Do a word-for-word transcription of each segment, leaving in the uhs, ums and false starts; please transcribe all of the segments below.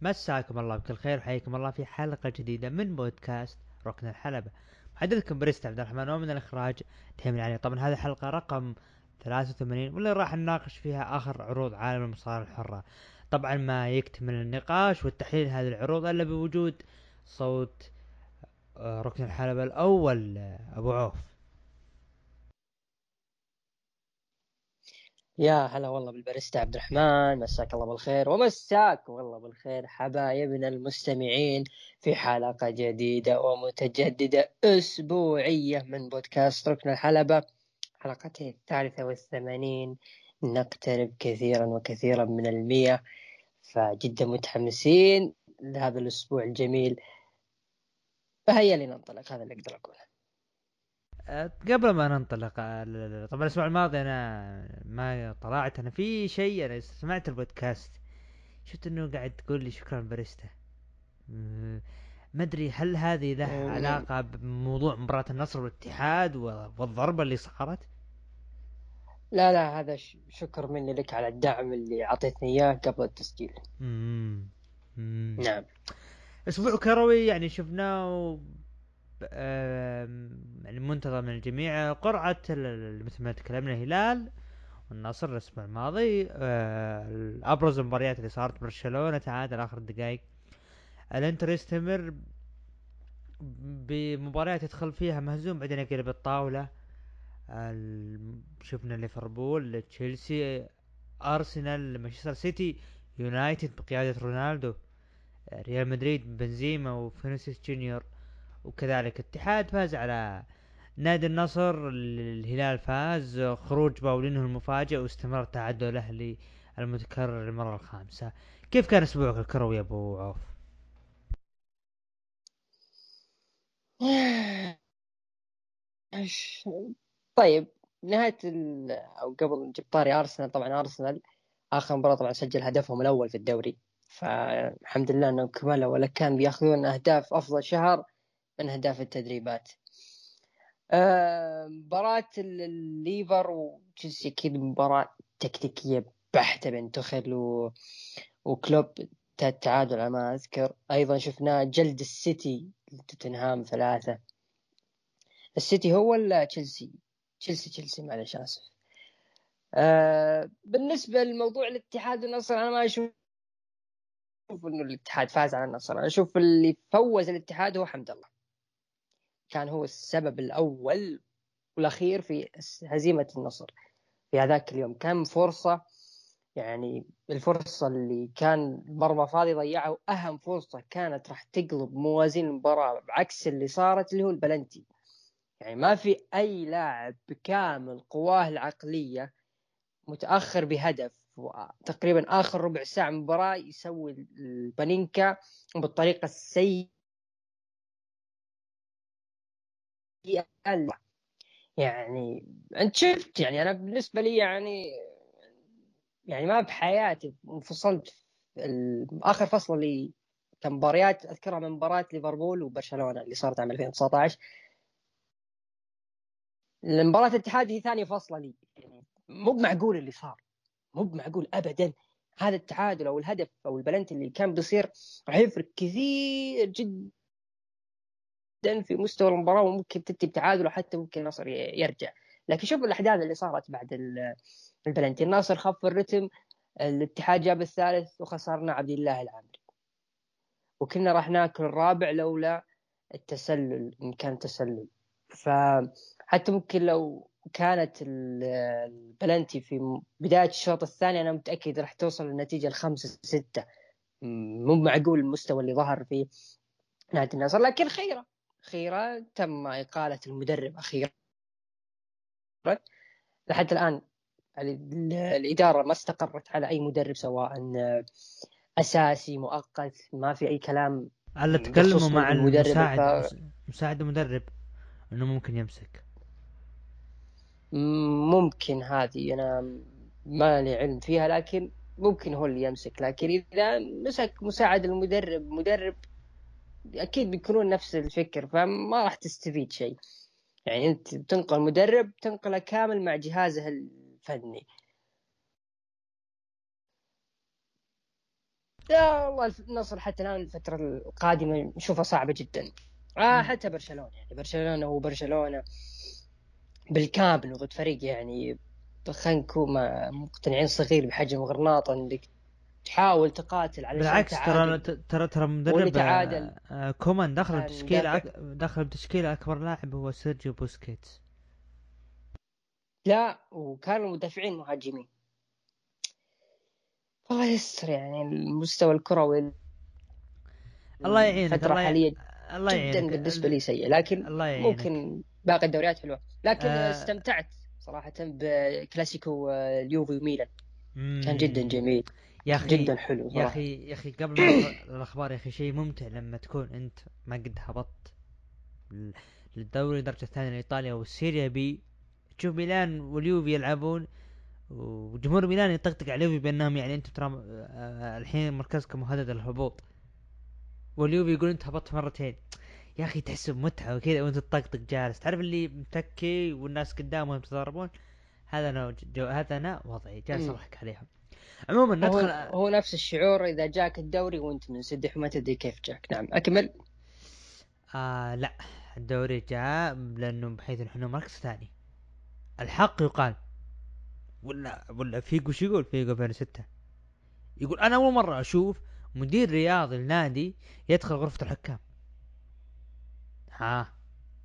مساكم الله بكل خير وحياكم الله في حلقة جديدة من بودكاست ركن الحلبة. محدثكم بريست عبد الرحمن، ومن الإخراج تيمن علي. طبعا هذه الحلقة رقم ثلاثة وثمانين واللي راح نناقش فيها آخر عروض عالم المصارعة الحرة. طبعا ما يكتمل النقاش والتحليل هذه العروض إلا بوجود صوت آه، ركن الحلبة الأول، آه، أبو عوف. يا هلا والله بالباريستا عبد الرحمن، مساك الله بالخير ومساك والله بالخير حبايبنا المستمعين في حلقة جديدة ومتجددة أسبوعية من بودكاست ركن الحلبة، حلقته الثالثة والثمانين. نقترب كثيرا وكثيرا من المية، فجدا متحمسين لهذا الأسبوع الجميل. فهيا لننطلق، هذا اللي أقدر أقوله. أه، قبل ما ننطلق، أه، ل- ل- طبعا الأسبوع الماضي أنا ما طلعت. أنا في شيء، أنا سمعت البودكاست، شفت إنه قاعد تقول لي شكرا باريستا. مم، ما ادري هل هذه له علاقة بموضوع مباراة النصر والاتحاد و- والضربة اللي صارت. لا لا، هذا ش- شكر مني لك على الدعم اللي أعطيتني إياه قبل التسجيل. مم. مم. نعم. اسبوع كروي يعني شفناه، ب- آم، يعني منتظر من الجميع. قرعة ال- ال- مثل ما تكلمنا، الهلال والنصر الاسبوع الماضي. آه، ابرز المباريات اللي صارت: برشلونة تعادل اخر الدقائق، الانتر يستمر بمباريات يدخل فيها مهزوم بعدين يقلب الطاولة. ال- شفنا ليفربول، تشيلسي، ارسنال، مانشستر سيتي، يونايتد بقيادة رونالدو، ريال مدريد بنزيما وفينيسيوس جونيور، وكذلك الاتحاد فاز على نادي النصر. الهلال فاز، خروج باولينو المفاجئ واستمرار تعادله المتكرر للمرة الخامسة. كيف كان اسبوعك الكروي يا ابو عوف؟ إيش- طيب، نهاية ال... أو قبل نجيب طاري أرسنال، طبعا أرسنال آخر مباراة طبعا سجل هدفهم الأول في الدوري، فالحمد لله أنهم كملوا، ولا كان بياخذون أهداف أفضل شهر من أهداف التدريبات. آه، مباراة ال- الليفر وتشيلسي كذا مباراة تكتيكية بحتة بين توخيل و... وكلوب. التعادل على ما أذكر. أيضا شفنا جلد السيتي توتنهام ثلاثة. السيتي هو ولا تشيلسي؟ تشيلسي تشيلسي معلش آسف. آه بالنسبة لموضوع الاتحاد والنصر، أنا ما أشوف إنه الاتحاد فاز على النصر. أنا أشوف اللي فوز الاتحاد هو حمد الله، كان هو السبب الأول والأخير في هزيمة النصر في هذاك اليوم. كان فرصة، يعني الفرصة اللي كان مرمى فاضي ضيعها، وأهم فرصة كانت راح تقلب موازين المباراة بعكس اللي صارت، اللي هو البلنتي. يعني ما في أي لاعب بكامل قواه العقلية متأخر بهدف تقريبا آخر ربع ساعة مباراة يسوي البانينكا بالطريقة السيئة. يعني أنت شفت، يعني أنا بالنسبة لي يعني يعني ما بحياتي انفصلت آخر فصل لي كمباريات أذكرها من مباراة ليفربول وبرشلونة اللي صارت عام ألفين وتسعة عشر. المباراة الاتحاد هي ثاني فصلة لي. يعني مو بمعقول اللي صار، مو بمعقول أبدا. هذا التعادل أو الهدف أو البلنتي اللي كان بيصير راح يفرق كثير جدا في مستوى المباراة، وممكن تنتهي بتعادل وحتى ممكن النصر يرجع. لكن شوف الأحداث اللي صارت بعد البلنتي. النصر خف الرتم، الاتحاد جاب الثالث وخسرنا عبد الله العامري، وكنا راح ناكل الرابع لولا التسلل، إن كان تسلل. فحتى ممكن لو كانت البلنتي في بداية الشوط الثاني أنا متأكد راح توصل للنتيجة الخمسة ستة. مو معقول المستوى اللي ظهر فيه نادي النصر. لكن خيرا خيرا تم إقالة المدرب أخيرا. لحد الآن الإدارة ما استقرت على أي مدرب، سواء أساسي مؤقت، ما في أي كلام هل تكلموا بخصوص مع المدرب. ف المساعد مس- مساعد المدرب انه ممكن يمسك؟ ممكن هذه أنا ما لي علم فيها، لكن ممكن هو اللي يمسك. لكن إذا مسك مساعد المدرب مدرب أكيد بيكونون نفس الفكر، فما راح تستفيد شيء. يعني أنت تنقل مدرب تنقله كامل مع جهازه الفني. لا والله النصر حتى الآن الفترة القادمة نشوفها صعبة جدا. آه حتى برشلونة يعني برشلونة هو برشلونة بالكامل وضد فريق يعني خلينا نكون مقتنعين صغير بحجم غرناطة انك تحاول تقاتل علشان بالعكس ترى تعادل، ترى ترى واللي مدرب تعادل آه، آه، كومان دخل بتشكيلة ندافع. أك... دخل بتشكيلة أكبر لاعب هو سيرجيو بوسكيتس. لا وكانوا مدافعين مهاجمين. الله يستر يعني المستوى الكروي الله يعينك. الفترة الله ي... حاليا الله جدا يعينك بالنسبة ال... لي سيء، لكن الله يعينك. ممكن باقي الدوريات حلوة. لكن آه... استمتعت صراحة بكلاسيكو اليوفي وميلان، كان جدا مم... جميل يا أخي جدا حلو يا صراحة. أخي يا أخي قبل ما ندخل الأخبار، يا أخي شيء ممتع لما تكون أنت ما قد هبطت ل- للدوري الدرجة الثانية لإيطاليا والسيريا بي، تشوف ميلان واليوفي يلعبون، وجمهور ميلان يطقطق على اليوفي بأنهم يعني أنتم ترى آه، الحين مركزكم مهدد للهبوط، واليوفي يقول أنت هبطت مرتين. يا أخي تحس بمتعة وكذا وأنت تطقطق جالس، تعرف اللي متكي والناس قدامهم يتضاربون. هذا أنا جو... هذا أنا وضعي جالس أمم. أضحك عليهم. عموما هو ندخل. هو نفس الشعور إذا جاك الدوري وأنت منسدح وما تدري كيف جاك. نعم أكمل. آه لا، الدوري جاء لأنه بحيث نحن مركز ثاني، الحق يقال. ولا ولا فيجو شو يقول فيجو ألفين وستة؟ يقول انا اول مره اشوف مدير رياضي النادي يدخل غرفه الحكام. ها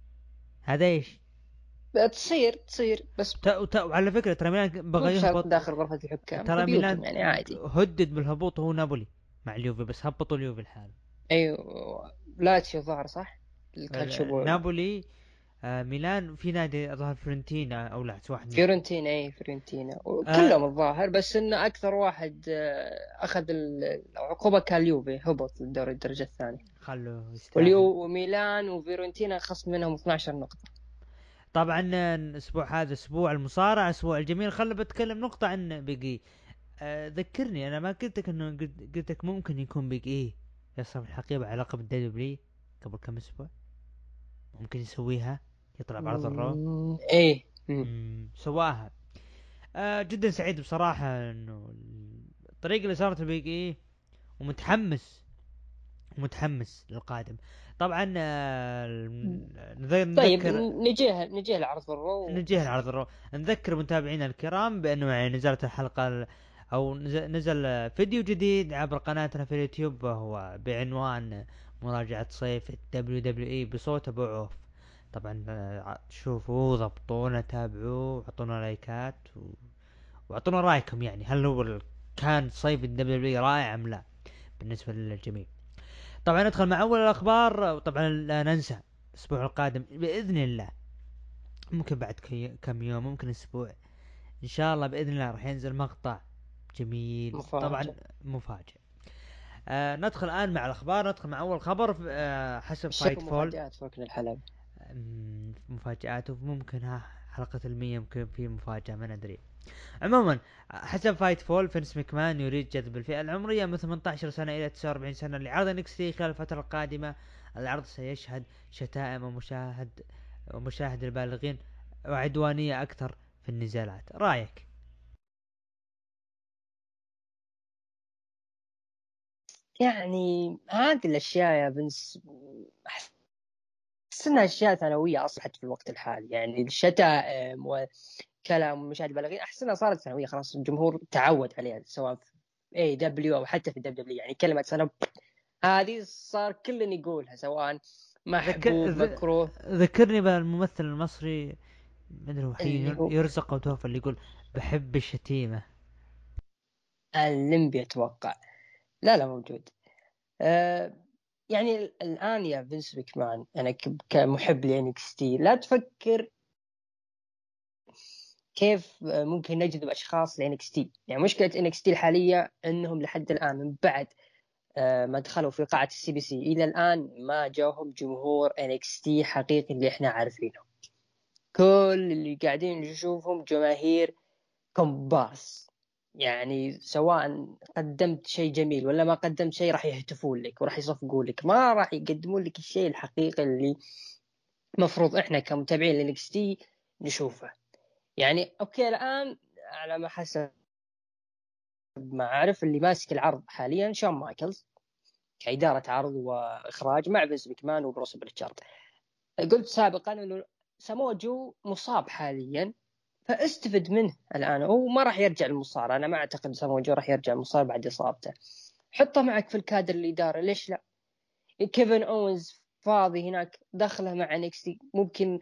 هذا ايش؟ تصير تصير بس ت- ت- وعلى فكره ترى ميلان مو بغى بشرط يهبط. داخل غرفة الحكام، ترى ببيوتهم ميلان يعني عادي. هدد بالهبوط هو نابولي مع اليوفي، بس هبطوا اليوفي الحال. أيوة لاتشيو ظهر صح الكالتشيو. نابولي آه ميلان في نادي ظهر فرنتينا او لا واحد منهم. فيورنتينا أي فيورنتينا وكلهم آه الظاهر، بس إنه أكثر واحد آه، أخذ العقوبة كان اليوفي هبط للدوري الدرجة الثانية. خلوه يستاهل. واليو وميلان وفيورنتينا خصم منهم اثنتي عشرة نقطة. طبعا الاسبوع هذا اسبوع المصارعه، اسبوع الجميل. خل بتكلم نقطه عن بيجي. آه ذكرني انا ما قلت لك انه قلت قلت لك ممكن يكون بيج ايه يصرف الحقيبة على لقب الدبليو قبل كم اسبوع. ممكن يسويها، يطلع بعرض الرو. مم، ايه مم. مم، سواها. آه جدا سعيد بصراحة انه الطريقة اللي صارت البيج ايه، ومتحمس ومتحمس للقادم. طبعا آه طيب نذكر نجيه نجيه لعرض الرو. نجيه العرض الرو. نذكر متابعينا الكرام بانه يعني نزلت الحلقة ال- او نزل, نزل فيديو جديد عبر قناتنا في اليوتيوب، وهو بعنوان مراجعة صيف الدبليو دبليو اي بصوت ابو عوف. طبعا آه، شوفوا ضبطونا تابعوا اعطونا لايكات و... واعطونا رايكم، يعني هل هو ال- كان صيف الدبليو دبليو رائع ام لا بالنسبة للجميع. طبعا ندخل مع اول الاخبار، وطبعا لا ننسى الاسبوع القادم باذن الله، ممكن بعد كي- كم يوم، ممكن اسبوع ان شاء الله باذن الله راح ينزل مقطع جميل طبعا مفاجأة. مفاجئ. آه ندخل الان مع الاخبار. ندخل مع اول خبر آه حسب فايت شكل فول. مفاجآت في ركن الحلبة. مم، مفاجآت وممكن ها حلقة المية يمكن في مفاجأة ما ندري. عموما حسب فايت فول فينس مكمان يريد جذب الفئة العمرية من ثمانية عشر سنة إلى تسعة وأربعين سنة لعرض نكستي خلال الفترة القادمة. العرض سيشهد شتائم ومشاهد ومشاهد البالغين وعدوانية أكثر في النزالات. رأيك؟ يعني هذه الأشياء يا بنس أحس إنها أشياء ثانوية أصبحت في الوقت الحالي. يعني الشتائم وكلام المشاهد البالغين أحس إنها صارت ثانوية، خلاص الجمهور تعود عليها سواء في اي دبليو أو حتى في الدبليو دبليو. يعني كلمة سنة هذه صار كل يقولها سواء ذكر محبوب ذ- مكروه. ذكرني بالممثل المصري، مدري هو اللي حي هو يرزق او توفى، اللي يقول بحب الشتيمة. الليمبي أتوقع. لا لا موجود. أه يعني الآن يا فينس بيكمان أنا ك- كمحب لإنكستي لا تفكر كيف ممكن نجذب أشخاص لإنكستي. يعني مشكلة إنكستي الحالية أنهم لحد الآن من بعد أه ما دخلوا في قاعة السي بي سي إلى الآن ما جاهم جمهور إنكستي حقيقي اللي إحنا عارفينه. كل اللي قاعدين نشوفهم جماهير كومبارس. يعني سواء قدمت شيء جميل ولا ما قدمت شيء راح يهتفون لك وراح يصفقون لك، ما راح يقدمون لك الشيء الحقيقي اللي مفروض احنا كمتابعين للإكس تي نشوفه. يعني اوكي الان على ما حسب ما أعرف اللي ماسك العرض حاليا شون مايكلز كإدارة عرض وإخراج مع فينس ماكمان وبروس بريتشارد. قلت سابقا إنه سامو جو مصاب حاليا فاستفد منه الآن، هو ما راح يرجع المصارعة. أنا ما أعتقد سامو جو راح يرجع المصارعة بعد إصابته. حطه معك في الكادر الإداري، ليش لا؟ كيفن أوينز فاضي هناك، دخله مع نيكستي، ممكن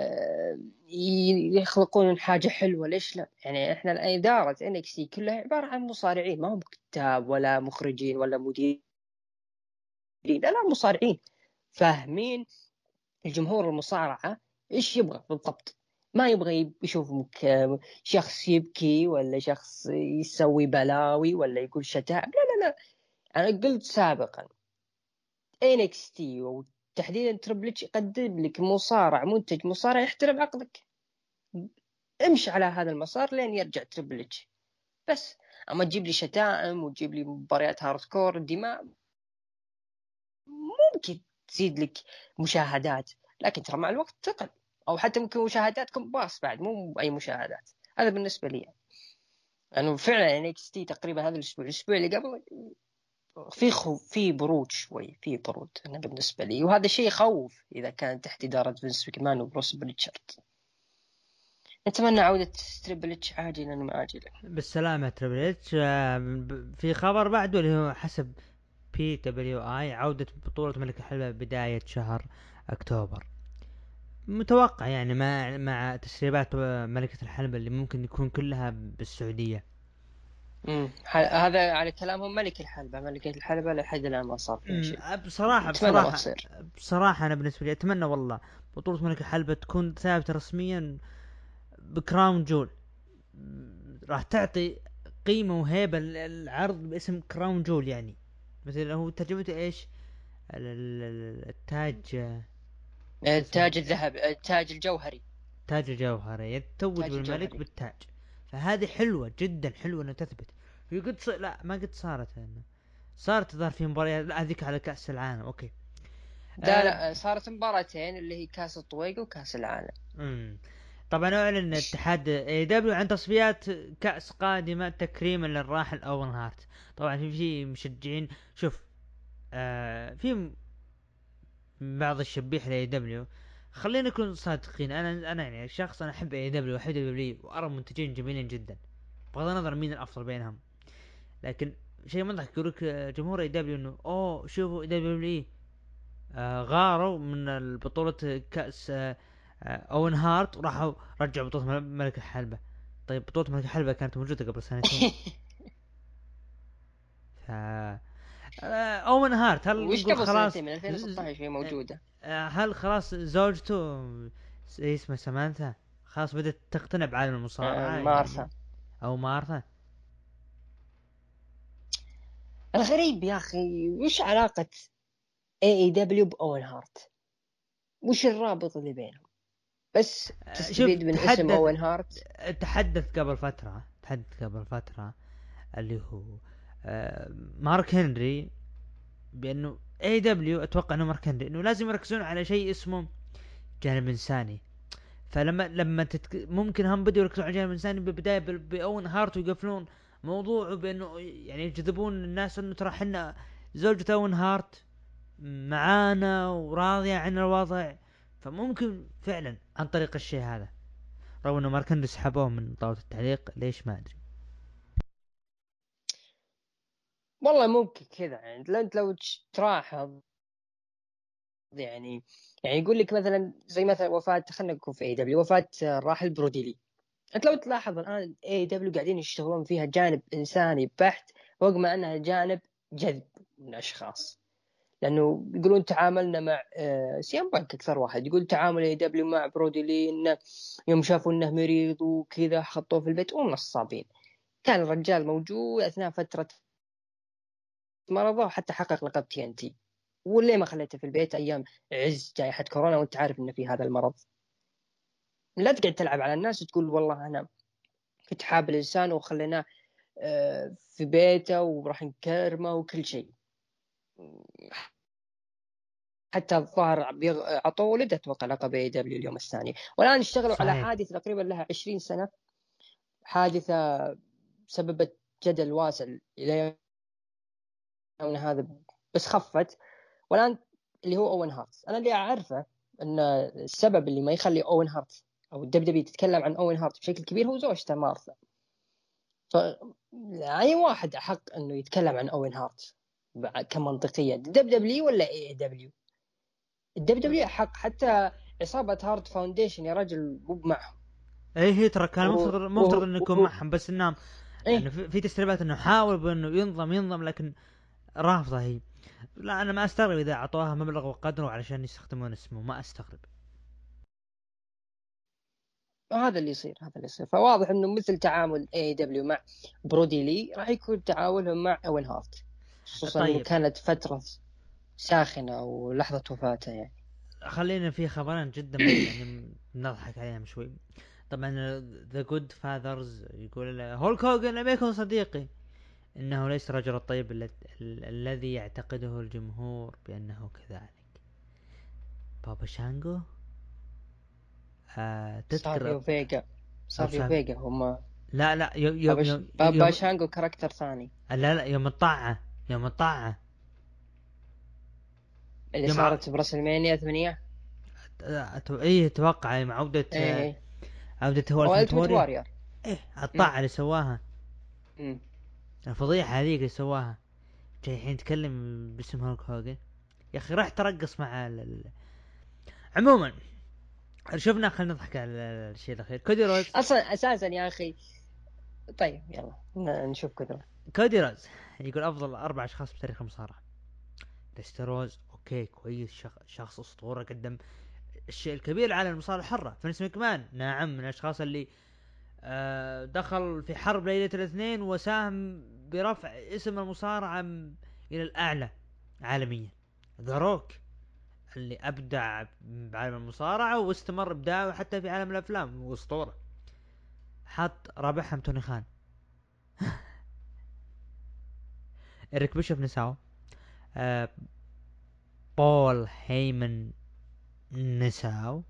يخلقون حاجة حلوة، ليش لا؟ يعني إحنا الإدارة نيكستي كلها عبارة عن مصارعين، ما هم كتاب ولا مخرجين ولا مديرين، لا لا مصارعين فاهمين الجمهور المصارعة إيش يبغى بالضبط. ما يبغى يشوفك شخص يبكي ولا شخص يسوي بلاوي ولا يقول شتائم، لا لا لا. أنا قلت سابقا إن إكس تي وتحديدا تريبل اتش يقدم لك مصارع، منتج مصارع يحترم عقلك، امشي على هذا المسار لين يرجع تريبل اتش بس. أما تجيب لي شتائم وتجيب لي مباريات هاردكور دماء ممكن تزيد لك مشاهدات، لكن ترى مع الوقت تقل، أو حتى ممكن مشاهداتكم باص بعد مو أي مشاهدات. هذا بالنسبة لي، لأنه يعني فعلا إن إكس تي تقريبا هذا الأسبوع الأسبوع اللي قبل في خو في برود شوي، في برود أنا بالنسبة لي، وهذا شيء يخوف إذا كان تحت إدارة فينس ماكمان وبروس بريتشارد. نتمنى عودة تريبل اتش عاجلا ما آجلا. بالسلامة تريبل اتش. آه، ب- في خبر بعده اللي هو حسب بي دبليو اي عودة بطولة ملك الحلبة بداية شهر اكتوبر. متوقع يعني مع مع تسريبات ملكة الحلبة اللي ممكن يكون كلها بالسعودية. امم هذا على كلامهم ملك الحلبة، ملكة الحلبة لحد الآن ما صار فيها أمم، شيء. بصراحة نتمنى ما بصراحة تصير. بصراحة أنا بالنسبة لي أتمنى والله بطولة ملك الحلبة تكون ثابتة رسميا بكراون جول. راح تعطي قيمة وهيبة للعرض باسم كراون جول. يعني مثل هو ترجمته ايش؟ ال- ال- ال- التاج، شو اسمه؟ التاج الذهب، التاج الجوهري. تاج الجوهري، يتوج تاج بالملك الجوهري. بالتاج. فهذه حلوة جدا، حلوة انها تثبت. هي قد ص... لا ما قد صارت انه صارت تظهر في مباريات. لا هذيك على كأس العالم اوكي. لا أه... لا صارت مباراتين اللي هي كاس الطويق وكاس العالم. مم. طبعا اعلن اتحاد اي دبليو عن تصفيات كأس قادمة تكريما للراحل اوين هارت. طبعا في في مشجعين. شوف، آه في بعض الشبيح لاي دبليو. خلينا نكون صادقين. انا انا يعني شخص انا احب اي دبليو واحب دبليو وارى منتجين جميلين جدا بغض النظر مين الافضل بينهم. لكن شيء مضحك يقولك جمهور اي دبليو انه اوه شوفوا اي دبليو آه غاروا من بطولة كأس آه آه اوين هارت وراحوا رجعوا بطولة ملك الحلبة. طيب بطولة ملك الحلبة كانت موجودة قبل سنتين. ف آه اوين هارت هل وش نقول قبل خلاص سنتين من ز- ز- ألفين وستة عشر هي آه، موجودة. آه، هل خلاص زوجته س- اسمها سمانثا خلاص بدأت تقتنع بعالم آه، المصارعة يعني؟ مارثا. او مارثا. الغريب يا أخي وش علاقة اي اي دبليو بأوين هارت؟ وش الرابط اللي بينهم؟ بس آه، شوف تستفيد من اسم تحدث أوين هارت. تحدث قبل فترة تحدث قبل فترة اللي هو آه، مارك هنري بانه اي دبليو اتوقع انه مارك هنري انه لازم يركزون على شيء اسمه جانب انساني. فلما لما تتك... ممكن هم بدوا يركزون على جانب انساني بالبدايه ب- باون هارت ويقفلون موضوعه بانه يعني يجذبون الناس انه ترى حنا زوجة اون هارت معانا وراضية عن الوضع. فممكن فعلا عن طريق الشيء هذا رغم انه مارك هنري سحبوه من طاولة التعليق ليش ما ادري. والله ممكن كذا يعني، لو انت لو تلاحظ يعني يعني يقول لك مثلا زي مثلا وفاة، خلينا نكون في اي دبليو، وفاة الراحل بروديلي. انت لو تلاحظ الان اي دبليو قاعدين يشتغلون فيها جانب انساني بحت رغم انها جانب جذب من اشخاص. لانه يقولون تعاملنا مع سيام بانك، اكثر واحد يقول تعامل اي دبليو مع بروديلي انه يوم شافوا انه مريض وكذا حطوه في البيت ونصابين. كان الرجال موجود اثناء فتره مرضه وحتى حقق لقب تي ان تي، وليه ما خليته في البيت ايام عز جائحه كورونا وانت عارف انه في هذا المرض؟ لا تقعد تلعب على الناس وتقول والله انا كنت حاب الانسان وخليناه في بيته وراح نكرمه وكل شيء. حتى الظاهر عطوه ولد اتوقع لقب اي دبليو اليوم الثاني، والان اشتغلوا على صحيح. حادثه تقريبا لها عشرين سنه، حادثه سببت جدل واسع الى يومنا هذا، بس خفت. والان اللي هو اوين هارت، انا اللي اعرفه ان السبب اللي ما يخلي اوين هارت او الدب دبليو تتكلم عن اوين هارت بشكل كبير هو زوجته مارثا. ف اي واحد احق انه يتكلم عن اوين هارت كمنطقيه، الدب دبليو ولا اي دبليو؟ الدب دبليو احق، حتى عصابه هارت فاونديشن يا رجل مو معهم. ايه هي ترى كان وهو مفترض مفترض وهو انه يكون وهو معهم، بس انهم ايه يعني في, في تسريبات انه حاول بانه ينضم ينضم لكن رافضه هي. لا انا ما استغرب اذا اعطوها مبلغ وقدره علشان يستخدمون اسمه، ما استغرب. هذا اللي يصير، هذا اللي يصير. فواضح انه مثل تعامل اي دبليو مع برودي لي راح يكون تعاملهم مع اوين هارت، خصوصا انه طيب كانت فتره ساخنه ولحظه وفاته يعني. خلينا في خبرين جدا يعني نضحك عليهم شوي. طبعا ذا جود فاذرز يقول هولك هوجن لم يكن صديقي، انه ليس الرجل الطيب ال- ال- الذي يعتقده الجمهور بانه كذلك. بابا شانجو آه تذكر سافيو فيجا، او سافيو سافي. فيجا هم. لا لا يوم يوم بابا ش... يوم, بابا يوم شانجو كاركتر ثاني لا لا يوم الطاعة، يوم الطاعة اللي يوم ع... صارت برسلمانيا ثمانية. أت- ايه اتوقع مع عودة ايه آه، ايه، عودة هو او التيمت التيمت وورير. واريور. ايه امم الطاعة اللي سواها، امم الفضيحة هذيك اللي سواها، جاي الحين يتكلم باسم هولك هوجن. يا اخي راح ترقص مع ال... ال- عموما شفنا، خلينا نضحك على الشيء الاخير. كودي روز، اصلا اساسا يا اخي. طيب يلا ن- نشوف كذا. كودي روز يقول افضل اربع اشخاص بتاريخ المصارعة. ديستي روز اوكي كويس، شخ... شخص اسطورة، قدم الشيء الكبير على المصارعة الحرة. فينس مكمان نعم من الاشخاص اللي آه دخل في حرب ليلة الاثنين وساهم برفع اسم المصارعة م- الى الاعلى عالميا. ذا روك اللي ابدع بعالم المصارعة واستمر ابداعه حتى في عالم الافلام واسطورة. حط رابعهم توني خان. إريك بيشوف نساو. آه بول هيمن نساو.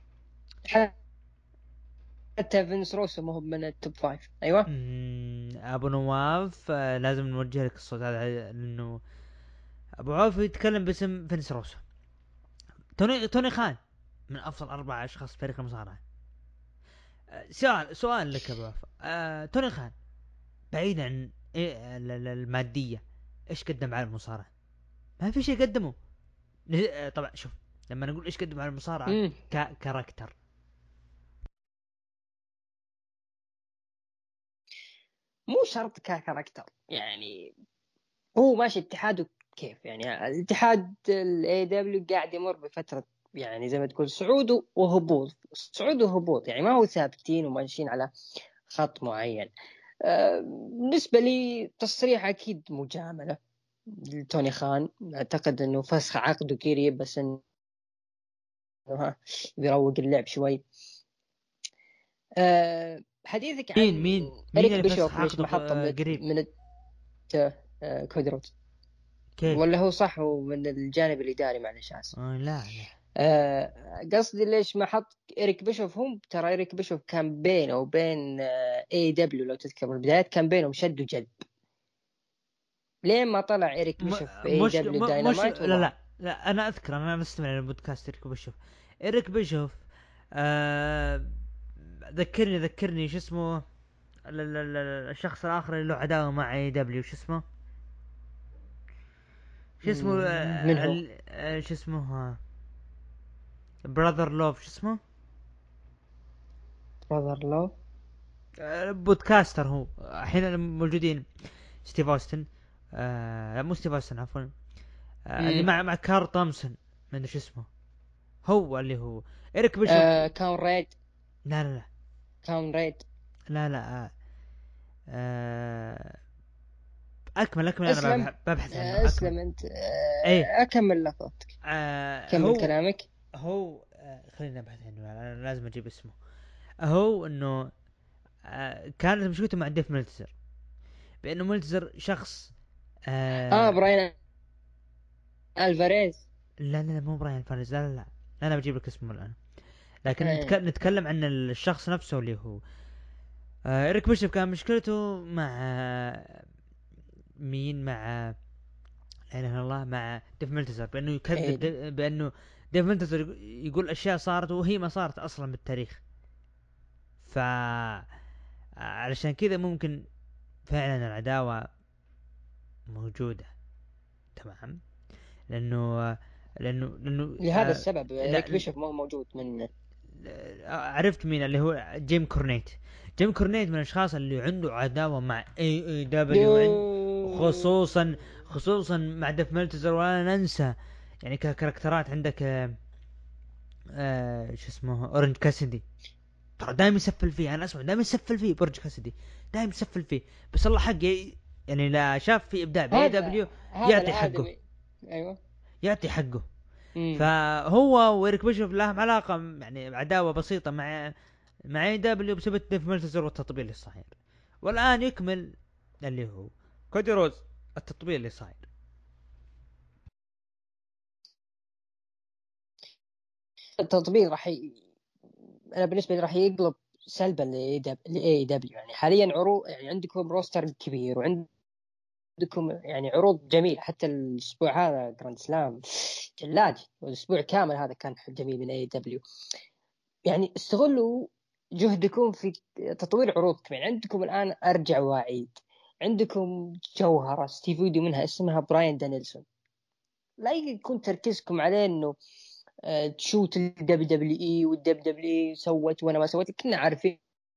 حتى فينس روسو ما هو من التوب فايف. ايوه. مم، ابو نواف آه لازم نوجه لك الصوت هذا لانه ابو عوف يتكلم باسم فينس روسو. توني توني خان من افضل اربع اشخاص في تاريخ المصارعه. آه سؤال سؤال لك ابو عوف، آه توني خان بعيد عن إيه ال- ال- الماديه، ايش قدم على المصارعه؟ ما في شيء قدمه. ن- آه، طبعا شوف، لما نقول ايش قدم على المصارعه امم ك كاركتر. مو شرط ككاركتر يعني. هو ماشي اتحاده كيف يعني؟ الاتحاد الاي دبليو قاعد يمر بفتره يعني زي ما تقول صعود وهبوط، صعود وهبوط يعني، ما هو ثابتين وماشيين على خط معين. آه، بالنسبه لي تصريح اكيد مجامله لتوني خان. اعتقد انه فسخ عقده قريب، بس انه ها بيروق اللعب شوي. أه حديثك مين عن مين مين إريك اللي فسخ بيشوف ليش عقده محطة من آه، الت- قريب؟ من الت- آه، كودي رودز، كيف؟ ولا هو صح هو من الجانب الإداري؟ معلش آسف. آه لا لا. أه قصدي ليش ما حط إريك بيشوف. هم ترى إريك بيشوف كان بينه وبين آه، اي دبليو لو تذكر بالبدايات كان بينهم شد وجذب. لين ما طلع إريك م... بيشوف في اي مش دبليو م... مش داينامايت لا وضرب. لا لا انا اذكر انا مستمع للبودكاست إيريك بيشوف. إيريك بيشوف آه... ذكرني ذكرني شو اسمه ال... ال... ال... الشخص الاخر اللي له عداوه مع اي دبليو شو اسمه؟ شو اسمه مم، من آه... هو؟ ال... آه... شو اسمه براذر لوف شو اسمه؟ براذر لو. آه... بودكاستر هو الحين موجودين. ستيف اوستن، آه... لا مو ستيف اوستن عفوا، آه... اللي مع مع كارل تومسون، ما ادري شو اسمه. هو اللي هو إيريك بيشوف. آه كان ريد. لا لا لا كان ريد. لا لا آه. آه، اكمل اكمل انا اسلم. ببح- ببحث عنه آه اكمل. اسلم انت. ايه آه اكمل لقطتك. آه كمل هو كلامك. هو آه خلينا نبحث عنه، انا لازم اجيب اسمه. هو انه آه كانت مشكلته مع ديف ملتزر بانه ملتزر شخص اه آه براين الفاريز. لا لا لا مو براين فارز، لا لا لا انا بجيب لك اسمه الان. لكن نتك... آه. نتكلم عن الشخص نفسه اللي هو آه إيريك بيشوف كان مشكلته مع مين، مع لا اله الا الله، مع ديف ملتزر، بانه يكذب إيه. دي بانه ديف ملتزر يقول اشياء صارت وهي ما صارت اصلا بالتاريخ. ف علشان كذا ممكن فعلا العداوة موجودة. تمام. لانه لانه لانه لهذا آه السبب ريك لا بيشوف ما هو موجود من. عرفت مين اللي هو جيم كورنيت. جيم كورنيت من الاشخاص اللي عنده عداوة مع اي اي دبليو، وعند دو. خصوصا خصوصا مع ديف ملتزر. ولا ننسى يعني ككاركترات عندك آه آه شو اسمه اورنج كاسدي، ترى دايم يسفل فيه. انا اسمع دايم يسفل فيه اورنج كاسدي، دايم يسفل فيه. بس الله حق ي- يعني لا شاف في ابداع باي هذا دبليو هذا يعطي حقه، الآدمي. أيوه. يعطي حقه. امم. فهو وإيريك بيشوف لهم علاقة يعني عداوة بسيطة مع مع اي دبليو بسبب ديف ملتزر والتطبيل اللي صاير. والان يكمل اللي هو كودي روز التطبيل اللي صاير. التطبيق راح ي... انا بالنسبه لي راح يقلب سلبا لاي دبليو. يعني حاليا عروض، يعني عندكم روستر كبير وعندكم يعني عروض جميله. حتى الاسبوع هذا جراند سلام جلاج، والاسبوع كامل هذا كان جميل من اي دبليو. يعني استغلوا جهدكم في تطوير عروضكم. يعني عندكم الان ارجع واعيد، عندكم جوهره استفيدوا منها اسمها براين دانيلسون. لا يكون تركيزكم عليه انه آه، تشوت الدبليو دبليو اي والدبليو دبليو اي سوت وانا ما سويت. كنا عارفين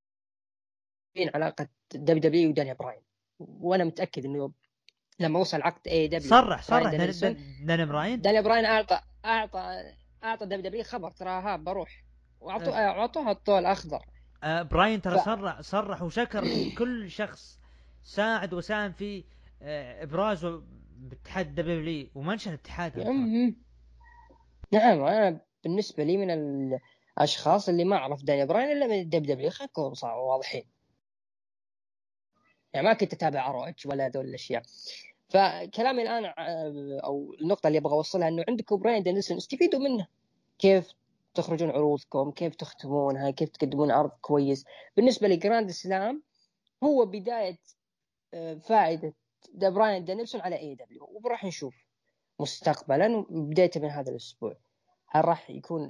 علاقه دبليو دبليو اي ودانيال براين، وانا متاكد انه لما وصل عقد اي دبليو مع صرح براين صرح دان, دانيلسون، دان, دان براين. دانيال براين اعطى اعطى اعطى دبليو دبليو اي خبر ترى ها بروح، واعطوه اعطوها الضوء الاخضر. آه براين ف ترى صرح صرح وشكر كل شخص ساعد وساهم في آه ابرازه باتحاد دبليو، ومنشأ الاتحاد هذا ترى. مم. نعم. انا بالنسبه لي من الاشخاص اللي ما اعرف دانيال براين الا من الدبليو دبليو، خلينا نكون واضحين. يعني ما كنت اتابع اروتش ولا هذول الاشياء. فكلامي الان آه، او النقطه اللي ابغى اوصلها انه عندكم براين دانيلسون استفيدوا منه. كيف تخرجون عروضكم، كيف تختمونها، كيف تقدمون عرض كويس. بالنسبه لجراند سلام هو بدايه آه، فائده دا براين دانيلسون على اي دبليو، وراح نشوف مستقبلا بدايه من هذا الاسبوع هل راح يكون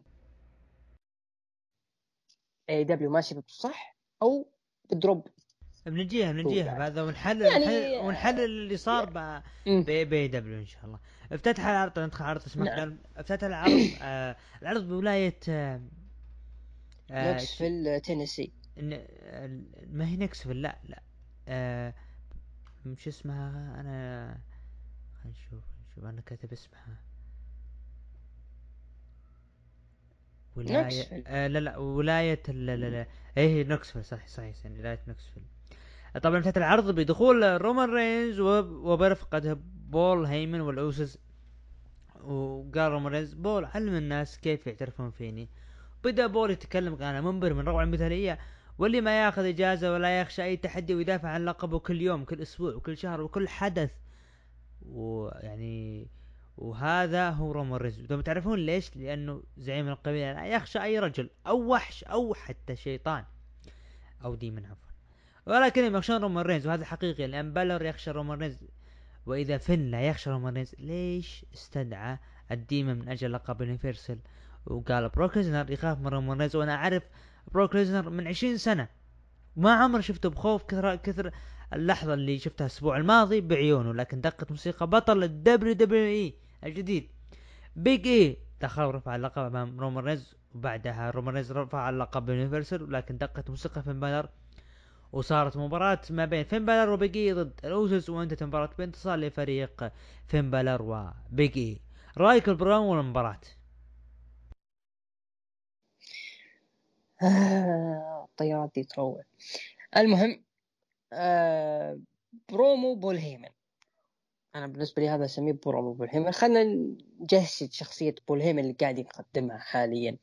اي دبليو ماشي بالصح او بدروب بنجيها هو بنجيها بعد. بعد، ونحلل ونحلل يعني ونحلل آه، اللي صار ب مم. بي دبليو ان شاء الله. افتتح العرض، ندخل عرض سماك نعم. داون. افتتح العرض آه العرض بولاية آه آه ش- نوكسفيل تينيسي. ن- آه، ما هي نكسفل، لا لا آه مش اسمها انا. خلينا نشوف نشوف انا كاتب اسمها. ولاية نوكسفيل. آه لا لا ولاية لا لا لا ايه نوكسفيل، صح صحيح يعني ولاية نوكسفيل. طبعا انتهت العرض بدخول رومان رينز وب- وبرفقته بول هيمن والاوسس. وقال رومان رينز بول علم الناس كيف يعترفون فيني. بدأ بول يتكلم، قال انا منبر من روعة المثالية، واللي ما ياخذ اجازة ولا يخشى اي تحدي ويدافع عن لقبه كل يوم كل اسبوع وكل شهر وكل حدث. ويعني وهذا هو رومان رينز. انتم تعرفون ليش؟ لانه زعيم القبيلة لا يخشى اي رجل او وحش او حتى شيطان او ديمن عفوا، ولكن يخشون رومان رينز. وهذا حقيقي لان بالور يخشى رومان رينز. واذا فين لا يخشى رومان رينز، ليش استدعى الديمن من اجل لقب يونيفرسال؟ وقال بروك ليزنر يخاف من رومان رينز، وانا اعرف بروك ليزنر من عشرين سنة ما عمر شفته بخوف كثر كثر اللحظة اللي شفتها الاسبوع الماضي بعيونه. لكن دقت موسيقى بطل الدبليو دبليو اي الجديد بيج اي دخل ورفع اللقب امام رومان رينز، وبعدها رومان رينز رفع اللقب يونيفرسال. ولكن دقت موسيقى فين بالر، وصارت مباراة ما بين فين بالر وبيجي ضد الاوسس، وانتهت مباراة بانتصار لفريق فين بالر وبيجي. رايك البرومو والمباراة؟ آه، الطيارات دي تروع. المهم آه، برومو بول هيمن. انا بالنسبه لي هذا اسميه برومو بول هيمن. خلينا نجسد شخصيه بول هيمن اللي قاعد يقدمها حاليا.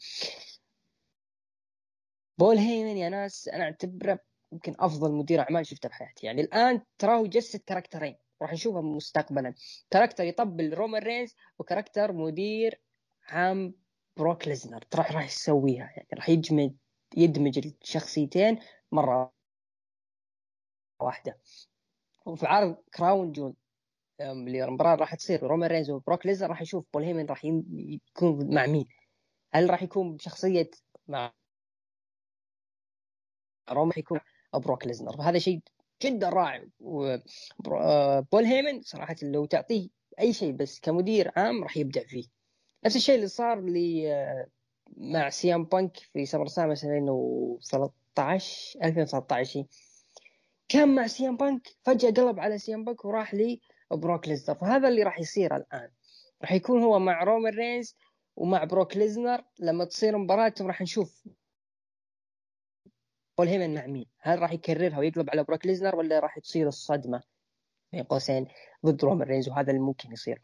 بول هيمن يا ناس انا اعتبره يمكن افضل مدير اعمال شفته بحياتي. يعني الان تراه يجسد كاركترين راح نشوفها مستقبلا. كاركتر يطبل رومان رينز، وكاركتر مدير عام بروك ليزنر. راح راح يسويها، يعني راح يجمد يدمج الشخصيتين مره واحدة. وفي عرض كراون جول اللي المباراة راح تصير رومان رينز وبروك ليزنر، راح يشوف بول هيمن راح يكون مع مين. هل راح يكون بشخصية مع رومان، يكون بروك ليزنر؟ فهذا شيء جدا رائع. وبول هيمن صراحة لو تعطيه أي شيء بس كمدير عام راح يبدع فيه. نفس الشيء اللي صار لي مع سيام بانك في سمر سام ألفين وثلاثة عشر ألفين وثلاثة عشر، كان مع سيام بانك فجأة قلب على سيام بانك وراح لي بروك ليزنر. فهذا اللي راح يصير الآن، راح يكون هو مع رومان رينز ومع بروك ليزنر. لما تصير مباراتهم راح نشوف بول هيمن مع مين. هل راح يكررها ويقلب على بروك ليزنر، ولا راح تصير الصدمة بين قوسين ضد رومان رينز؟ وهذا اللي ممكن يصير.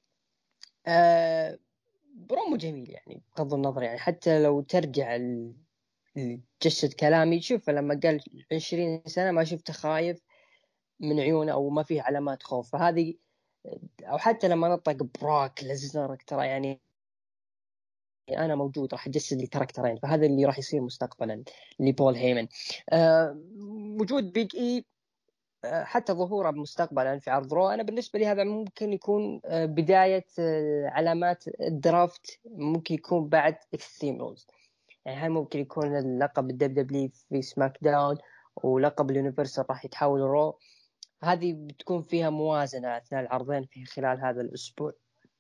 آه برومو جميل يعني بغض النظر، يعني حتى لو ترجع جسد كلامي، شوف لما قال عشرين سنة ما شفته خايف من عيونه أو ما فيه علامات خوف. فهذه، أو حتى لما نطق بروك ليزنر ترى يعني أنا موجود، راح أجسد لي كاركترين. فهذا اللي راح يصير مستقبلا لبول هيمن. أه وجود بيج إي أه حتى ظهوره مستقبلا في عرض رو، أنا بالنسبة لي هذا ممكن يكون أه بداية أه علامات الدرافت. ممكن يكون بعد إكستريم رولز. يعني هل ممكن يكون اللقب الدب دبليو في سماك داون ولقب اليونيفرسال راح يتحول رو؟ هذه بتكون فيها موازنة أثناء العرضين في خلال هذا الأسبوع.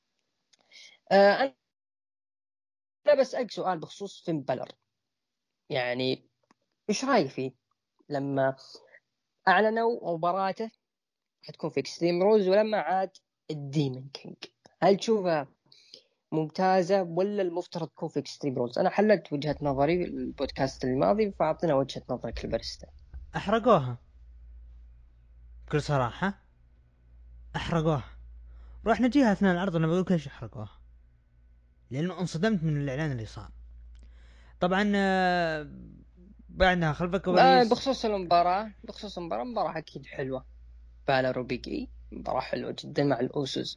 أه أنا بسألك سؤال بخصوص فين بلر، يعني إيش رأيك فيه لما أعلنوا مباراته حتكون في إكستريم روز ولما عاد الديمن كينج؟ هل تشوفها ممتازة ولا المفترض تكون في إكستريم روز؟ أنا حللت وجهة نظري البودكاست الماضي، فأعطينا وجهة نظرك البرستا. احرقوها بكل صراحة، احرقوها. روح نجيها اثناء العرض. انا بقول ليش احرقوها، لانه انصدمت من الاعلان اللي صار. طبعا آه، بعدها خلف الكواليس. بخصوص المباراة بخصوص المباراة مباراة أكيد حلوة. بالر وبيجي مباراة حلوة جدا مع الأوسوس.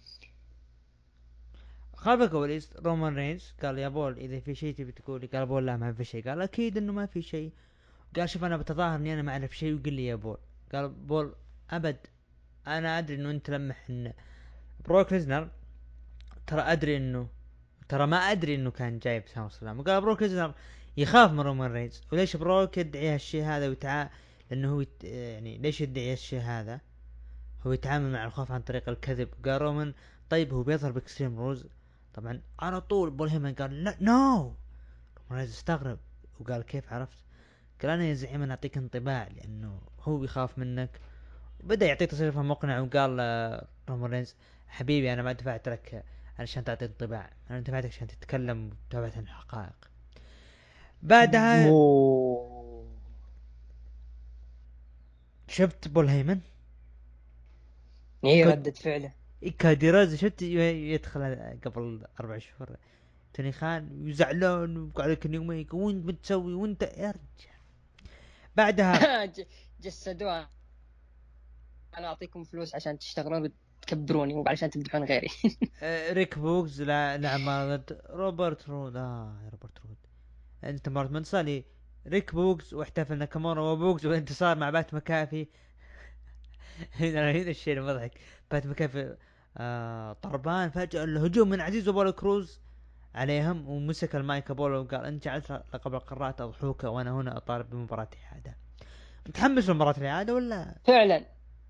خلف الكواليس رومان رينز قال يا بول اذا في شيء تبي تقولي. قال بول لا ما في شيء. قال اكيد انه ما في شيء. قال شوف انا بتظاهر اني انا ما اعرف شيء وقل لي يا بول. قال بول ابد، انا ادري انه انت لمح ان بروك ليزنر، ترى ادري انه ترى ما ادري انه كان جايب سام سلام. وقال بروك ليزنر يخاف من رومان رينز. وليش بروك يدعي هالشيء هذا ويتع لانه هو يت... يعني ليش يدعي هالشيء هذا؟ هو يتعامل مع الخوف عن طريق الكذب. قال رومان طيب هو بيظهر باكستريم روز. طبعا على طول بول هيمن قال لا نو. رومان رينز استغرب وقال كيف عرفت؟ قال انا يا زعيم انا اعطيك انطباع لانه هو بيخاف منك. بدأ يعطيه تصريفه مقنع. وقال رومان رينز حبيبي انا ما دفعت لك علشان تعطي انطباع، انا دفعتك عشان تتكلم وتبحث عن الحقائق. بعدها مو شفت بول هيمن هي كود ردة فعله. كاديراز، شفت يدخل قبل اربع شهور توني خان وزعلان وقال لك يومين وانت بتسوي وانت يا رجال. بعدها جسدوها انا اعطيكم فلوس عشان تشتغلون وتكبروني مو علشان تمدحون غيري. ريك بوكس لا نعم ضد روبرت رود. اه يا روبرت رود انت مرت من صالي ريك بوكس واحتفل ناكامورا وبوكس وانتصار مع بات مكافي. هنا هنا الشيء المضحك بات مكافي آه طربان فجأة الهجوم من عزيز وبولو كروز عليهم ومسك المايك بولو وقال انت جعلت لقب القارات اضحوك وانا هنا اطالب بمباراة اعادة. متحمس لمباراة الاعادة ولا؟ فعلا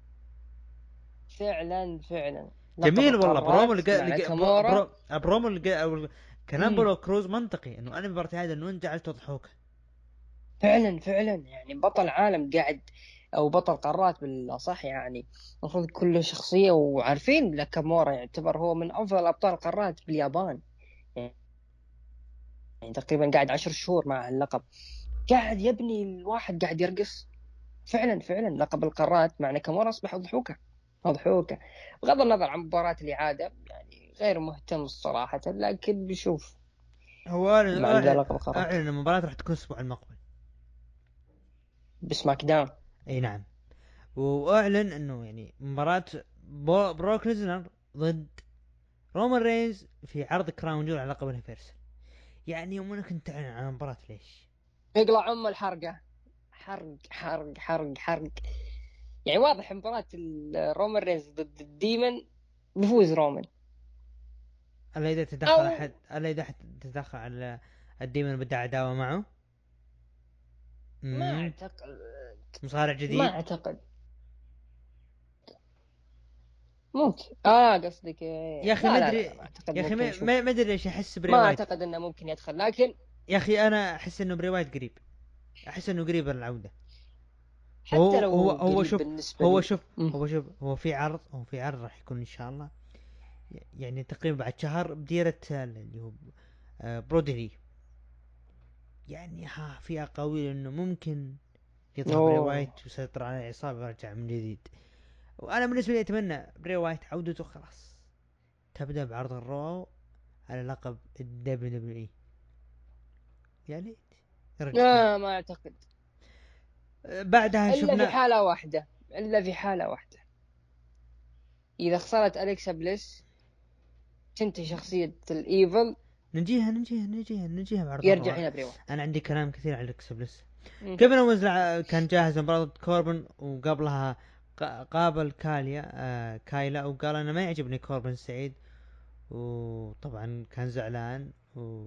فعلا فعلا لقب جميل والله. برومو القارات اللي مع قا... برو... ناكامورا. برو... برومو اللي قا... او كلام مم. بولو كروز منطقي انه انا مباراة اعادة انه انت جعلت اضحوك. فعلا فعلا يعني بطل عالم قاعد، او بطل قارات بالاصح، يعني المفروض كل شخصيه. وعارفين ناكامورا يعتبر هو من افضل ابطال القارات باليابان، يعني تقريبا قاعد عشر شهور مع اللقب. قاعد يبني الواحد قاعد يرقص. فعلا فعلا لقب القارات مع ناكامورا اصبح اضحوكه اضحوكه. بغض النظر عن مباراة الاعادة يعني غير مهتم صراحة، لكن بشوف هو اعلن مع ذا اعلن لقب القارات اعلن المباراة راح تكون الاسبوع المقبل. بسماك داون. اي نعم. واعلن انه يعني مباراة بو... بروك ليزنر ضد رومان رينز في عرض كراون جول على لقب اليونيفرسال. يعني يوم انك انت تعلن عن مباراة ليش؟ يقلع ام الحرقة حرق حرق حرق حرق. يعني واضح مباراة رومان رينز ضد الديمن بيفوز رومان. الا اذا تدخل أو احد الا اذا تدخل على الديمن بدا عداوه معه. ما امم أعتقد. مصارع ما جديد. أعتقد. ممكن اه قصدك يا إيه. اخي ما لا لا لا ما ادري. أعتقد يا اخي ممكن ما نشوف. ما ما ادري ليش احس بري ما وايت. أعتقد إنه ممكن يدخل، لكن يا اخي انا احس انه بري وايت قريب. احس انه قريب من العوده. حتى هو لو هو هو هو قريب شوف. بالنسبة هو لي. شوف. مم. هو شوف هو في عرض هو في عرض راح يكون ان شاء الله. يعني تقريبا بعد شهر بديرة اللي هو آه، برودري. يعني ها في اقاويل انه ممكن يظهر بري أوه. وايت ويسيطر على العصابة ويرجع من جديد. وانا بالنسبة لي اتمنى بري وايت عودته خلاص. تبدأ بعرض الرو على لقب الدبليو دبليو اي. يا ليت يرجع. لا ما أعتقد. آه، بعدها إلا في شفنا. حالة واحدة. إلا في حالة واحدة، إذا خسرت أليكسا بليس تنتهي شخصية الإيفل. نجيها نجيها نجيها نجيها بعرض الرو. يرجع هنا بري وايت. انا عندي كلام كثير على الاكسبلس. مم. كيفن اوز كان جاهز لمباراة كوربن وقبلها ق- قابل كاليا آه كايلا وقال انا ما يعجبني كوربن سعيد. وطبعا كان زعلان و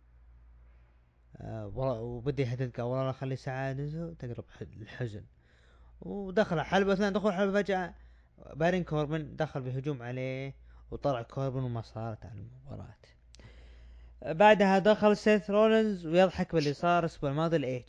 آه ورا- وبدي يهدد قال والله لا خلي سعادته تقرب ح- الحزن. ودخل حلبة اثناء دخول حلبة فجأة بارين كوربن دخل بهجوم عليه وطلع كوربن وما صارت على المباراة. بعدها دخل سيث رولينز ويضحك باللي صار الاسبوع الماضي الايج.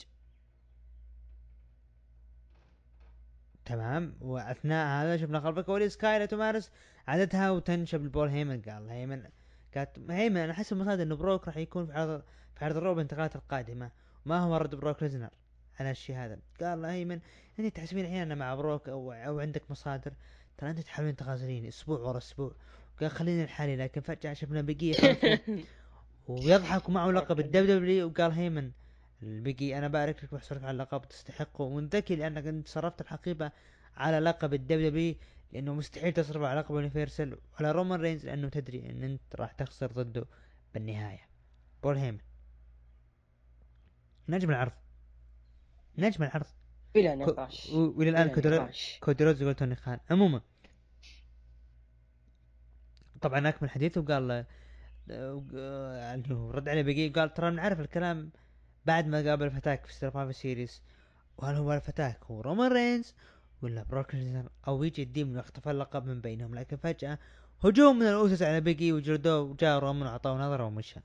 تمام. واثناء هذا شفنا خلف الكواليس كايلا تمارس عادتها وتنشب البول هيمن. قال هيمن قالت هيمن انا احس المصادر انه بروك راح يكون في عرض في عرض الرو بالانتقالات القادمه. ما هو رد بروك ليزنر على الشيء هذا. قال هيمن انت تحسبين الحين انا مع بروك او او عندك مصادر. ترى انت تحاولين تغازلين اسبوع ورا اسبوع. قال خليني لحالي لكن فجاه شفنا بقيه خلفه ويضحك معه لقب الدبليو دبليو. وقال هيمن البقي انا بارك لك واحصلك على اللقب تستحقه وانت ذكي لانك انت صرفت الحقيبه على لقب الدبليو دبليو لانه مستحيل تصرف على لقب يونيفرسال وعلى رومان رينز لانه تدري ان انت راح تخسر ضده بالنهايه. بول هيمن نجم العرض. نجم العرض. بلا كو... نقاش. والى الان بلا كودرو... نقاش. كودي رودز يقول توني خان عموما. طبعا اكمل حديثه وقال آه، آه، اللي هو رد عليه بقي قال ترى نعرف الكلام بعد ما قابل فتاك في سيرفايفر سيريس. وهل هو الفتاك هو رومان رينز ولا بروك ليزنر او يجي الديم ويخطف اللقب من بينهم. لكن فجأة هجوم من الأوسس على بيجي وجردوه وجاء رومان وعطاه نظرة ومشى.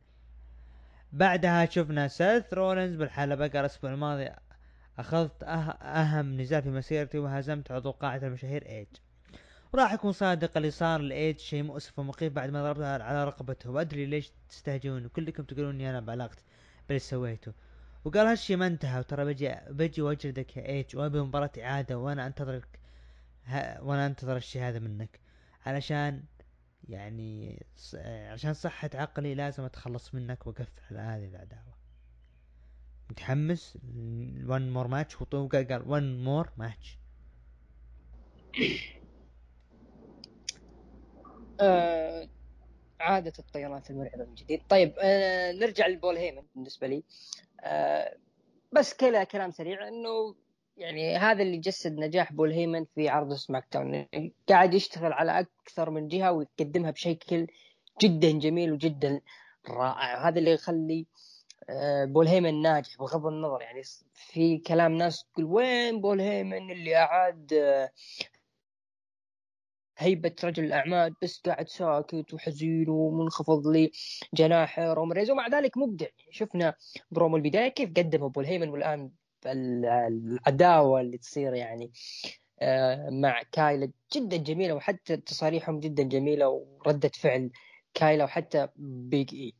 بعدها شفنا سيث رولينز بالحلبة قال الأسبوع الماضي أخذت أه أهم نزال في مسيرتي وهزمت عضو قاعدة المشاهير إيج. وراح يكون صادق اللي صار لإيج شيء مؤسف ومخيف بعد ما ضربتها على رقبته. وأدري ليش تستهجون وكلكم تقولون إني أنا بعلاقتي باللي سويته. وقال هالشي ما انتهى وترى بجي بجي واجلدك يا ايج وابي مباراة اعادة وانا انتظرك. ها وانا انتظر الشي هذا منك علشان يعني ص... عشان صحة عقلي لازم اتخلص منك واقفل على هذه العداوة. متحمس. وان مور ماتش وقال قال وان مور ماتش. آه عادة الطيارات المرعبة من جديد. طيب آه نرجع لبول هيمن. بالنسبة لي آه بس كذا كلام سريع انه يعني هذا اللي جسد نجاح بول هيمن في عرض سماك داون. قاعد يشتغل على اكثر من جهة ويقدمها بشكل جدا جميل وجدا رائع. هذا اللي يخلي آه، بول هيمن ناجح بغض النظر. يعني في كلام ناس تقول وين بول هيمن اللي أعاد آه، هيبة رجل الأعمال، بس قاعد ساكت وحزين ومنخفض لي جناح رومان رينز ومع ذلك مبدع. شفنا برومو البداية كيف قدمه بول هيمن، والآن العداوة اللي تصير يعني آه، مع كايلا جدا جميلة، وحتى تصاريحهم جدا جميلة وردة فعل كايلا وحتى بيج إي.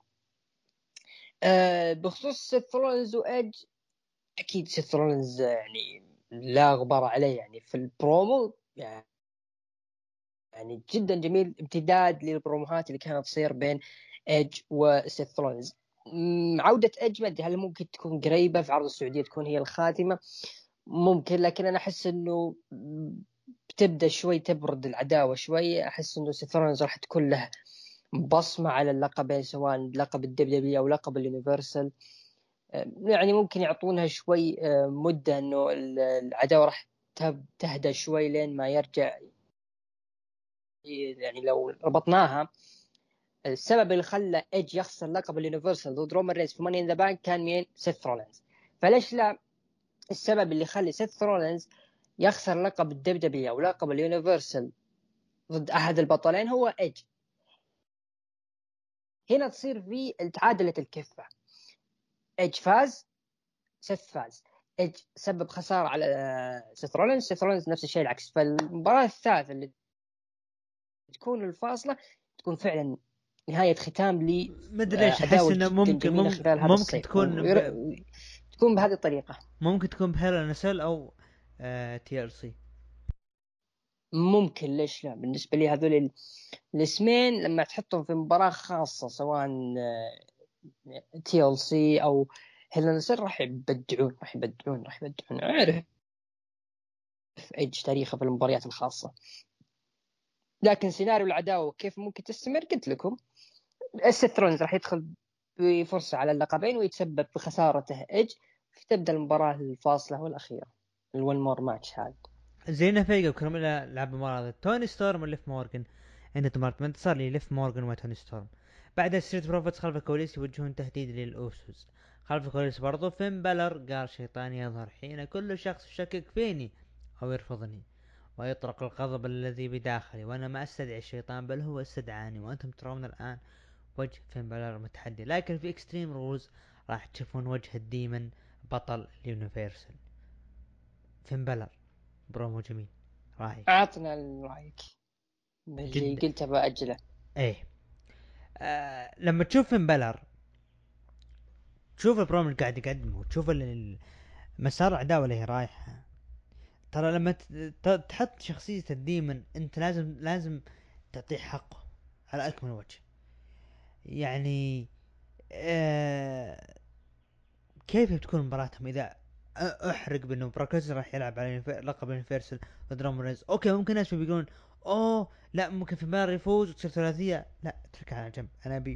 أه بخصوص سيث رولينز وإيج، أكيد سيث رولينز يعني لا غبار عليه يعني في البرومو يعني يعني جدا جميل، امتداد للبروموهات اللي كانت تصير بين إيج وسيث رولينز. عودة إيج ما أدري هل ممكن تكون قريبة في عرض السعودية تكون هي الخاتمة، ممكن، لكن أنا أحس إنه بتبدأ شوي تبرد العداوة شوي. أحس إنه سيث رولينز راح تكون له بصمة على اللقبين سواء لقب الدبليو دبليو أو لقب اليونيفرسال. يعني ممكن يعطونها شوي مدة إنه العداوة راح تهدى شوي لين ما يرجع. يعني لو ربطناها، السبب اللي خلى إيج يخسر لقب اليونيفرسال ضد رومان رينز في ماني إن ذا بانك كان مين؟ سيث رولينز. فليش لا السبب اللي خلى سيث رولينز يخسر لقب الدب دبليو أو لقب اليونيفرسال ضد أحد البطلين هو إيج؟ هنا تصير في تعادلة الكفة. إيج فاز، سيث فاز. إيج سبب خسارة على سيث رولينز، سيث رولينز نفس الشيء العكس. فالمباراة الثالثة اللي تكون الفاصلة تكون فعلا نهاية ختام مدري ليش احس لعداوة انه جدا ممكن جميلة مم- خلال هذا ممكن الصيف، تكون وير... ب... تكون بهذه الطريقة. ممكن تكون بهيل نسل او آه تي ال سي. ممكن، ليش لا؟ بالنسبة لي هذول ال- الاسمين لما تحطهم في مباراة خاصة سواء تي ال سي او هيل نسل راح يبدعون راح يبدعون راح يبدعون. اعرف ايج تاريخه في المباريات الخاصة، لكن سيناريو العداوة كيف ممكن تستمر قلت لكم. سيث رولينز راح يدخل بفرصة على اللقبين ويتسبب بخسارته ايج، تبدأ المباراة الفاصلة والأخيرة الون مور ماتش هذا. زينا فيجا وكرميلا لعبوا مباراة توني ستورم وليف مورغان، عند تمارت صار لي ليف مورغان وتوني ستورم. بعد ستريت بروفيتس خلف الكواليس يوجهون تهديد للأوسوس. خلف الكواليس برضو فين بلر قال شيطاني يظهر حين كل شخص يشكك فيني أو يرفضني ويطرق الغضب الذي بداخلي، وأنا ما أستدعي الشيطان بل هو استدعاني، وأنتم ترون الآن وجه فين بلر متحدي. لكن في اكستريم رولز راح تشوفون وجه الديمن بطل اليونيفرسال. فين بلر برومو جميل رايك؟ أعطنا الرايك اللي جدا. قلت بأجله. ايه آه لما تشوف فين بلر، تشوف البرومو اللي قاعد يقدمه وتشوف مسار العداوة اللي هي رايحة، ترى لما تحط شخصية الديمن انت لازم لازم تعطيه حقه على اكمل وجه. يعني آه كيف بتكون مباراتهم اذا احرق بانه براكوز راح يلعب على لقب اليونيفرسال ضد رومان رينز؟ اوكي ممكن ناس بيقولون اوه لا ممكن في بلر يفوز وتصير ثلاثية، لا اتركها على جنب. انا ابي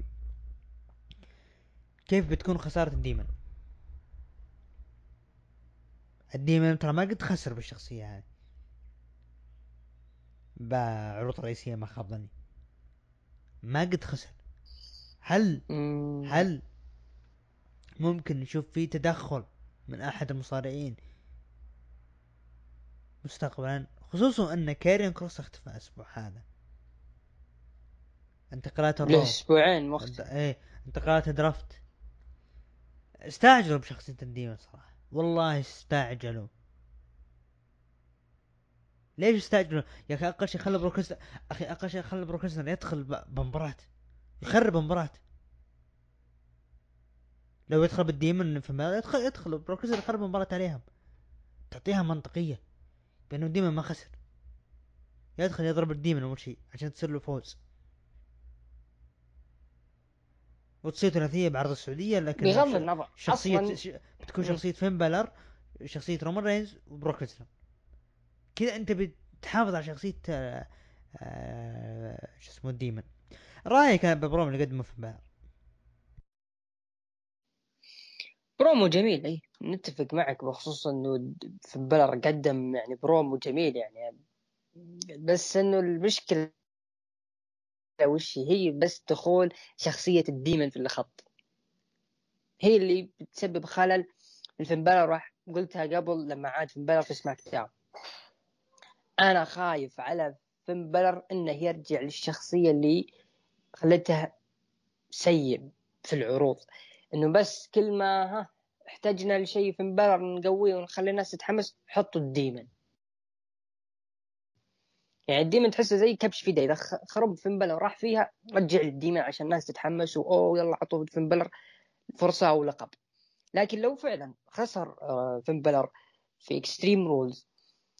كيف بتكون خسارة الديمن. الديمن ترى ما قد خسر بالشخصية هذه بعروض رئيسية ما خاب ظني، ما قد خسر. هل هل ممكن نشوف فيه تدخل من احد المصارعين مستقبلا، خصوصا ان كارين كروس اختفى الاسبوع هذا؟ انتقالات له الرو أسبوعين انت... مختفي. ايه انتقالات درافت. استعجلوا بشخصية الديمن صراحة، والله استعجلوا. ليش استعجلوا يا اخي؟ اقل شيء خلى بروكس اخي اقل شيء خلى بروكس يدخل بمباراة يخرب مباراة. لو يدخل بالديمن في المباراة يدخل يدخل بروكس يخرب مباراة عليهم، تعطيها منطقية بانه الديمن ما خسر، يدخل يضرب الديمن اول شيء عشان تصير له فوز وتصير ثلاثية بعرض السعودية. لكن بغض ش... النظر شخصية أصلا ش... بتكون شخصية فين بالر، شخصية رومان رينز وبروك ليسنر، كذا انت بتحافظ على شخصية آه... آه... شو اسمه الديمن. رايك ببروم اللي قدمه فين بالر؟ برومو جميل. اي نتفق معك بخصوص انه في بلر قدم يعني برومو جميل يعني، بس انه المشكلة وش هي؟ بس دخول شخصية الديمن في الخط هي اللي بتسبب خلل. الفين بلر راح قلتها قبل لما عاد فين بلر في سماك داون، انا خايف على فين بلر انه يرجع للشخصية اللي خلتها سيء في العروض، انه بس كل ما ها احتاجنا لشيء في مبرر نقويه ونخلي الناس تتحمس حطوا الديمن. يعني الديمن تحسه زي كبش فيدا، اذا خرب في مبلر راح فيها رجع الديمن عشان الناس تتحمس واوه يلا عطوا في مبلر فرصة او لقب. لكن لو فعلا خسر في مبلر في اكستريم رولز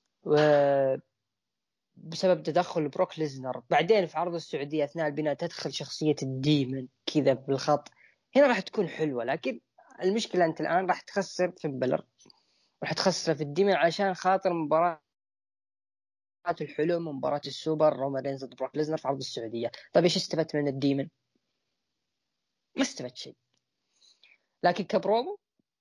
بسبب تدخل بروك ليزنر، بعدين في عرض السعودية أثناء البناء تدخل شخصية الديمن كذا بالخط، هنا راح تكون حلوة. لكن المشكلة أنت الآن راح تخسر في بلر، راح تخسر في الديمن عشان خاطر مباراة الحلم ومباراة السوبر رومان رينز ضد بروك ليزنر في عرض السعودية. طيب إيش استفدت من الديمن؟ ما استفدت شيء. لكن كبرومو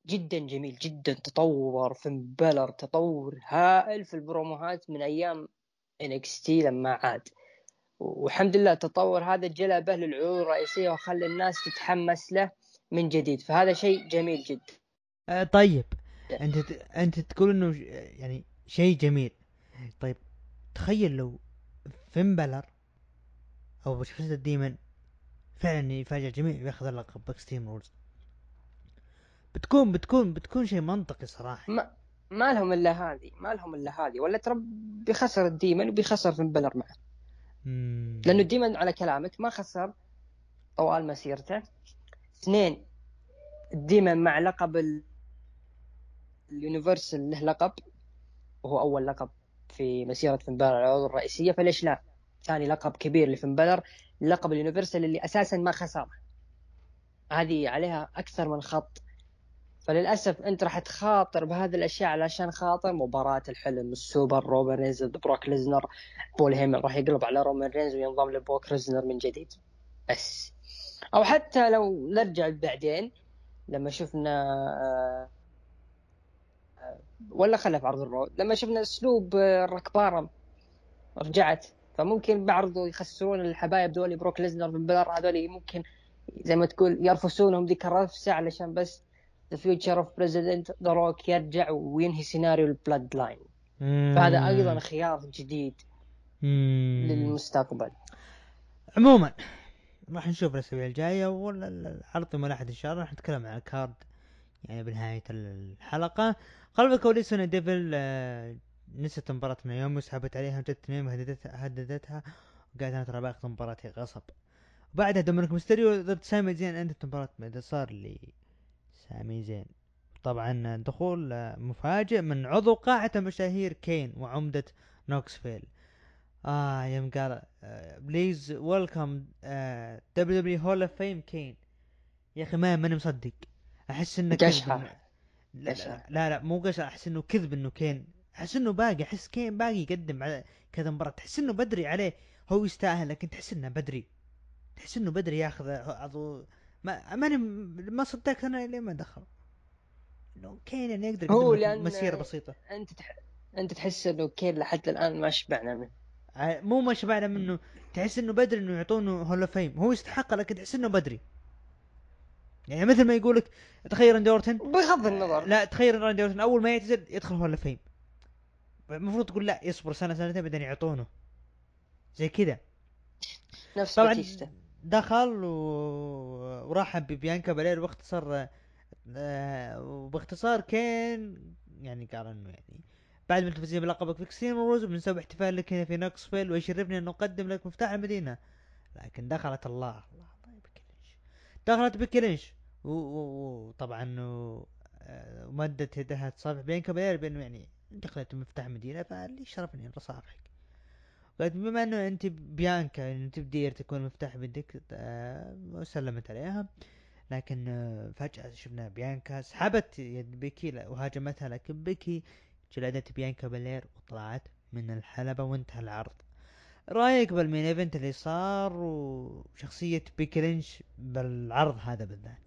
جدا جميل جدا. تطور فين بلر تطور هائل في البروموهات من ايام إن إكس تي لما عاد، والحمد لله التطور هذا جلبه للعروض الرئيسيه وخلى الناس تتحمس له من جديد، فهذا شيء جميل جدا. آه طيب، انت ت- انت تقول انه ش- يعني شيء جميل. طيب تخيل لو فين بلر او شخصية الديمن فعلا يفاجئ الجميع وياخذ اللقب باكستريم رولز، بتكون بتكون بتكون شيء منطقي صراحة. ما ما لهم الا هذه، ما لهم الا هذه، ولا ترى بيخسر الديمن وبيخسر فين بلر معه، لانه مم. الديمن على كلامك ما خسر طوال مسيرته. اثنين، الديمن مع لقب ال- اليونيفرسال له لقب، وهو أول لقب في مسيرة فين بالر العروض الرئيسية، فليش لا؟ ثاني لقب كبير لفين بالر، لقب اليونيفرسال اللي أساسا ما خسر، هذه عليها أكثر من خط. فللأسف أنت راح تخاطر بهذه الأشياء علشان خاطر مباراة الحلم السوبر رومان رينز ضد بروك ليزنر. بول هيمن راح يقلب على رومان رينز وينضم لبروك ليزنر من جديد بس. أو حتى لو نرجع بعدين لما شفنا آه، ولا خلف عرض الرو لما شفنا اسلوب آه، الركبارم رجعت، فممكن بعرضوا يخسرون الحبايب دول بروك ليزنر من بلر هذول، ممكن زي ما تقول يرفسونهم ذيك الرفسه علشان بس the future of president ذا روك يرجع وينهي سيناريو البلاد لاين. فهذا ايضا مم. خيار جديد مم. للمستقبل. عموما راح نشوف الاسابيع الجايه ولا العرض يوم الاحد ان شاء الله، راح نتكلم عن الكارد يعني بنهايه الحلقه. خلف الكواليس ان ديفل آه، نسيت مباراة نايومي وسحبت عليها وجت نايومي هددتها هددتها وقالت انا ترى باخذ مباراتي غصب. وبعدها دومينيك ميستيريو ضد سامي زين انت مباراة بعد صار لي سامي زين. طبعا دخول آه، مفاجئ من عضو قاعة المشاهير كين وعمدة نوكسفيل. اه يوم قال بليز ويلكم دبليو دبليو هول اوف فيم كين. يا اخي ما ماني مصدق، احس انه كذب قشعه إنه لا لا قشعه. لا, لا مو قش، احس انه كذب انه كين، احس انه باقي، احس كين باقي يقدم على كذا مباراة، تحس انه بدري عليه. هو يستاهل لكن تحس انه بدري، تحس انه بدري ياخذ عضو. ما ماني ما صدقت انا ليه ما دخل انه كين يعني يقدر يقدم هو لك لان مسيرة بسيطة. انت تح... انت تحس انه كين لحد الان ما شبعنا منه. ع- مو ما شبعنا منه، تحس انه بدري انه يعطونه هولو فيم، هو يستحق لكن تحس انه بدري. يعني مثل ما يقولك تخيل راندي اورتن، بغض آه النظر. لا تخيل راندي اورتن اول ما يعتزل يدخل هولو فيم، المفروض تقول لا يصبر سنه سنتين بعدين يعطونه زي كذا. نفس طبعا باتيستا. دخل و... ورحب ببيانكا بالير واختصر آه وباختصار كين يعني قال انه يعني بعد ما تفوزين بلقبك في كسين روز بنسوي احتفال لك هنا في نوكسفيل ويشرفني ان نقدم لك مفتاح المدينه. لكن دخلت الله الله طيب بكلينش، دخلت بكلينش وطبعا آه، ومدت يدها تصافح بين كبير بانه يعني دخلت مفتاح مدينه فاللي شرفني ان اصافحك. قالت بما انه انت بيانكا انت بدير تكون مفتاح بيدك آه، وسلمت عليها. لكن آه، فجأة شفنا بيانكا سحبت يد بيكي وهاجمتها لكن بيكي جلدت بيانكا بالير وطلعت من الحلبة وانتهى العرض. رايك بالمين ايفنت اللي صار وشخصية بيكي لينش بالعرض هذا بالذات؟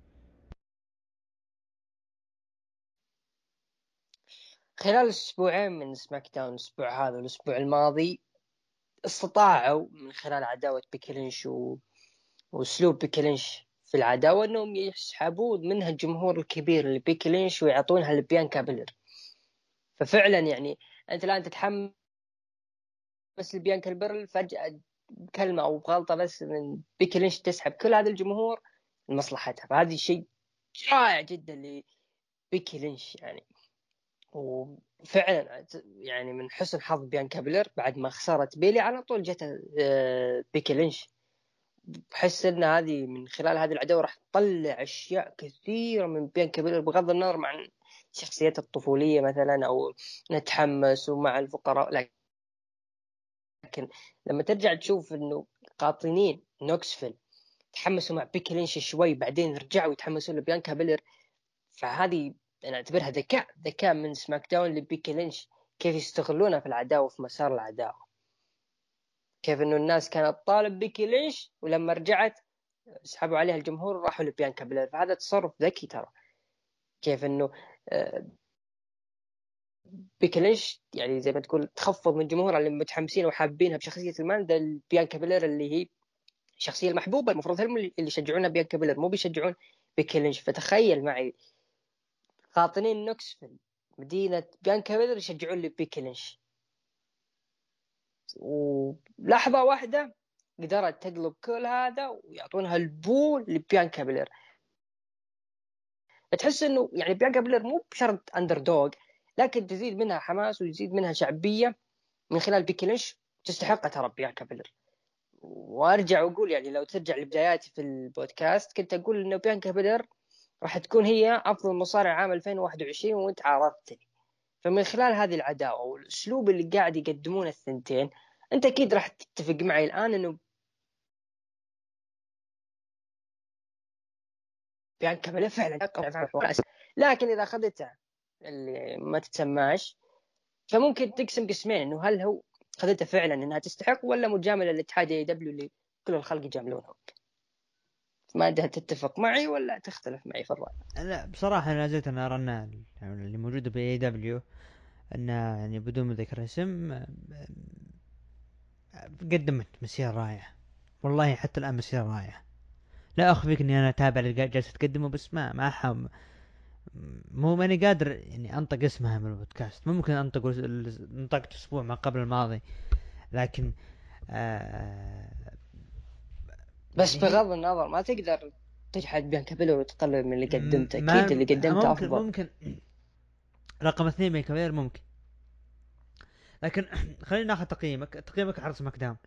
خلال اسبوعين من سماك داون، الاسبوع هذا والاسبوع الماضي، استطاعوا من خلال عداوة بيكلينش و... واسلوب بيكلينش في العداوة انهم يسحبون منها الجمهور الكبير لبيكلينش ويعطونها لبيانكا بيلر. ففعلا يعني انت الان تتحمس لبيانكا بيلر، فجأة بكلمة او بغلطة بس من بيكلينش تسحب كل هذا الجمهور لمصلحتها، فهذا شيء رائع جدا لبيكي لينش يعني. وفعلا يعني من حسن حظ بيانكا بيلر بعد ما خسرت بيلي على طول جت آه، بيكي لينش. بحس ان هذه من خلال هذه العداوه راح تطلع اشياء كثيره من بيانكا بيلر، بغض النظر عن شخصيتها الطفوليه مثلا او نتحمس ومع الفقراء. لكن لما ترجع تشوف انه قاطنين نوكسفيل تحمسوا مع بيكي لينش شوي بعدين رجعوا يتحمسوا لبيانكا بيلر، فهذه انا اعتبرها ذكاء ذكاء من سماك داون لبيكي لينش، كيف يستغلونها في العداوه في مسار العداوه، كيف انه الناس كانت طالب بيكي لينش ولما رجعت سحبوا عليها الجمهور وراحوا لبيانكا بلير، فهذا تصرف ذكي ترى. كيف انه آه، بيكي لينش يعني زي ما تقول تخفض من جمهورها اللي متحمسين وحابينها بشخصيه الماندا بيانكا بيلير اللي هي الشخصيه المحبوبه، المفروض هم اللي يشجعونها بيانكا بيلير مو بيشجعون بيكي لينش. فتخيل معي قاطنين نوكسفيل مدينه بيانكا بيلير يشجعون لي بيكي لينش، ولحظه واحده قدرت تقلب كل هذا ويعطونها البول لبيانكا بيلير. تحس انه يعني بيانكا بيلير مو بشرط اندر دوغ، لكن تزيد منها حماس ويزيد منها شعبيه من خلال بيكي لينش. تستحق ترى بيانكا بيلير. وارجع واقول يعني لو ترجع لبداياتي في البودكاست كنت اقول انه بيانكا بيلير راح تكون هي افضل مصارع عام ألفين وواحد وعشرين وانت عارضتني. فمن خلال هذه العداوه والاسلوب اللي قاعد يقدمونه الثنتين انت اكيد راح تتفق معي الان انه بيانكا بيلير فعلا لكن اذا اخذتها اللي ما تتسماش فممكن تقسم قسمين، انه هل هو خذتها فعلا انها تستحق ولا مجامله للاتحاد اي دبليو اللي كل الخلق يجاملونهم. ما ادري تتفق معي ولا تختلف معي في الراي؟ لا بصراحة أنا زلت أنا أرى أن اللي موجودة بإي دبليو أنها يعني بدون ذكر اسم قدمت مسيرة رائعة، والله حتى الآن مسيرة رائعة. لا أخفيك إني أنا أتابع اللي جالسة تقدمه، بس ما ما أحب، مو ماني قادر يعني أنطق اسمها من البودكاست. ممكن أنطق نطقت أسبوع ما قبل الماضي، لكن آه بس يعني هي بغض النظر ما تقدر تجحد بيانكا بيلر وتقلل من اللي قدمته، ما اكيد اللي قدمته ممكن افضل. ممكن رقم اثنين من كبير ممكن، لكن خلينا ناخذ تقييمك. تقييمك على سماك داون؟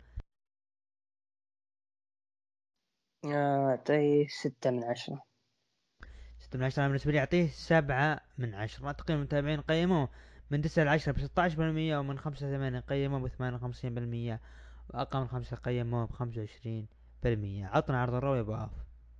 آه طيب ستة من عشرة. ستة من عشرة. أنا بالنسبة لي أعطيه سبعة من عشرة. تقييم المتابعين قيموه من تسعة لعشرة بستة عشر بالمية، ومن خمسة لثمانية قيموه بثمانية وخمسين بالمية، وأقل من خمسة قيموه بخمسة وعشرين بالمية. عطنا عرض الرو يا أبو عوف.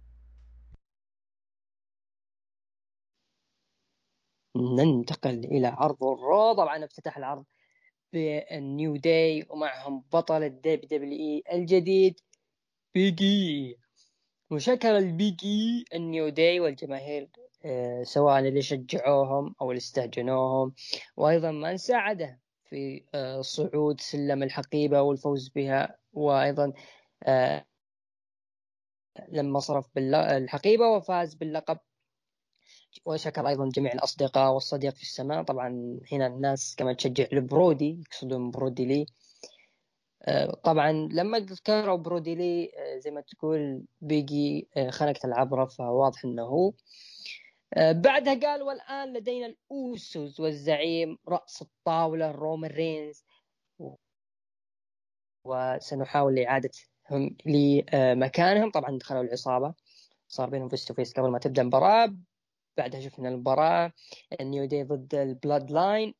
ننتقل الى عرض الرو. طبعا افتتح العرض بالنيو داي ومعهم بطل الدب دبليو اي الجديد بيجي. وشكر البيجي النيو داي والجماهير آه سواء اللي شجعوهم او اللي استهجنوهم، وايضا من ساعده في آه صعود سلم الحقيبه والفوز بها، وايضا آه لما صرف بالحقيبه وفاز باللقب. وشكر ايضا جميع الاصدقاء والصديق في السماء. طبعا هنا الناس كما تشجع لبرودي يقصدون برودي لي. طبعا لما ذكروا برودي لي زي ما تقول بيجي خنقت العبرة، فواضح انه هو. بعدها قال والان لدينا الاوسوس والزعيم راس الطاوله رومان رينز، وسنحاول اعادتهم لمكانهم. طبعا دخلوا العصابه، صار بينهم فيس تو فيس قبل ما تبدا المباراه. بعدها شفنا المباراه النيو داي ضد البلاد لاين.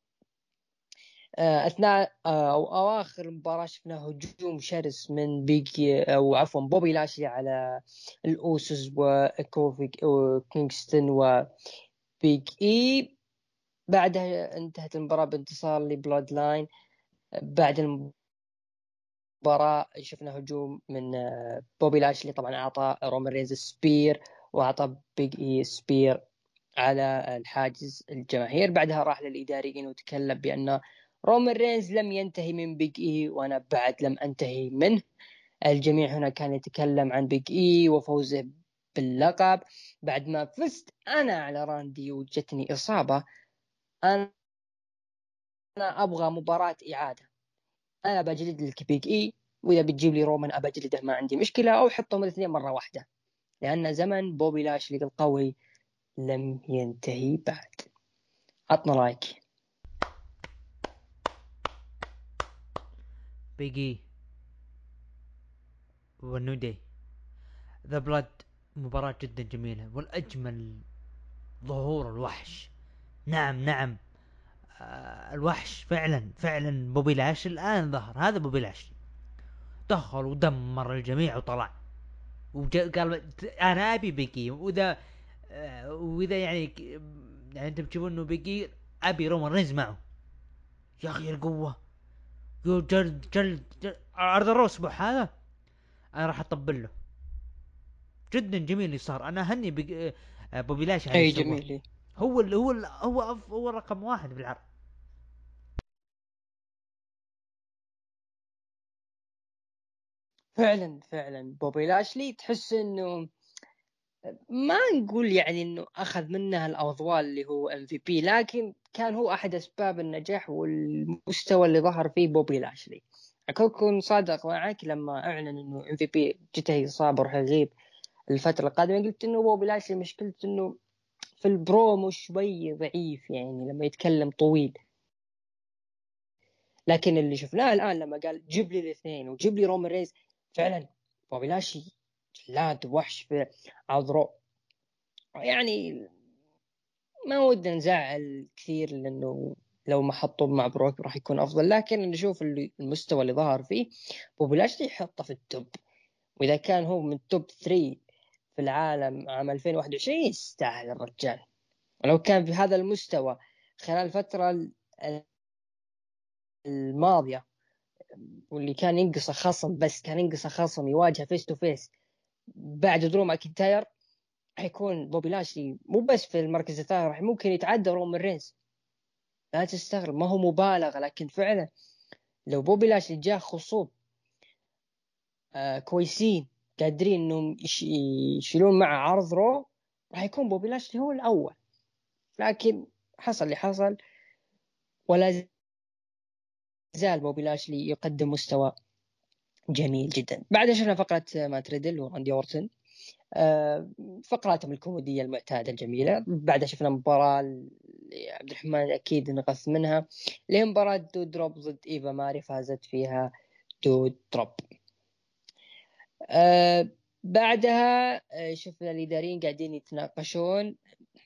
اثناء او اواخر المباراه شفنا هجوم شرس من بيجي او عفوا بوبي لاشلي على الاوسوس وكوفي وكينغستون وبيج اي. بعدها انتهت المباراه بانتصار لبلاد لاين. بعد المباراه شفنا هجوم من بوبي لاشلي، طبعا اعطى رومان رينز سبير واعطى بيج اي سبير على الحاجز الجماهير. بعدها راح للإداريين وتكلم بأن رومان رينز لم ينتهي من بيج إي وأنا بعد لم أنتهي منه. الجميع هنا كان يتكلم عن بيج إي وفوزه باللقب بعد ما فزت أنا على راندي وجتني إصابة. أنا أبغى مباراة إعادة، أنا بجلد لك بيج إي، وإذا بتجيب لي رومان أبجلده ما عندي مشكلة، أو حطهم الاثنين مرة واحدة، لأن زمن بوبي لاشلي القوي لم ينتهي بعد. عطنا لايك. بيجي والنيو داي ذا بلاد، مباراة جدا جميلة والأجمل ظهور الوحش. نعم نعم، آه الوحش فعلا فعلا بوبي لاش. الآن ظهر هذا بوبي لاش، دخل ودمر الجميع وطلع وقال انا ابي بيكي. واذا آه واذا يعني يعني انتم تشوفون انه بيكي ابي رومان رينز معه. يا اخي القوه، يو جلد جلد, جلد. عرض الروس هذا انا راح اطبل له. جدا جميل اللي صار. انا هني بوبي لاش على اللي اي سواه. جميل. هو اللي هو ال هو أف- هو رقم واحد بالعرض. فعلا فعلا بوبي لاشلي تحس انه ما نقول يعني انه اخذ منها الاضواء اللي هو ام في بي، لكن كان هو احد اسباب النجاح والمستوى اللي ظهر فيه بوبي لاشلي. اكون صادق معك، لما اعلن انه ام في بي جته اصابه وراح يغيب الفتره القادمه، قلت انه بوبي لاشلي مشكلته انه في البرومو شوي ضعيف، يعني لما يتكلم طويل. لكن اللي شفناه الان لما قال جيب لي الاثنين وجيب لي رومان ريز، فعلا بوبي لاشلي جلاد وحش في عذره. يعني ما ودنا نزعل كثير، لأنه لو ما حطوه مع بروك راح يكون أفضل، لكن نشوف اللي المستوى اللي ظهر فيه بوبي لاشلي يحطه في التوب. وإذا كان هو من توب ثلاثة في العالم عام ألفين وواحد وعشرين يستاهل الرجال. ولو كان في هذا المستوى خلال الفترة الماضية، واللي كان ينقص خصم، بس كان ينقص خصم يواجه فيس تو فيس بعد درو ماكنتاير، حيكون بوبي لاشلي مو بس في المركز الثاني، راح ممكن يتعدى رومان رينز. لا تستغرب، ما هو مبالغة، لكن فعلا لو بوبي لاشلي جاء خصوم آه كويسين قادرين انهم يشيلون مع عرض رو، راح يكون بوبي لاشلي هو الاول. لكن حصل اللي حصل، ولا زال بوبي لاشلي يقدم مستوى جميل جدا. بعدها شفنا فقرة مات ريدل وراندي اورتن، آه فقراتهم الكوميدية المعتادة الجميلة. بعدها شفنا مباراة عبد الرحمن اكيد نغث منها، اللي مباراة دود دروب ضد ايفا ماري، فازت فيها دود دروب. آه بعدها آه شفنا الإداريين قاعدين يتناقشون،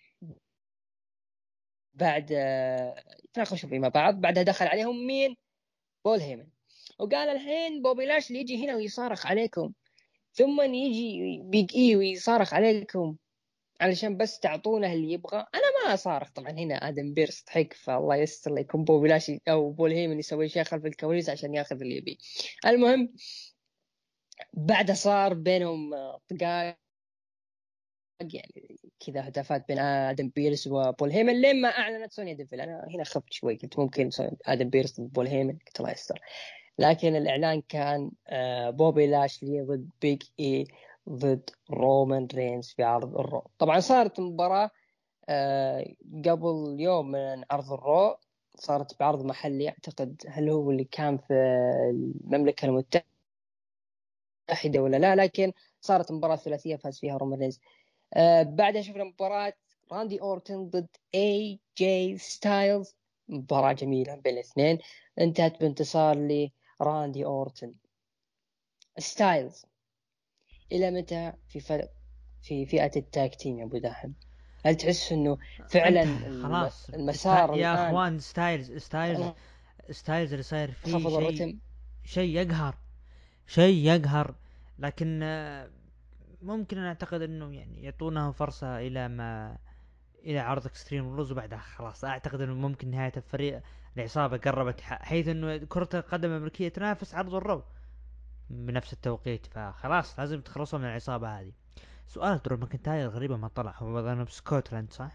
بعد آه يتناقشوا فيما بعض. بعدها دخل عليهم مين؟ بول هيمن، وقال الحين بوبي لاشلي يجي هنا ويصارخ عليكم، ثم يجي بيج اي ويصارخ عليكم علشان بس تعطونه اللي يبغى. انا ما اصارخ طبعا، هنا ادم بيرس ضحك، فالله يستر لكم بوبي لاشلي او بول هيمن يسوي شيء خلف الكواليس عشان ياخذ اللي يبيه. المهم بعد صار بينهم طقاق، يعني كذا هتافات بين ادم بيرس وبول هيمن، لما اعلنت سونيا ديفل. انا هنا خفت شوي، قلت ممكن ادم بيرس ضد بول هيمن، قلت الله يستر. لكن الاعلان كان بوبي لاشلي ضد بيج اي ضد رومان رينز في عرض الرو. طبعا صارت مباراة قبل يوم من عرض الرو، صارت بعرض محلي اعتقد، هل هو اللي كان في المملكة المتحدة ولا لا، لكن صارت مباراة ثلاثية فاز فيها رومان رينز. آه بعدها شفنا مباراة راندي أورتن ضد اي جي ستايلز، مباراة جميلة بين الاثنين، انتهت بانتصار لراندي أورتن. ستايلز إلى متى في فرق في فئة التاك تيم يا أبو داحم؟ هل تحس إنه فعلا انت خلاص ستا... المسار يا الآن اخوان ستايلز ستايلز ستايلز اللي صاير فيه خفض شيء، الرتم؟ شيء يقهر، شيء يقهر. لكن آه، ممكن أنا اعتقد انه يعني يعطونه فرصة الى ما الى عرض اكستريم رولز، وبعدها خلاص اعتقد انه ممكن نهاية الفريق العصابة قربت، حيث انه كرة القدم الامريكية تنافس عرض الرو بنفس التوقيت، فخلاص لازم تخلصوا من العصابة هذه. سؤال درو ماكنتاير غريبة ما طلع، هو ظنه بسكوتلاند صح؟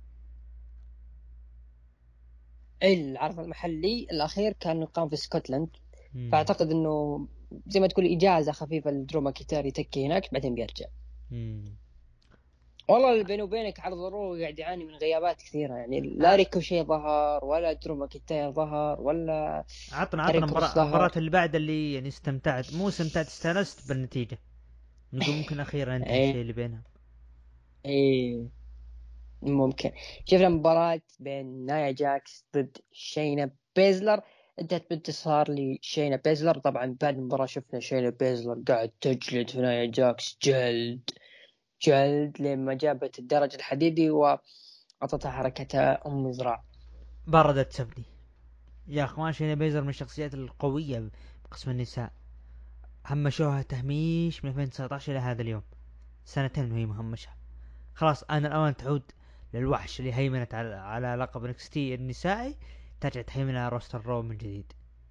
العرض المحلي الأخير كان يقام في اسكتلند، مم. فأعتقد إنه زي ما تقول إجازة خفيفة لدرو ماكنتاير يتكي هناك بعدين بيرجع. مم. والله اللي بيني وبينك عرض الرو قاعد يعاني من غيابات كثيرة، يعني لا آه، ريكوشي ظهر، ولا درو ماكنتاير ظهر، ولا عطنا عطنا كاري كروس مباراة ظهر. مباراة اللي بعد اللي يعني استمتعت، مو استمتعت، استانست بالنتيجة، نقول ممكن اخيرا انتهى الشيء ايه اللي بينهم. ايه ممكن. شفنا مباراة بين نايا جاكس ضد شينا بيزلر، انتهت بانتصار لشينا بيزلر. طبعا بعد المباراة شفنا شينا بيزلر قاعد تجلد في نايا جاكس جلد جلد لما جابت الدرج الحديدي وأعطتها حركتها أم مزرعة. بردت سبني يا اخوان، شينا بيزر من الشخصيات القوية بقسم النساء، همشوها تهميش من ألفين وتسعطعش الى هذا اليوم، سنتين وهي مهمشة. خلاص آن الأوان تعود للوحش اللي هيمنت على, على لقب نكستي النسائي، ترجع تهيمن على روستر رو من جديد.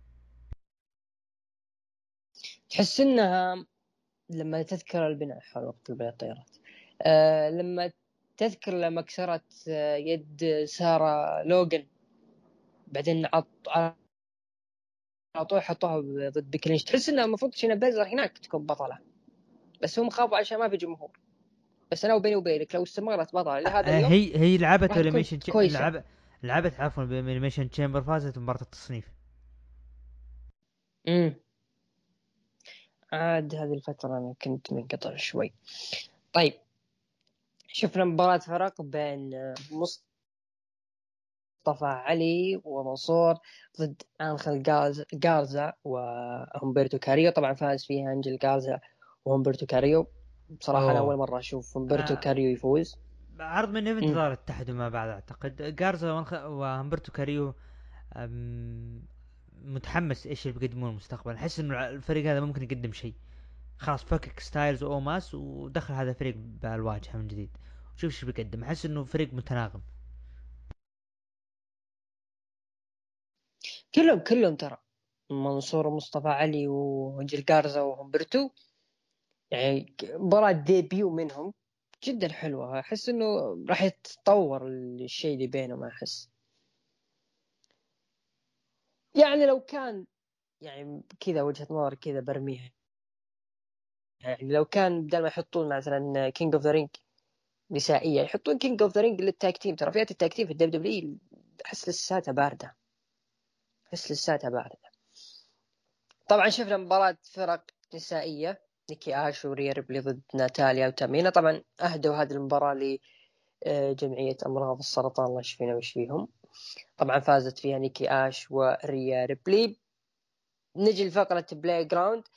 تحس إنها لما تذكر البناء حول وقت البناء الطيارات، آه لما تذكر لما كسرت يد سارة لوغان بعدين عط عطوها حطوها ضد بيكلينش، تحس انه المفروض شينا بيزر هناك تكون بطلة، بس هم خافوا عشان ما في جمهور. بس انا وبيني وبينك لو استمرت بطلة لهذا اليوم هي هي لعبت راح تكون بالانيميشن كويسة. لعب لعبت عفوا بالانيميشن تشامبر، فازت بمباراة التصنيف. امم عاد هذه الفترة انا كنت منقطع شوي. طيب شفنا مباراة فرق بين مصطفى علي ومنصور ضد أنخيل جارز- جارزا وهمبرتو كاريو. طبعا فاز فيها أنجل جارزا وهمبرتو كاريو. بصراحة أنا أول اوه مرة أشوف همبرتو آه كاريو يفوز. عرض من ايفنت مم. ظهر اتحدوا ما بعد، اعتقد جارزا وانخ... وهمبرتو كاريو. أم... متحمس ايش اللي بيقدمون المستقبل. احس انه الفريق هذا ممكن يقدم شيء. خلاص فكك ستايلز واوماس ودخل هذا الفريق بالواجهه من جديد، شوف ايش بيقدم. احس انه فريق متناغم. كلهم كلهم ترى منصور ومصطفى علي وأنجل جارزا وهمبرتو، يعني مباراة ديبيو منهم جدا حلوة. أحس إنه راح يتطور الشيء اللي بينهم. أحس يعني لو كان يعني كذا وجهة نظر كذا برميها، يعني لو كان بدل ما يحطون مثلا كينج اوف ذا رينج نسائيه يحطون كينج اوف ذا رينج للتاج تيم. ترى فئه التاج تيم في الدبليو دبليو احس لساتها بارده، احس لساتها بارده. طبعا شفنا مباراه فرق نسائيه نيكي اش وريا ريبلي ضد ناتاليا وتامينا. طبعا اهدوا هذه المباراه لجمعيه امراض السرطان الله يشفينا ويشفيهم. طبعا فازت فيها نيكي اش وريا ريبلي. نجي لفقره بلاي جراوند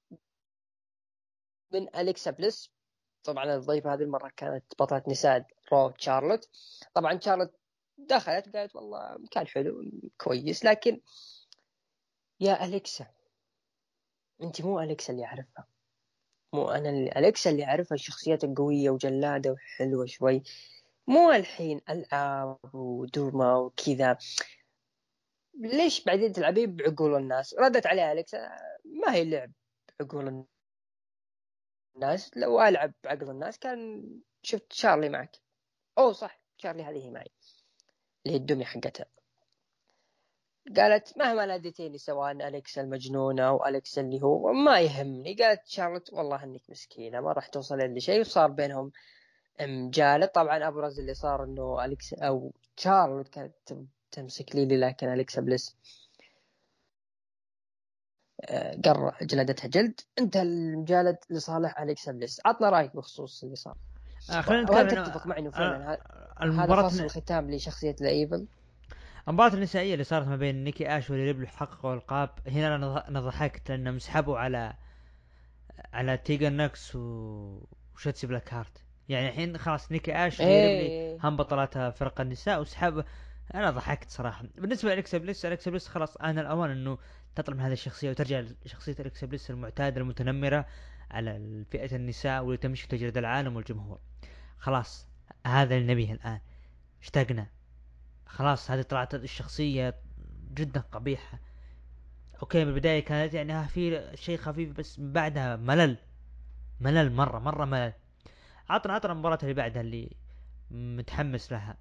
من أليكسا بليس. طبعا الضيفة هذه المرة كانت بطلة نساء رو شارلوت. طبعا شارلوت دخلت قالت والله كان حلو كويس، لكن يا أليكسا أنت مو أليكسا اللي أعرفها، مو أنا اللي أليكسا اللي أعرفها الشخصيات القوية وجلادة وحلوة شوي، مو الحين ألعاب ودوما وكذا. ليش بعدين تلعبين بعقول الناس؟ ردت عليها أليكسا ما هي لعب عقول الناس، لو ألعب بعقل الناس كان شفت شارلي معك. أوه صح شارلي هذه معي اللي هي الدمية حقتها. قالت مهما ناديتيني سواء أليكسا المجنونة أو أليكسا اللي هو ما يهمني. قالت شارلوت والله إنك مسكينة ما راح توصل إلى شيء. وصار بينهم مجالة. طبعا أبرز اللي صار إنه أليكسا أو شارلوت كانت تمسك ليلي، لكن أليكسا بليس قر جلدتها جلد. انتهى المجالد لصالح أليكسا بليس. عطنا رأيك بخصوص اللي صار، آه خلينا وهل نتكلم تتفق معي إنه فعلا آه هذا المباراة فصل ختام لشخصية الإيفل؟ المباراة النسائية اللي صارت ما بين نيكي اش وريبلي حققوا القاب. هنا انا انا ضحكت لانهم سحبوا على على تيجر نوكس و... وشاتسي بلاك هارت. يعني الحين خلاص نيكي اش وريا ريبلي إيه هم بطلاتها فرق النساء وسحب. انا ضحكت صراحة. بالنسبة لأليكسا بليس، أليكسا بليس خلاص آن الأوان انه تطلع من هذه الشخصية وترجع لشخصية أليكسا بليس المعتادة المتنمرة على فئة النساء واللي تمشي تجرد العالم والجمهور. خلاص هذا اللي نبيه الآن. اشتقنا. خلاص هذه طلعت الشخصية جدا قبيحة. اوكي من البداية كانت يعني ها في شيء خفيف، بس من بعدها ملل. ملل مرة مرة ملل. عطنا عطنا المباراة اللي بعدها اللي متحمس لها.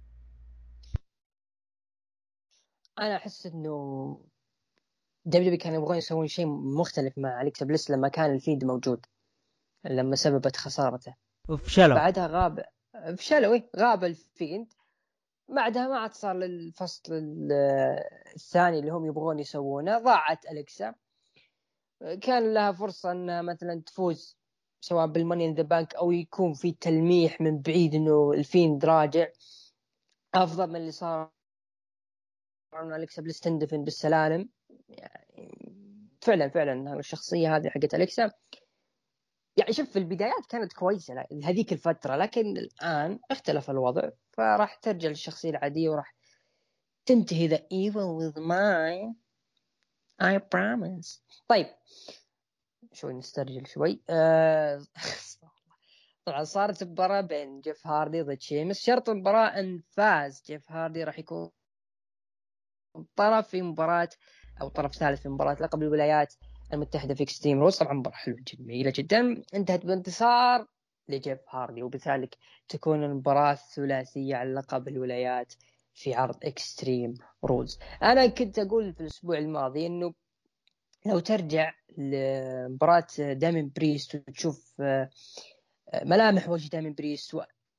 أنا أحس إنه دبليو كانوا يبغون يسوون شيء مختلف مع أليكسا بليس لما كان الفيد موجود، لما سببت خسارته. وفشلوا. بعدها غاب، فشلوا إيه غاب الفيد. بعدها ما عاد صار للفصل ال- الثاني اللي هم يبغون يسوونه. ضاعت أليكسا. كان لها فرصة أنها مثلا تفوز سواء بالماني ان ذا بانك أو يكون في تلميح من بعيد إنه الفيند راجع أفضل من اللي صار أن أليكسا بليس تندفن بالسلالم. يعني فعلا فعلا الشخصية هذه حقت أليكسا يعني شوف في البدايات كانت كويسة هذيك الفترة، لكن الآن اختلف الوضع فراح ترجع للشخصية العادية وراح تنتهي the evil with mine I promise. طيب شوي نسترجل شوي. أه... طبعا صارت مباراة بين جيف هاردي ضد شيمس. شرط المباراة أن فاز جيف هاردي راح يكون طرف في مباراة أو طرف ثالث في مباراة لقب الولايات المتحدة في اكستريم روز. طبعا مباراة حلوة جميلة جدا انتهت بانتصار لجيف هاردي، وبذلك تكون المباراة ثلاثية على لقب الولايات في عرض اكستريم رولز. انا كنت اقول في الاسبوع الماضي انه لو ترجع لمباراة دامين بريست وتشوف ملامح وجه دامين بريست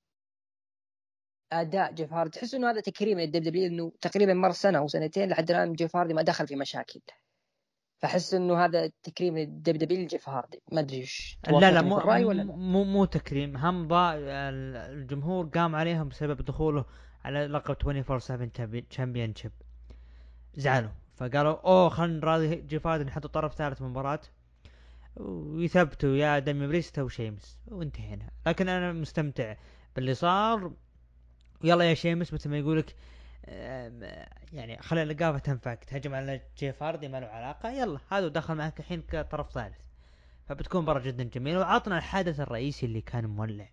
واداء جيف هاردي، تحس انه هذا تكريم للدب دبليو، انه تقريبا مر سنة او سنتين لحد الان جيف هاردي ما دخل في مشاكل. فحس انه هذا تكريم للدب دبليو لجيف هاردي. ما ادري ايش لا لا توافقني في مو الراي ولا لا؟ مو مو تكريم، هم ضاع الجمهور قام عليهم بسبب دخوله على لقب أربعة وعشرين سبعة تشامبيونشيب، زعلوا فقالوا اوه خلينا نراضي جيف هاردي نحط طرف ثالث من المباراة ويثبتوا يا دمي بريست او شيمس وانتهينا. لكن انا مستمتع باللي صار، ويلا يا شيمس مثل ما يقولك يعني خلي الإقافة تنفعك تهجم على جيف هاردي ما له علاقة، يلا هذا دخل معك الحين كطرف ثالث، فبتكون مباراة جدا جميلة. وعطنا الحدث الرئيسي اللي كان مولع.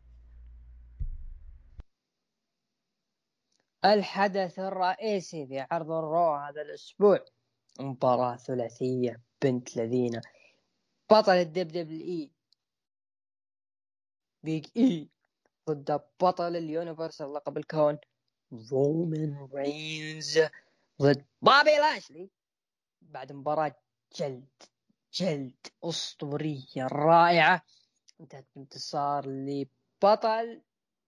الحدث الرئيسي في عرض الرو هذا الأسبوع مباراة ثلاثية بنت لذينة. بطل الدب دبل إي بيج إي ضد بطل اليونيفرسال لقب الكون رومان رينز ضد بابي لاشلي، بعد مباراة جلد جلد أسطورية رائعة انتهت بانتصار لبطل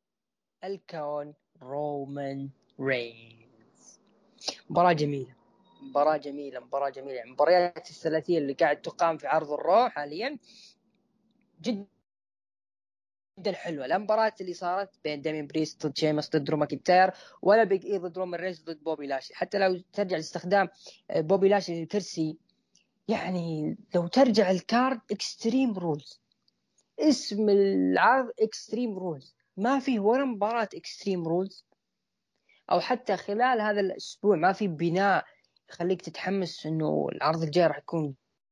الكون رومان رينز. مباراة جميلة مباراة جميلة مباراة جميلة. المباريات الثلاثية اللي قاعد تقام في عرض الرو حاليا جدا جدا حلوة. لا مباراة اللي صارت بين دامين بريست ضد شيمس ضد درو ماكنتاير، ولا بيج اي ضد رومان رينز ضد بوبي لاشلي. حتى لو ترجع لاستخدام بوبي لاشلي للكرسي، يعني لو ترجع الكارد اكستريم رولز، اسم العرض اكستريم رولز، ما فيه ولا مباراة اكستريم رولز، او حتى خلال هذا الاسبوع ما في بناء يخليك تتحمس انه العرض الجاي راح يكون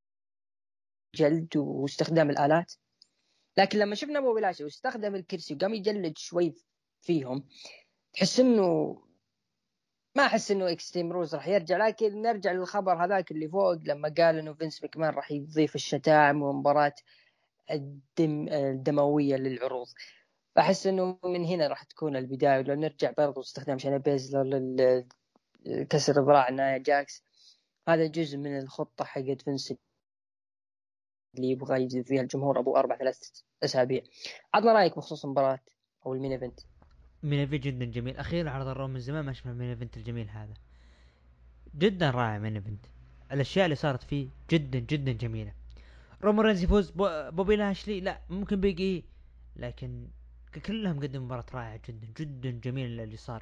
جلد واستخدام الالات. لكن لما شفنا ابو بلاشي واستخدم الكرسي وقام يجلد شوي فيهم، تحس انه ما احس انه اكستريم روز راح يرجع. لكن نرجع للخبر هذاك اللي فوق لما قال انه فينس مكمان راح يضيف الشتائم ومباراة الدم الدموية للعروض. فأحس انه من هنا راح تكون البداية. ولو نرجع برضو استخدام شانا بيزلر لكسر ذراع نايا جاكس، هذا جزء من الخطة حقت فينس اللي يبغى يجذب فيها الجمهور ابو اربع ثلاث اسابيع. عطنا رايك بخصوص المباراة او المين ايفنت. مين ايفنت جدا جميل، اخيرا عرض الرو من زمان ما شفنا المين ايفنت الجميل هذا، جدا رائع مين ايفنت. الاشياء اللي صارت فيه جدا جدا جميله. رومان رينز يفوز بو بوبي لاشلي، لا ممكن بيجي، لكن كلهم قدموا مباراة رائعة جدا جدا جميل اللي صار.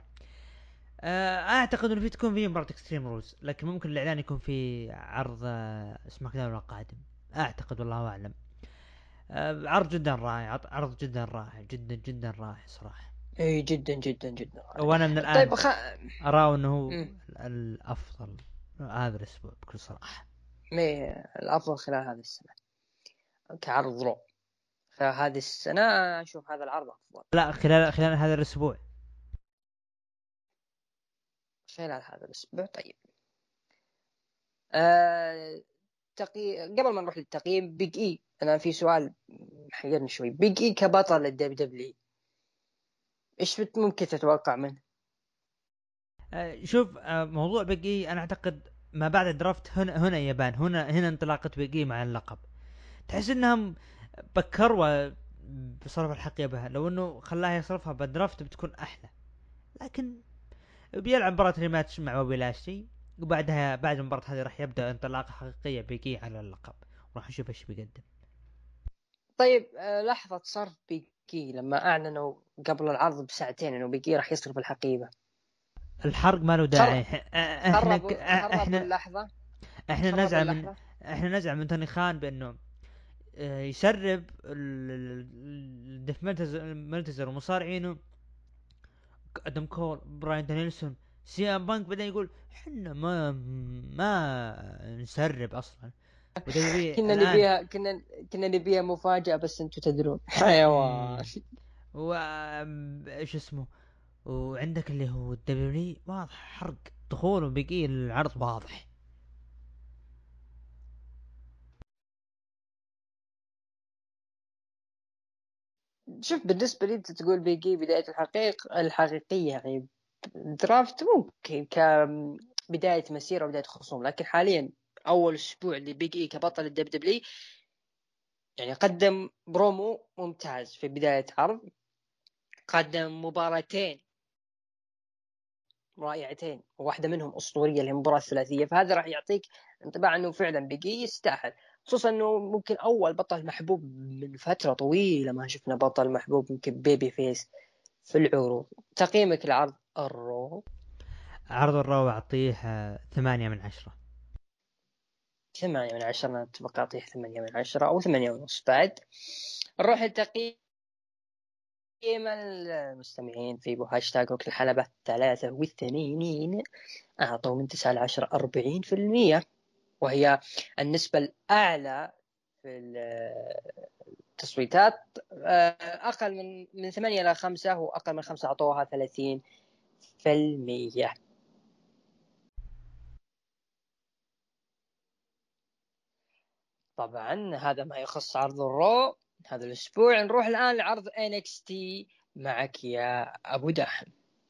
اعتقد انه في تكون في مباراة اكستريم رولز، لكن ممكن الاعلان يكون في عرض سماك داون القادم، اعتقد والله اعلم. عرض جدا رائع، عرض جدا رائع جدا جدا رائع صراحة. اي جدا جدا جدا. وانا من الان طيب خ... اراه انه هو الافضل هذا الاسبوع بكل صراحة. مي الافضل خلال هذه السنة كعرض رو، خلال هذه السنة اشوف هذا العرض افضل. لا خلال خلال هذا الاسبوع. خلال هذا الاسبوع. طيب آه... تقي... قبل ما نروح للتقييم، بيج اي انا في سؤال محيرني شوي. بيج اي كبطل الدبليو دبليو ايش ممكن تتوقع منه؟ أه شوف، أه موضوع بقي انا اعتقد ما بعد الدرافت هنا هنا يابان، هنا هنا انطلاقة بقي مع اللقب. تحس انهم بكروا بصرف الحقيبة بها، لو انه خلاها يصرفها بالدرافت بتكون احلى. لكن بيلعب مباراة ريماتش مع بوبي لاشلي، وبعدها بعد المباراة هذه راح يبدأ انطلاقة حقيقية بقي على اللقب، وراح نشوف ايش بيقدم. طيب آه لحظة صرف بيكي لما أعلنوا قبل العرض بساعتين إنه بيكي راح يصرف الحقيبة، الحرق ما له خر... داعي. احنا ك... خربوا خربوا احنا اللحظة. احنا خربوا نزعل من اللحظة. احنا نزعل من توني خان بانه يسرب الديف ملتزر ومصارعينه ادم كول براين دانيلسون سي ام بانك، بعدين يقول حنا ما ما نسرب اصلا. كنا الان نبيها كنا كنا نبيها مفاجأة بس أنتوا تدرون حيوان. و ايش اسمه، وعندك اللي هو الدبليو واضح حرق دخوله بقي العرض واضح. شوف بالنسبة لي أنت تقول بيجي بداية الحقيق الحقيقية يعني درافت ممكن كبداية مسيرة وبداية خصوم، لكن حاليا أول أسبوع اللي بيجي كبطل الدب دبلي يعني قدم برومو ممتاز في بداية عرض، قدم مباراتين رائعتين وواحدة منهم أسطورية اللي هي المباراة الثلاثية، فهذا راح يعطيك انطباع أنه فعلا بيجي يستاهل، خصوصا أنه ممكن أول بطل محبوب من فترة طويلة ما شفنا بطل محبوب يمكن بيبي فيس في العروض. تقييمك لعرض الرو؟ عرض الرو أعطيه آه، ثمانية من عشرة. ثمانية من عشرة. أنا أتوقع أعطيه ثمانية من عشرة أو ثمانية ونص. بعد نروح لتقييم المستمعين في هاشتاج روك الحلبة ثلاثة وثمانين، أعطوا من تسعة لعشرة أربعين في المية، وهي النسبة الأعلى في التصويتات. أقل من من ثمانية إلى خمسة وأقل من خمسة أعطوها ثلاثين في المية. طبعا هذا ما يخص عرض الرو هذا الأسبوع. نروح الآن لعرض إن إكس تي معك يا أبو داحم.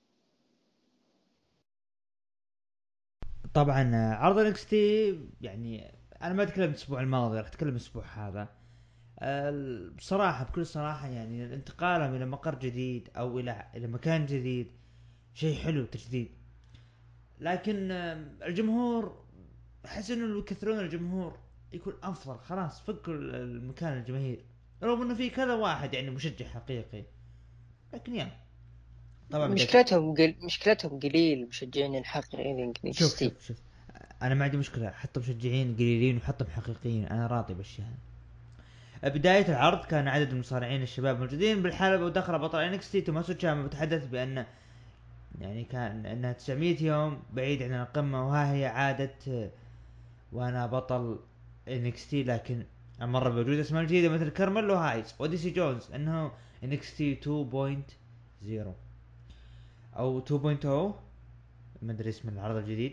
طبعا آه، عرض إنكس تي يعني انا ما تكلمت الاسبوع الماضي، راح اتكلم الاسبوع هذا. آه، بصراحة بكل صراحة يعني انتقالهم الى مقر جديد او الى الى مكان جديد شيء حلو تجديد، لكن آه، الجمهور احس انه لو يكثرون الجمهور يكون افضل. خلاص فكوا المكان الجماهير، رغم انه في كذا واحد يعني مشجع حقيقي، لكن يعني طبعا بدأت. مشكلتهم قل... مشكلتهم قليل مشجعين الحقيقيين إن إكس شوف تي. شوف شوف انا ما عندي مشكلة، حطوا مشجعين قليلين وحطهم حقيقيين، انا راضي بالشيء هذا. بداية العرض كان عدد المصارعين الشباب موجودين بالحلبة، ودخل بطل انكس تي توماسو تشاما بتحدث بأن يعني كان انها تسعمية يوم بعيد عن القمة، وها هي عادة وانا بطل انكس تي، لكن المرة بوجود اسماء جديدة مثل كارميلو هايز وديسي جونز، انه انكس تي تو بوينت زيرو او تو بوينت او، ما ادري اسم العرض الجديد.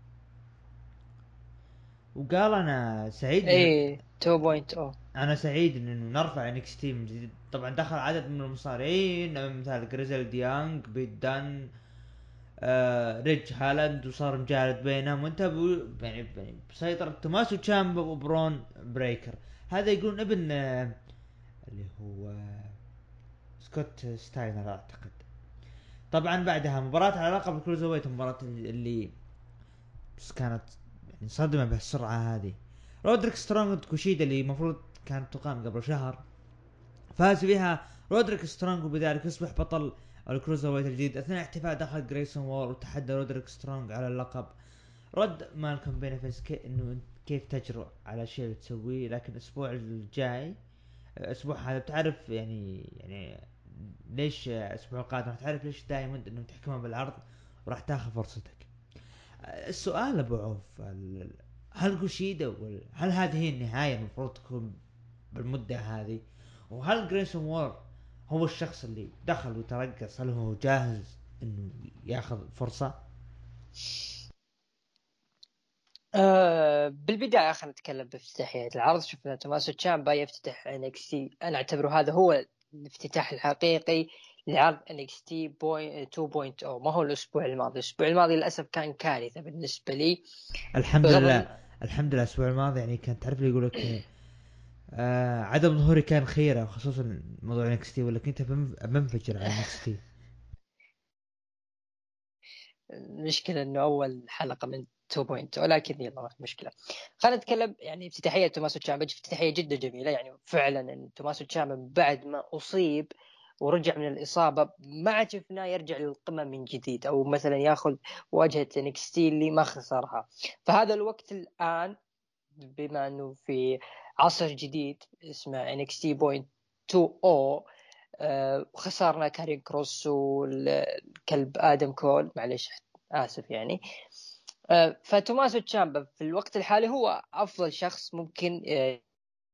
وقال انا سعيد، ايه تو بوينت او. انا سعيد انه نرفع انكس تي من جديد. طبعا دخل عدد من المصارعين مثل جريزل ديانج، بيت دان، آه ريج هالاند، وصار مجالد بينهم، وانت يعني بسيطرة توماسو تشامبا وبرون بريكر. هذا يقولون ابن آه اللي هو آه سكوت ستاينر اعتقد. طبعا بعدها مباراة على لقب الكروزويت، مباراة اللي بس كانت يعني صدمة بهالسرعة هذه. رودريك سترونج كوشيدا اللي المفروض كانت تقام قبل شهر فاز بها رودريك سترونج، وبذلك يصبح بطل الكروزويت الجديد اثناء احتفال دخل جريسون وور، وتحدى رودريك سترونج على اللقب. رد مالكم بينفيس كي انه كيف تجرؤ على شيء اللي تسويه، لكن الاسبوع الجاي الاسبوع هذا بتعرف يعني يعني ليش الاسبوع القادم راح تعرف ليش دايموند انهم تحكمها بالعرض وراح تاخذ فرصتك. السؤال ابو عوف، هل كوشيدا هل هذه هي النهاية المفروض تكون بالمدة هذه؟ وهل جريسون وور هو الشخص اللي دخل وترقص، هل هو جاهز انه ياخذ فرصة؟ آه بالبداية خلينا نتكلم بافتتاحية العرض. شفنا توماسو تشامبا يفتتح إن إكس تي، أنا أعتبره هذا هو الافتتاح الحقيقي لعرض إن إكس تي تو بوينت او، ما هو الأسبوع الماضي. الأسبوع الماضي للأسف كان كارثة بالنسبة لي. الحمد بغض لله. الحمد لله الاسبوع الماضي يعني كان تعرف لي يقول لك آه عدم ظهوري كان خيره، خصوصا موضوع نكستي، ولا كنت بنفجر على نكستي. المشكلة إنه أول حلقة من تو بوينت، ولكن يلا ما في مشكلة. خلينا نتكلم يعني افتتاحية توماسو تشامبا. افتتاحية جدا جميلة، يعني فعلا إن توماسو تشامبا بعد ما أصيب ورجع من الإصابة ما عاد شفناه يرجع للقمة من جديد، أو مثلا ياخذ واجهة نكستي اللي ما خسرها. فهذا الوقت الآن بما أنه في عصر جديد اسمه إن إكس تي بوينت تو او. آه خسرنا كارين كروس والكلب آدم كول، معلش آسف يعني. آه فتوماسو تشامبا في الوقت الحالي هو أفضل شخص ممكن آه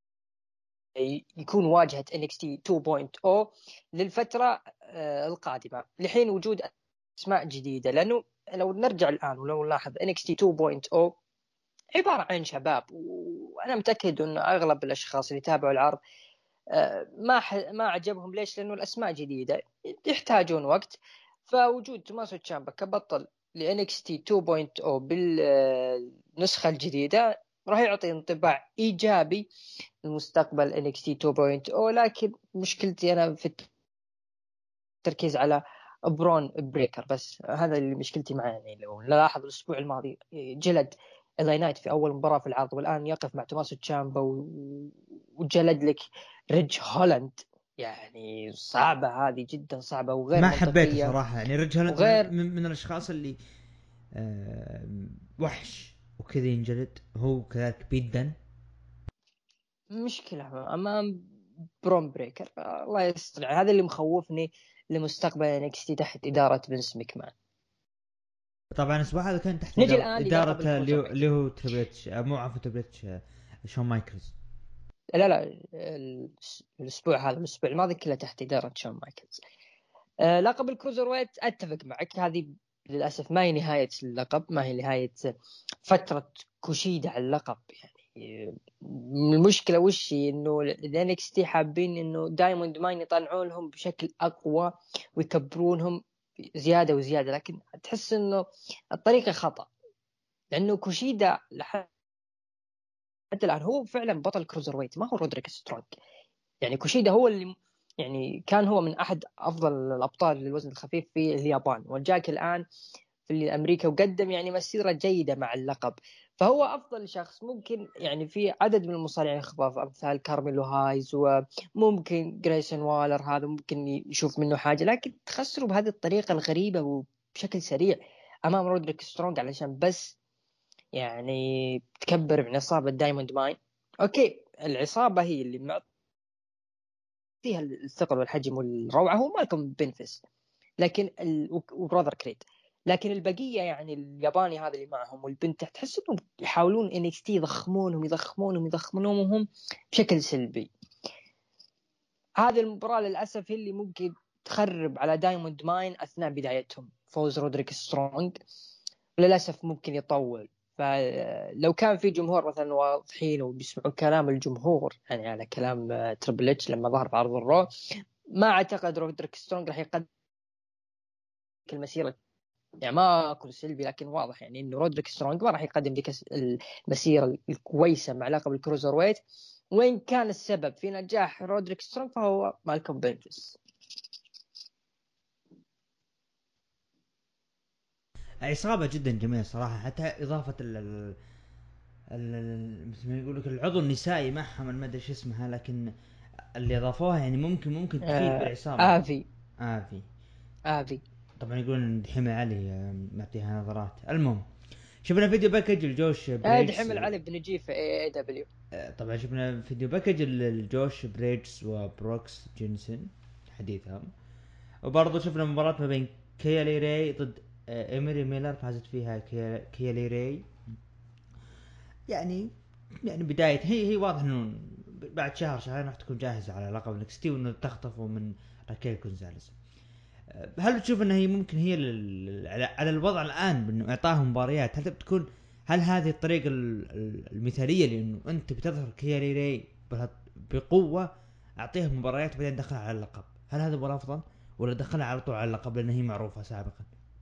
يكون واجهة إن إكس تي تو بوينت او للفترة آه القادمة لحين وجود أسماء جديدة. لأنه لو نرجع الآن ولو نلاحظ إن إكس تي تو بوينت او عبارة عن شباب، وأنا متأكد أن أغلب الأشخاص اللي تابعوا العرض ما ح... ما عجبهم. ليش؟ لأنه الأسماء جديدة يحتاجون وقت. فوجود توماسو تشامبا كبطل ل إن إكس تي تو بوينت أو بالنسخة الجديدة راح يعطي انطباع إيجابي لمستقبل إن إكس تي تو بوينت أو. لكن مشكلتي أنا في التركيز على برون بريكر بس، هذا اللي مشكلتي معه. يعني لو نلاحظ الأسبوع الماضي جلد إل نايت في أول مباراة في العرض، والآن يقف مع توماسو تشامبا وجلد لك ريج هولاند. يعني صعبة، هذه جدا صعبة وغير ما حبيته منطقية. صراحة. يعني ريج هولاند وغير من, من الأشخاص اللي آه وحش وكذا ينجلد، هو كذلك بيدا. مشكلة أمام برون بريكر. الله يستر، هذا اللي مخوفني لمستقبل إن إكس تي تحت إدارة بنس ميكمان. طبعا الأسبوع هذا كان تحت نجي إدارة, الآن للقب إدارة الكروزر اللي ويت. اللي هو تريبل اتش، مو عفوا تريبل اتش، شون مايكلز. لا لا، الأسبوع هذا الأسبوع الماضي كله تحت إدارة شون مايكلز. آه، لقب الكروزر ويت أتفق معك، هذه للأسف ما هي نهاية اللقب، ما هي نهاية فترة كوشيدا على اللقب. يعني المشكلة وش هي؟ إنه ال إن إكس تي حابين إنه دايموند ماين يطلعون لهم بشكل أقوى ويكبرونهم زيادة وزيادة، لكن تحس إنه الطريقة خطأ. لأنه كوشيدا لحد الآن هو فعلا بطل كروزر ويت، ما هو رودريك سترونج. يعني كوشيدا هو اللي يعني كان هو من أحد أفضل الأبطال للوزن الخفيف في اليابان، وجاك الآن في أمريكا وقدم يعني مسيرة جيدة مع اللقب. فهو أفضل شخص ممكن. يعني في عدد من المصارعين الخفاف أمثال كارميلو هايز وممكن جريسون والر، هذا ممكن يشوف منه حاجة، لكن تخسروا بهذه الطريقة الغريبة وبشكل سريع أمام رودريك سترونج علشان بس يعني تكبر من عصابة دايموند ماين. أوكي، العصابة هي اللي فيها الثقل والحجم والروعة، هو مالكم بنفس لكن ال... وبراذر كريد. لكن البقية يعني الياباني هذا اللي معهم والبنت تحس انهم يحاولون ان اكس تي يضخمونهم يضخمونهم يضخمونهم بشكل سلبي. هذه المباراة للأسف هي اللي ممكن تخرب على دايموند ماين أثناء بدايتهم. فوز رودريك سترونج للأسف ممكن يطول. فلو كان في جمهور مثلا واضحين وبيسمعون كلام الجمهور، يعني على كلام تريبل اتش لما ظهر في عرض الرو، ما أعتقد رودريك سترونج راح يقدم المسيرة. يعني ما أكون سلبي، لكن واضح يعني إنه رودريك سترونج ما راح يقدم لك المسيرة الكويسة مع لقب الكروزر ويت. وين كان السبب في نجاح رودريك سترونج فهو مالكوم بنفس. عصابة جدا جميلة صراحة، حتى إضافة ال ال مثل ما يقول لك العضو النسائي معهم، ما ادري ايش اسمها، لكن اللي اضافوها يعني ممكن ممكن تفيد آه بالعصابة. آفي آفي. آفي طبعا يقولون دحيم علي آه، معطيها نظرات. المهم شفنا فيديو باكج لجوش آه بريجز. حمل علي بنجي في اي دبليو. آه، طبعا شفنا فيديو باكج لجوش بريجز وبروكس جينسون حديثهم. وبرضه شفنا مباراة ما بين كيالي راي ضد آه، إيميري ميلر، فازت فيها كيا- كيالي راي. يعني يعني بداية هي هي واضح انه بعد شهر شهرين راح تكون جاهزة على لقب نكستي وانه تخطفه من راكيل كونزاليس. هل تشوف ان هي ممكن هي لل... على الوضع الان بانه اعطاهم مباريات، هل تكون هل هذه الطريقة المثالية لانه انت بتظهر كيالي راي بقوة، اعطيها مباريات وبعدين دخلها على اللقب؟ هل هذا هو الافضل ولا دخلها على طول على اللقب لان هي معروفة سابقا؟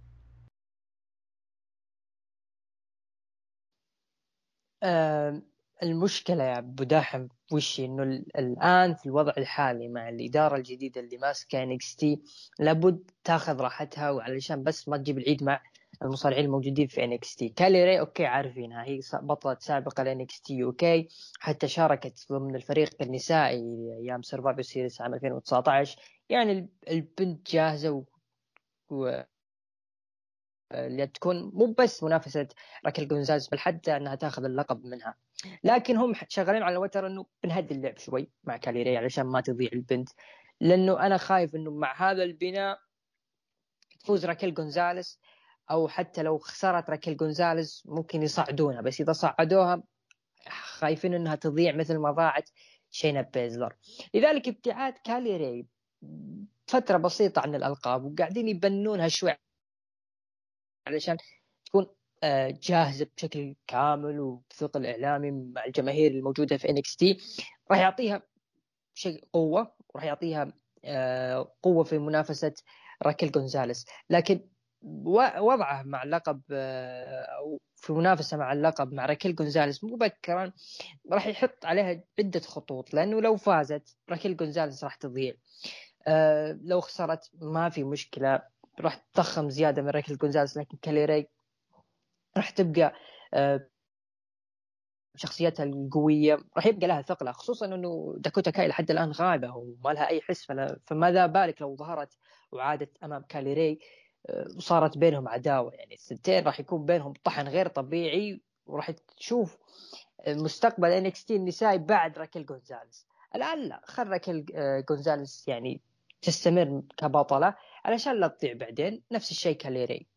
آه المشكلة يا أبو داحم وش إنه الآن في الوضع الحالي مع الإدارة الجديدة اللي ماسكة إن إكس تي لابد تاخذ راحتها، وعلشان بس ما تجيب العيد مع المصارعين الموجودين في إن إكس تي. كاليري أوكي عارفينها، هي بطلة سابقة ل إن إكس تي أوكي، حتى شاركت ضمن الفريق النسائي أيام سيرفايفر سيريس عام ألفين وتسعة عشر. يعني البنت جاهزة و... اللي تكون مو بس منافسة راكل جونزاليس بل حتى أنها تأخذ اللقب منها. لكن هم شغالين على وتر أنه بنهدي اللعب شوي مع كاليري علشان ما تضيع البنت، لأنه أنا خايف أنه مع هذا البناء تفوز راكل جونزاليس، أو حتى لو خسرت راكل جونزاليس ممكن يصعدونها، بس إذا صعدوها خايفين أنها تضيع مثل ما ضاعت شينا بيزلر. لذلك ابتعاد كاليري فترة بسيطة عن الألقاب وقاعدين يبنونها شوي علشان تكون جاهزة بشكل كامل وبثقل إعلامي مع الجماهير الموجودة في إن إكس تي. راح يعطيها شيء قوة، وراح يعطيها آه، قوة في منافسة راكيل غونزاليس. لكن وضعه مع اللقب آه، أو في منافسة مع اللقب مع راكيل غونزاليس مبكرا راح يحط عليها عدة خطوط، لأنه لو فازت راكيل غونزاليس راح تضيع، أه لو خسرت ما في مشكلة، راح تضخم زيادة من راكيل غونزاليس، لكن كاليري راح تبقى أه شخصيتها القوية راح يبقى لها ثقلة، خصوصا أنه داكوتا كاي لحد الآن غائبة وما لها أي حس، فماذا بالك لو ظهرت وعادت أمام كاليري وصارت بينهم عداوة. يعني السنتين راح يكون بينهم طحن غير طبيعي، وراح تشوف مستقبل إن إكس تي النسائي بعد راكيل غونزاليس. الآن لا، خل راكيل غونزاليس يعني تستمر كبطلة علشان لا تضيع بعدين، نفس الشيء كاليري.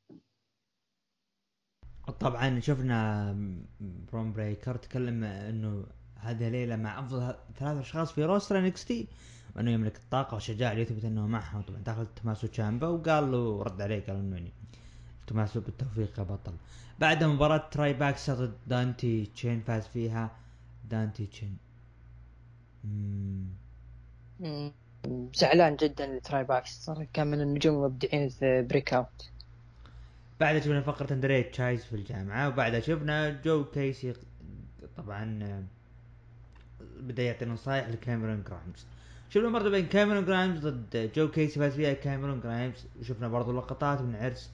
طبعا شفنا برون بريكر تكلم انه هذه ليله مع افضل ثلاث اشخاص في روستر انكس تي، وانه يملك الطاقه والشجاعه ليثبت انه معها. طبعا دخل توماسو تشامبا وقال له، رد عليه قال انه يعني توماسو بالتوفيق كبطل. بعد مباراة تراي باكس ضد دانتي تشين فاز فيها دانتي تشين. زعلان جدا لتراي باكس، صار كان من النجوم المبدعين في بريك اوت. بعدها شفنا فقرة اندريه تشايز في الجامعة، وبعدها شفنا جو كيسي طبعا بدأ يعطي نصايح لكاميرون جرايمز. شفنا برضو بين كاميرون جرايمز ضد جو كيسي فاز فيها كاميرون جرايمز، وشفنا برضو لقطات من عرس.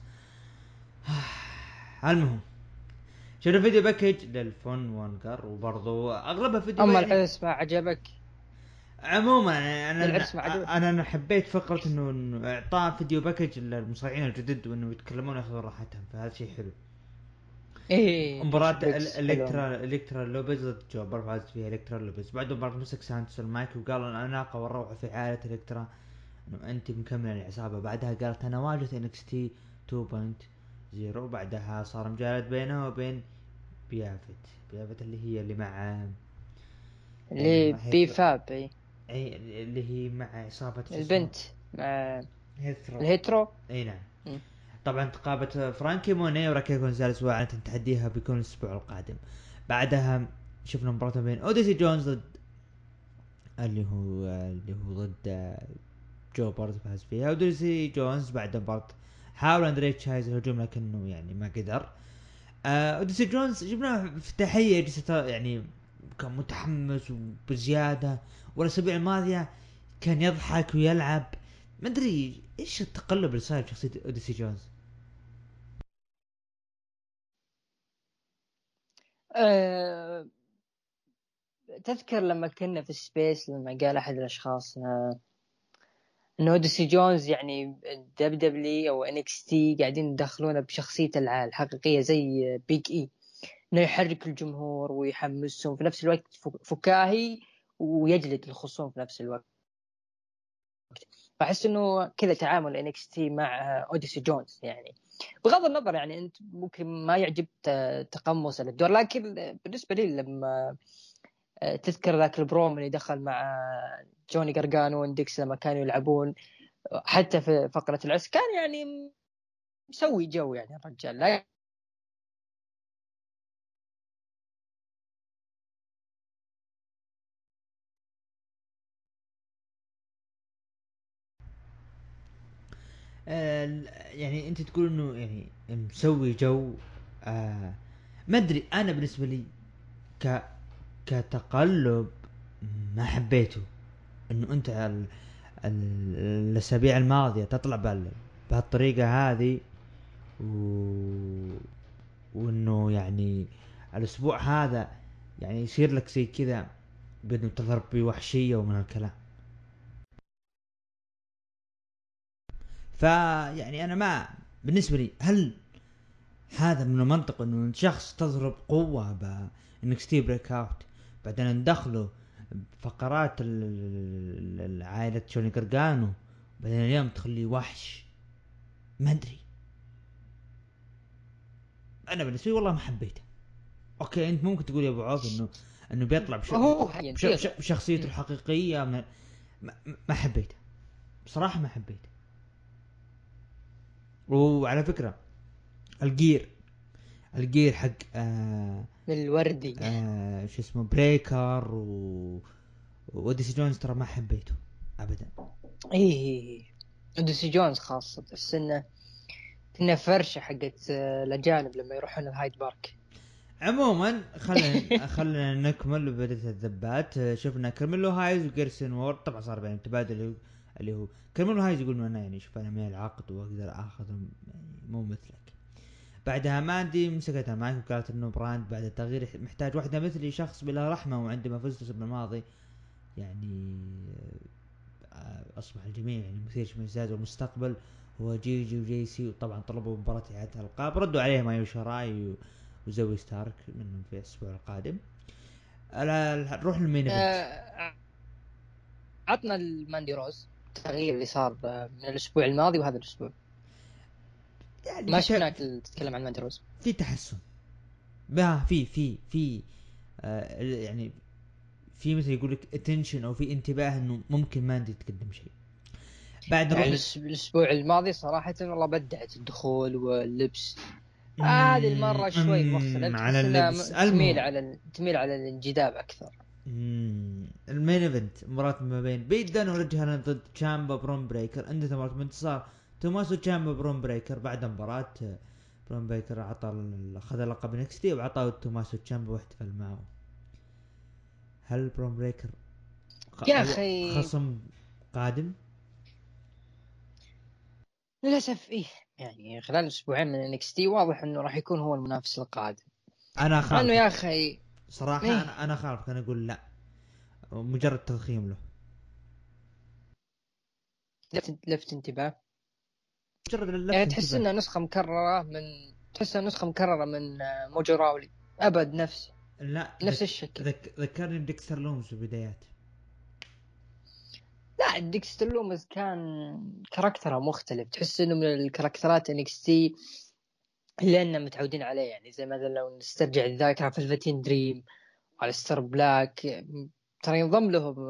المهم شفنا فيديو باكج للفون وانكر، وبرضو اغلبها فيديو اما يعني. العرس ما عجبك؟ عموما انا العرس ما عجبك؟ انا انا حبيت فكره انه إنه اعطاء فيديو باكج للمصارعين الجدد، وانه يتكلمون ياخذون راحتهم، فهذا شيء حلو. ايه مباراة ديش بريكس حلو. الكترا الكترا لوبيز ضد جوبر، فاز فيها الكترا لوبيز. بعد مباراة مسك سانتوس المايك وقال الاناقة والروعة في عائلة الكترا، انه انت مكملة العصابة. بعدها قالت انا واجهة انكس تي تو بوينت صفر. وبعدها صار مجالد بينه وبين بيافت بيافت اللي هي اللي مع اللي بي هيثرو، فاب، اي اي اللي هي مع عصابة شو اسمه البنت مع هيثرو. الهيترو. اي نعم. م. طبعا تقابل فرانكي موني وراكي غونزاليس، واعلنت ان تحديها بيكون الاسبوع القادم. بعدها شفنا مباراة بين اوديسي جونز ضد اللي هو اللي هو ضد جو بارز، فاز فيها اوديسي جونز. بعد مباراة حاول اندري تشايز الهجوم لكنه يعني ما قدر. آه، اوديسي جونز جبنا افتتاحية جلسة يعني كان متحمس وبزيادة، والاسابيع الماضية كان يضحك ويلعب. ما ادري ايش التقلب اللي صاير بشخصية اوديسي جونز. أه تذكر لما كنا في سبيس لما قال احد الاشخاص أه انه اوديسي جونز يعني دب دبليو او ان اكس تي قاعدين يدخلونه بشخصيته الحقيقيه زي بيج اي، انه يحرك الجمهور ويحمسهم في نفس الوقت، فكاهي ويجلد الخصوم في نفس الوقت. فاحس انه كذا تعامل ان اكس تي مع اوديسي جونز، يعني بغض النظر يعني انت ممكن ما يعجب تقمص الدور، لكن بالنسبه لي لما تذكر ذاك البروم اللي دخل مع جوني غارغانو واندكس لما كانوا يلعبون حتى في فقره العرس، كان يعني مسوي جو يعني الرجال. لا آه يعني انت تقول انه يعني مسوي جو. آه ما ادري انا بالنسبه لي ك كتقلب ما حبيته. انه انت ال... ال... الاسابيع الماضيه تطلع بال... بهالطريقه هذه، و... وانه يعني الاسبوع هذا يعني يصير لك زي كذا، بانه تظهر بوحشيه ومن الكلام. فيعني انا ما بالنسبه لي، هل هذا من المنطق انه شخص تضرب قوة بانك ستي بريك اوت بعدين ندخله فقرات عائلة شوني قرقانو بعدين اليوم تخليه وحش؟ ما ادري، انا بالنسبة لي والله ما حبيته. اوكي انت ممكن تقول يا ابو عوف انه انه بيطلع بش... هو بش... بش... بشخصيته م. الحقيقية من... ما... ما حبيته بصراحة، ما حبيته. وعلى فكرة الجير الجير حق آه الوردي آه شو اسمه بريكر و وديسي جونز ترى ما حبيته ابدا. ايه وديسي جونز خاصة تحس انه كنا فرشة حقت الأجانب لما يروحون الهايد بارك. عموما خلينا خلينا نكمل بداية الذبات. شفنا كارميلو هايز وجيرسون وورد، طبعا صار بينهم تبادل اللي هو كارميلو هايز يقول انا يعني شوف انا من العقد واقدر اخذهم يعني مو مثلك. بعدها ماندي مسكتها معك وقالت انه براند بعد التغيير محتاج واحدة مثلي، شخص بلا رحمة، وعندما فزت بالماضي يعني اصبح الجميع يعني مثير اشمئزاز، والمستقبل هو جيجي وجيسي. وطبعا طلبوا مباراة إعادة الألقاب، ردوا عليه مايو شراي وزوي ستارك منهم في الأسبوع القادم. نروح للمين ايفنت. آه، عطنا الماندي روز التغيير اللي صار من الأسبوع الماضي وهذا الأسبوع، يعني ما في ت... شفناك تتكلم عن ماندي روز. في تحسن بها، في في في آه يعني في مثل يقول لك اتنشن او في انتباه انه ممكن ماندي تقدم شيء. بعد يعني نروح ل... الأسبوع الماضي صراحة والله بدعت الدخول واللبس. آه هذه مم... المرة شوي مختلف، مم... على تحس انها اللبس م- تميل المهم. على تميل على الانجذاب اكثر. مم. المين ايفنت مباراة ما بين بيت دان ورجهنا ضد تشامبا برون بريكر. عندنا مباراة بانتصار توماسو تشامبا برون بريكر. بعد مباراة برون بريكر عطى اخذ لقب نكستي وعطاه توماسو تشامبا واحتفل معه. هل برون بريكر يا أو اخي خصم قادم؟ للاسف ايه، يعني خلال اسبوعين من انكس تي واضح انه راح يكون هو المنافس القادم. انا مع انه يا خالفك اخي صراحة، ايه انا انا خالفك، انا اقول لا، مجرد تضخيم له، لفت, لفت انتباه. مجرد يعني لفت تحس انتباه. انها نسخة مكررة من تحس انها نسخة مكررة من آه، موجو راولي. ابد نفس لا نفس ذك... الشكل. ذك... ذكرني بديكستر لومز في البدايات. لا ديكستر لومز كان كاركتره مختلف، تحس انه من الكاركترات انكس تي اللي متعودين عليه. يعني زي مثلا لو نسترجع الذاكرة في الفتين دريم على ستار بلاك، ترى ينضم لهم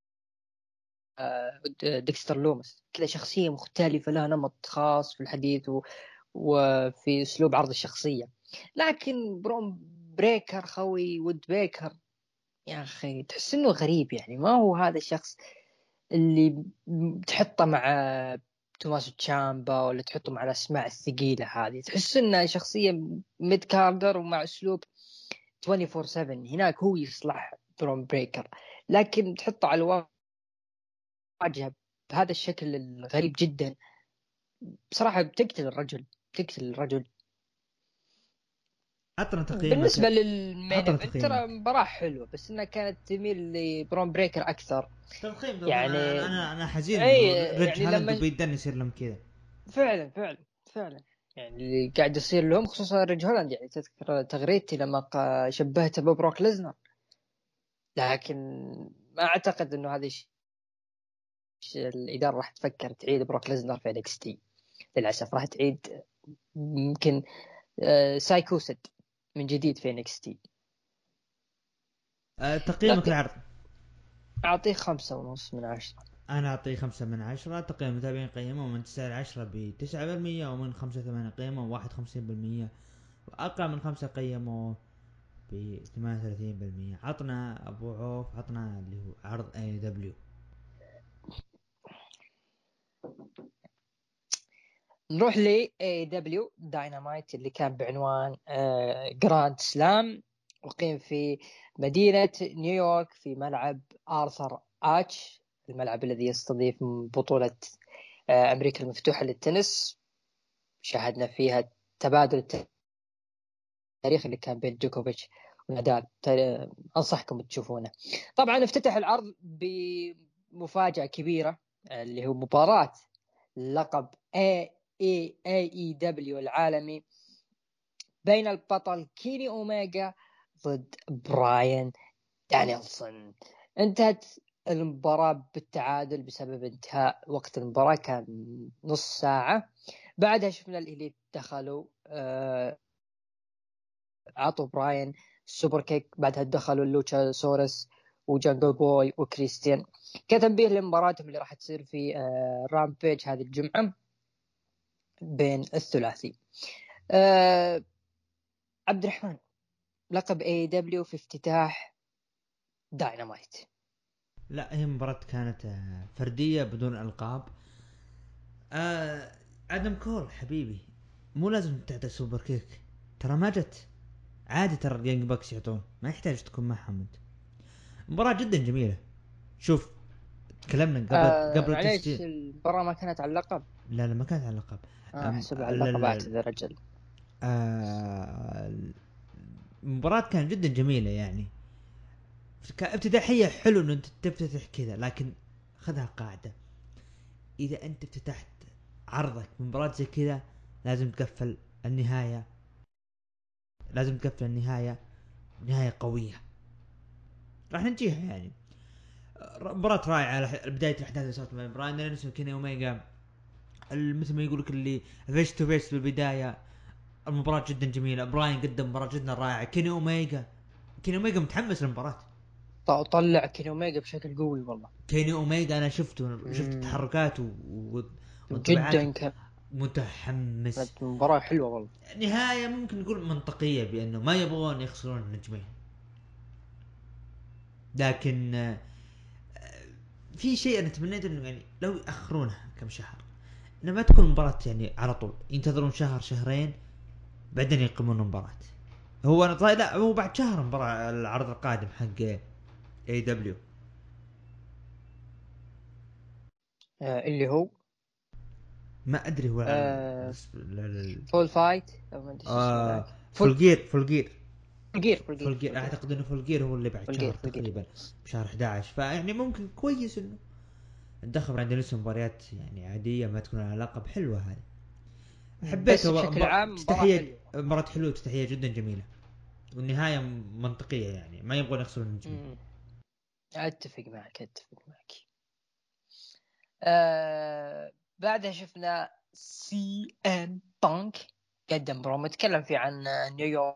ديكستر لومس كذا شخصية مختلفة لها نمط خاص في الحديث و... وفي أسلوب عرض الشخصية. لكن برون بريكر خوي وود بيكر يا أخي تحس إنه غريب، يعني ما هو هذا الشخص اللي تحطه مع توماس تشامبا ولا تحطه مع الأسماء الثقيلة هذه. تحس إنه شخصية ميد كاردر ومع أسلوب أربعة وعشرين سبعة. هناك هو يصلح برون بريكر، لكن تحطه على الواجهة بهذا الشكل الغريب جدا بصراحة بتقتل الرجل بتقتل الرجل. عطنا بالنسبة تقييمك، للمين عطنا ايفنت ترى تقييمك. مباراة حلوة، بس انها كانت تميل لبرون بريكر اكثر. تضخيم تضخيم، انا يعني انا انا حزين اي انه رج يعني هالاند لما وبيدن يصير لهم كذا. فعلا فعلا فعلا يعني اللي قاعد يصير لهم خصوصا ريج هولاند. يعني تذكر تغريدتي لما قا- شبهته ببروك ليزنر، لكن ما اعتقد انه هذا الشيء الاداره راح تفكر تعيد بروك ليزنر في انكس تي. للاسف راح تعيد ممكن آه، سايكوسد من جديد في انكس تي. أه تقييمك لكن العرض. أعطيه خمسة ونص من عشرة. انا اعطيه خمسة من عشرة. تقييم المتابعين قيمه من تسعة إلى عشرة بتسعة بالمية، ومن خمسة ثمانية قيمه واحد وخمسين بالمية، واقل من خمسة قيمه بثمانية وثلاثين بالمية. عطنا ابو عوف، عطنا اللي هو عرض اي دبليو. نروح ل إيه دبليو داينامايت اللي كان بعنوان جراند سلام، وقيم في مدينة نيويورك في ملعب آرثر آتش، الملعب الذي يستضيف بطولة آه، أمريكا المفتوحة للتنس. شاهدنا فيها تبادل التاريخي اللي كان بين جوكوفيتش ونادال. أنصحكم تشوفونه. طبعا افتتح العرض بمفاجأة كبيرة اللي هو مباراة لقب اي اي اي دبليو العالمي بين البطل كيني اوميجا ضد براين دانيلسون. انتهت المباراة بالتعادل بسبب انتهاء وقت المباراة، كان نص ساعة. بعدها شفنا الإليت دخلوا آه عطوا براين سوبر كيك. بعدها دخلوا اللوتشا سورس وجانجل بوي وكريستيان كتنبيه لمباراتهم اللي راح تصير في آه رامبيج هذه الجمعة بين الثلاثي. أه عبد الرحمن، لقب اي دبليو في افتتاح داينامايت. لا هي مباراة كانت آه، فردية بدون ألقاب. آه ادم كول حبيبي، مو لازم تعطي سوبر كيك، ترى ما جت عادي، ترى اليانج باكس يعطون، ما يحتاج تكون معهم انت. مباراة جدا جميلة. شوف تكلمنا قبل آه قبل معليش، التسجيل. المباراة ما كانت على اللقب. لا لا ما كانت على اللقب. آه أم احسب على لا اللقب، لا اعتذر اجل. آه المباراة كانت جدا جميلة يعني، كابتداحية حلو انه انت تفتتح كذا، لكن خذها قاعدة، اذا انت افتتحت عرضك بمباراة زي كذا لازم تقفل النهاية، لازم تقفل النهاية نهاية قوية، راح ننجيها يعني. مباراة رائعة، بداية الأحداث اللي صارت بين براين دانيلسون وكيني أوميجا، مثل ما يقولك اللي فيس تو فيس بالبداية. المباراة جدا جميلة، براين قدم مباراة جدا رائعة. كيني أوميجا، كيني أوميجا متحمس للمباراة. طلع كيني اوميجا بشكل قوي والله. كيني أوميجا أنا شفته، شفت مم. تحركاته و... وانطباعاته، جدا كانت متحمس. مباراة حلوة والله. نهاية ممكن نقول منطقية بأنه ما يبغون يخسرون النجمين، لكن آه، في شيء أنا تمنيت إنه يعني لو يأخرونها كم شهر، إنه ما تكون مباراة يعني على طول، ينتظرون شهر شهرين بعدين يقيمون مباراة. هو أنا طيب لا هو بعد شهر مباراة العرض القادم حق اي دبليو. آه اللي هو ما أدري هو آه ال فول فايت او ما ادري شو اسمه آه ذاك. فول فولجير فولجير جير فول جير فولجير فول جير أعتقد إنه فولجير هو اللي بعد فول شهر جير فول جير. تقريبا، بشهر أحد عشر، فيعني ممكن كويس إنه ندخل عندنا لسه مباريات يعني عادية ما تكون على لقب، حلوة هذه. بس حبيته بشكل مبار... عام مباراة تستحية حلوة. مباراة حلوة، تستحية جدا جميلة، والنهاية منطقية يعني ما يبغون يخسرون النجمين. مم. اتفق معك اتفق معك. آه بعدها شفنا سي ام بانك قدم برومو تكلم فيه عن نيويورك،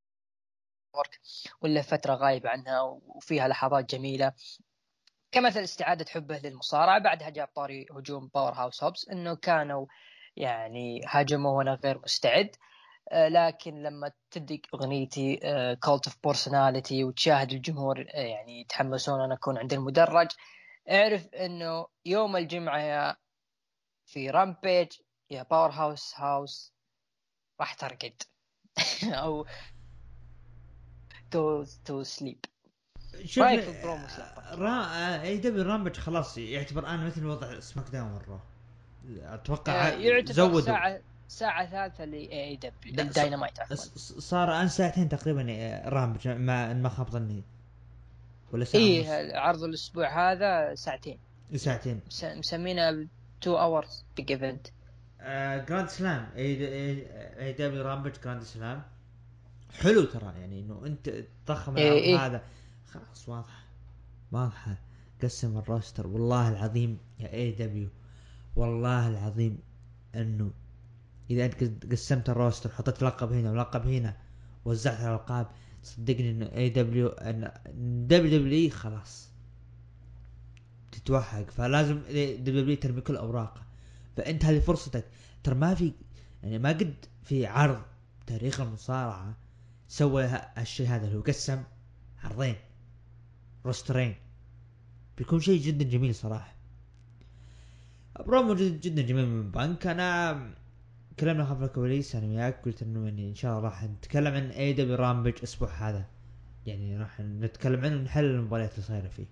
ولا فترة غايب عنها وفيها لحظات جميلة كمثل استعادة حبه للمصارعة. بعدها جاب طاري هجوم باور هاوس هوبس انه كانوا يعني هاجموا وانا غير مستعد. آه لكن لما تدق اغنيتي كولت اوف بورسوناليتي وتشاهد الجمهور آه يعني يتحمسون انا اكون عند المدرج، اعرف انه يوم الجمعة يا في رامبيج يا باور هاوس هاوس راح ترقد او تو تو سليب. شوف رايك في البرومو سي ام بانك؟ را اي دبليو رامبج خلاص يعتبر الان مثل وضع سماك داون مرة، آه اتوقع يعتبر زودوا. ساعة ساعة ثالثة ل اي دبليو لا ص... الداينامايت عفوا. ص- صار الان ساعتين تقريبا رامبج ما ما خاب ظني، ولا ساعة ونص. ايه عرض الاسبوع هذا ساعتين، ساعتين. مس- مسمينه تو اورز بيج ايفنت. آه جراند سلام، اي اي دبليو رامبج جراند سلام، حلو ترى يعني انه انت تضخم ايه العرض ايه هذا. خلاص واضحه واضحه، قسم الروستر والله العظيم يا اي دبليو، والله العظيم انه اذا انت قسمت الروستر حطيت لقب هنا ولقب هنا وزعت الالقاب، صدقني انه اي دبليو ان دبليو دبليو خلاص تتوهق، فلازم دبليو دبليو ترمي كل اوراقه. فانت هذه فرصتك، ترى ما في يعني ما قد في عرض تاريخ المصارعه سوى هالشيء هذا، اللي هو قسم عرضين روسترين، بيكون شيء جدا جميل صراحه. برومو جدا, جدا جميل من بانك. انا تكلمنا خلف الكواليس انا وياك، قلت انه يعني ان شاء الله راح نتكلم عن اي دبليو رامبج الاسبوع هذا، يعني راح نتكلم عنه ونحلل المباريات اللي صايره فيه.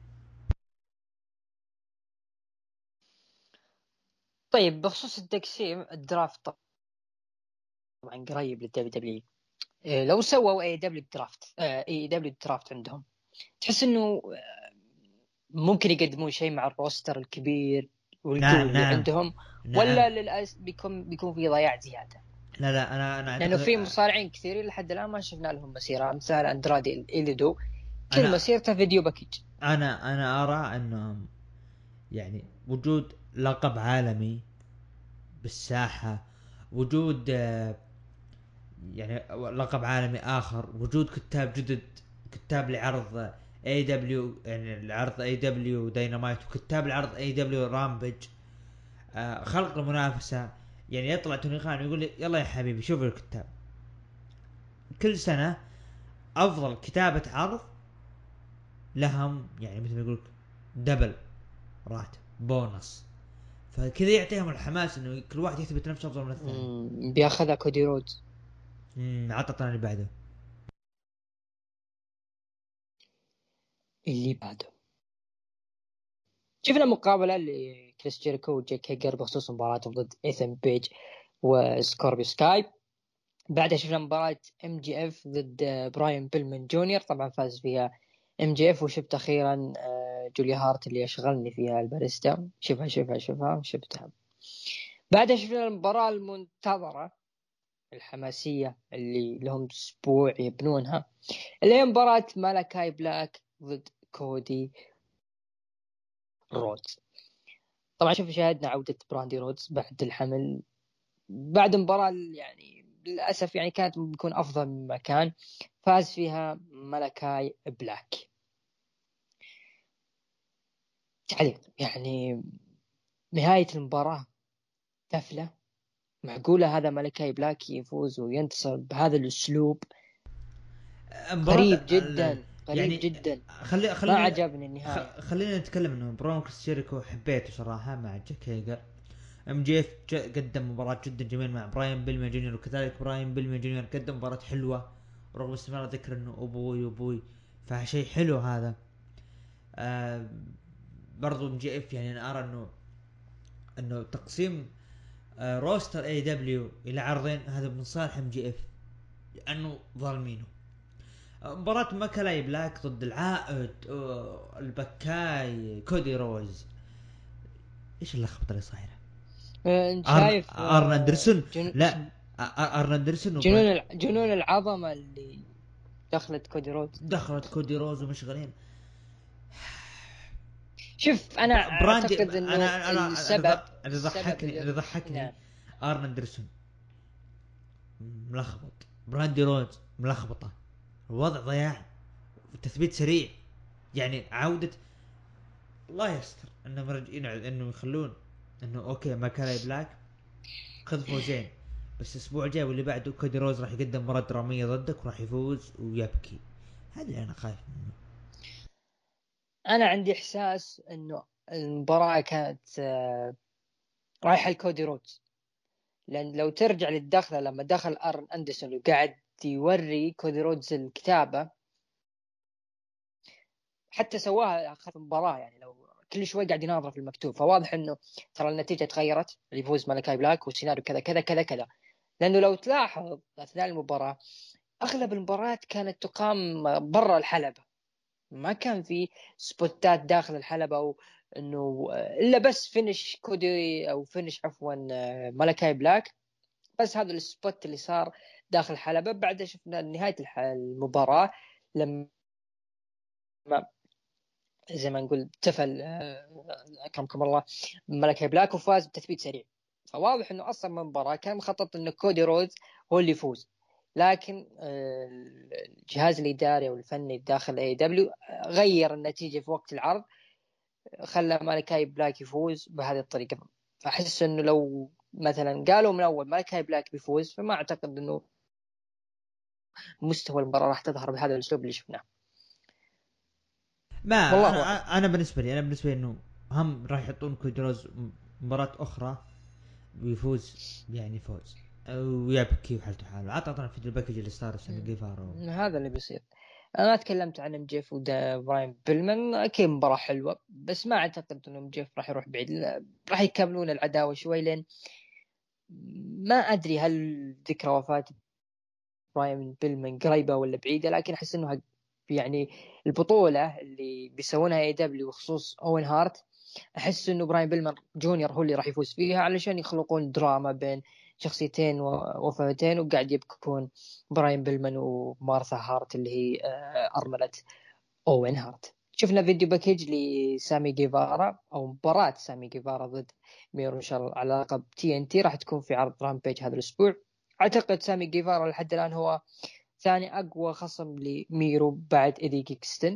طيب بخصوص التقسيم الدرافت طبعا قريب للدبليو دبليو. إيه لو سووا اي دبليو درافت آه اي دبليو درافت عندهم، تحس انه ممكن يقدمون شيء مع الروستر الكبير والقوي نعم اللي نعم عندهم، نعم. ولا للأس بيكون بيكون في ضياع زياده؟ لا لا انا انا لانه اعتقد. في مصارعين كثيرين لحد الان ما شفنا لهم مسيره، امثال اندرادي إليدو كل انا مسيرته فيديو باكج. انا انا ارى انه يعني وجود لقب عالمي بالساحه، وجود آه، يعني لقب عالمي اخر، وجود كتاب جدد، كتاب لعرض اي دبليو يعني العرض اي دبليو داينامايت، وكتاب العرض اي دبليو رامبج، آه خلق المنافسه. يعني يطلع توني خان ويقول لي يلا يا حبيبي شوف الكتاب، كل سنه افضل كتابه عرض لهم، يعني مثل ما يقول دبل راتب بونص، فكذا يعطيهم الحماس انه كل واحد يثبت نفسه افضل من الثاني. مم، بياخذها كودي رودز. امم عطتنا اللي بعده. اللي بعده شفنا مقابلة لكريس جيريكو وجيك هيجر بخصوص مباراتهم ضد إيثن بيج وسكوربيو سكاي. بعدها شفنا مباراة ام جي اف ضد براين بيلمن جونيور، طبعا فاز فيها ام جي اف. وشفت اخيرا جوليا هارت اللي اشغلني فيها الباريستا، شوفها شوفها شوفها شفتها. بعدها شفنا المباراة المنتظرة الحماسية اللي لهم اسبوع يبنونها، اللي هي مباراة مالاكاي بلاك ضد كودي رودز. طبعا شوف شاهدنا عودة براندي رودز بعد الحمل، بعد مباراة يعني للأسف يعني كانت بيكون أفضل مما كان، فاز فيها مالاكاي بلاك. تعليق يعني نهاية المباراة تفلة، معقولة هذا مالاكاي بلاك يفوز وينتصر بهذا الأسلوب؟ مباراة غريب جدا غريب يعني جدا، خلي ما خلينا عجبني النهاية. خلينا نتكلم انه برون كريس جيريكو حبيته صراحه مع جاك هيجر. ام جي اف قدم مباراة جدا جميل مع براين بيلمن جونيور، وكذلك براين بيلمن جونيور قدم مباراة حلوة رغم استمرار ذكر انه ابوي ابوي، فشيء حلو هذا. آه برضو ام جي اف يعني انا ارى انه انه تقسيم آه روستر اي دبليو الى عرضين هذا من صالح ام جي اف لانه ظالمينه. مباراة ماكالاي بلاك ضد العائد آه البكاي كودي روز، ايش اللخبطة اللي صايرة؟ انت ارن شايف ارن اندرسون، جن... لا ارن اندرسون جنون وبراند الع- جنون العظمة اللي دخلت كودي رودز. دخلت كودي روز ومشغلين شوف انا براندي. اعتقد انه انا انا السبب انا اللي السبب ضحكني اللي اللي ضحكني نعم. ارن اندرسون ملخبط، براندي روز ملخبطه، الوضع ضياع، التثبيت سريع، يعني عودة الله يستر انه مرجعين انه يخلون انه اوكي ماكالاي بلاك خذ فوزين، بس الاسبوع الجاي واللي بعده كودي روز راح يقدم مباراة درامية ضدك وراح يفوز ويبكي. هذا اللي انا خايف منه. انا عندي احساس انه المباراة كانت آه، رايحة لكودي رودز، لان لو ترجع للدخله لما دخل ارن اندرسون وقاعد يوري كودي رودز الكتابة، حتى سواها اخذ مباراة يعني لو كل شوي قاعد يناظر في المكتوب، فواضح انه ترى النتيجة تغيرت، اللي يفوز مالاكاي بلاك والسيناريو كذا كذا كذا كذا. لانه لو تلاحظ اثناء المباراة اغلب المباريات كانت تقام برا الحلبة، ما كان في سبوتات داخل الحلبة او انه الا بس فينش كودي او فينش عفوا مالاكاي بلاك، بس هذا السبوت اللي صار داخل الحلبة. بعد شفنا نهاية المباراة لما زي ما نقول تفل اكرمكم الله مالاكاي بلاك وفاز بتثبيت سريع. فواضح انه اصلا من المباراة كان مخطط انه كودي رودز هو اللي يفوز، لكن الجهاز الاداري او الفني داخل اي دبليو غير النتيجه في وقت العرض، خلى مالاكاي بلاك يفوز بهذه الطريقه. فاحس انه لو مثلا قالوا من اول مالاكاي بلاك بيفوز، فما اعتقد انه مستوى المباراه راح تظهر بهذا الاسلوب اللي شفناه. ما والله اعلم. انا انا بالنسبه لي انا بالنسبه لي انه هم راح يحطون كودروز مباراة اخرى ويفوز يعني فوز ويبكي وحالته حاله. عطى في الباكج اللي صار سامي جيفارا. هذا اللي بيصير. انا تكلمت عن ام جيف وبراين بيلمان، اكيد مباراه حلوه، بس ما اعتقد انه ام جيف راح يروح بعيد، راح يكملون العداوه شوي، لين ما ادري هل ذكرى وفاه براين بيلمان قريبه ولا بعيده، لكن احس انه يعني البطوله اللي بيسوونها اي دبليو بخصوص اوين هارت، احس انه براين بيلمان جونيور هو اللي راح يفوز فيها، علشان يخلقون دراما بين شخصيتين ووفاتين وقاعد يبكون براين بيلمان ومارثا هارت اللي هي ارمله اوين هارت. شفنا فيديو باكيج لسامي جيفارا او مباراة سامي جيفارا ضد ميرو شارل على لقب تي ان تي، راح تكون في عرض رامبيج هذا الاسبوع. اعتقد سامي جيفارا لحد الان هو ثاني اقوى خصم لميرو بعد ايدي كيكستن.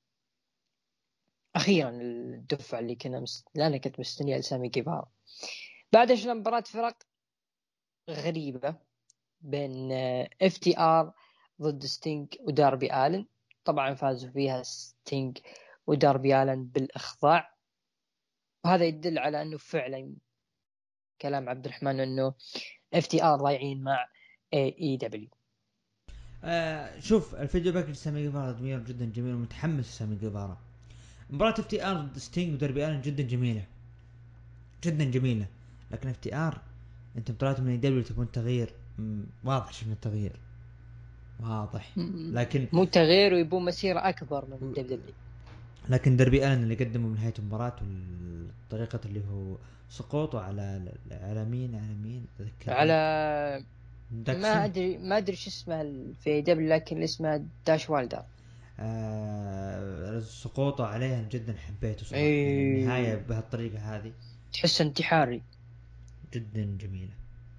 اخيرا الدفعه اللي كنا مست... لا انا كنت مستنيه لسامي جيفارا. بعد شفنا مباراة فرق غريبة بين اف تي ار ضد ستينج وداربي آلن. طبعا فازوا فيها ستينج وداربي آلن بالإخضاع. وهذا يدل على أنه فعلا كلام عبد الرحمن أنه اف تي ار ضايعين مع اي اي دبليو. آه شوف الفيديو باك لسامي جيفارا جميل جدا جميل ومتحمس سامي جيفارا. مباراة اف تي ار ضد ستينج ودربي الن جدا جميلة جدا جميلة. لكن اف تي ار انت طلعت من دبليو تبون تغيير، واضح شفنا التغيير واضح. لكن مو تغيير ويبون مسيرة أكبر من دبليو دبليو. لكن دربي الن اللي قدمه من نهاية المباراة والطريقة اللي هو سقوطه على على مين على مين أذكر على ما داكسون. أدري ما أدري شو اسمه في دبليو، لكن اسمه داش والدر. آه سقوطه عليها جدا حبيته صراحة. إيه. يعني النهاية بهالطريقة هذه تحس انتحاري جدا جميلة.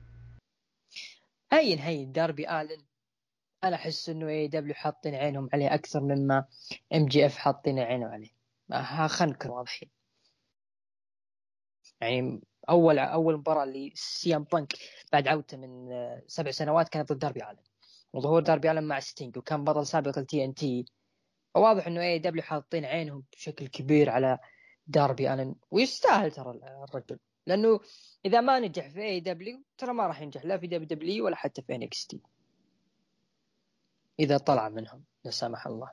هين هين داربي آلن أنا أحس إنه اي دبليو حاطين عينهم عليه أكثر مما ام جي اف حاطين عينهم عليه. ها خلينا نكون واضحين. يعني أول أول مباراة اللي سي ام بانك بعد عودته من سبع سنوات كانت ضد داربي آلن، وظهور داربي آلن مع ستينج، وكان بطل سابق التي ان تي. واضح إنه اي دبليو حاطين عينهم بشكل كبير على داربي آلن، ويستاهل ترى الرجل، لأنه إذا ما نجح في اي دبليو ترى ما راح ينجح لا في دبليو دبليو ولا حتى في انكس تي إذا طلع منهم لا سمح الله.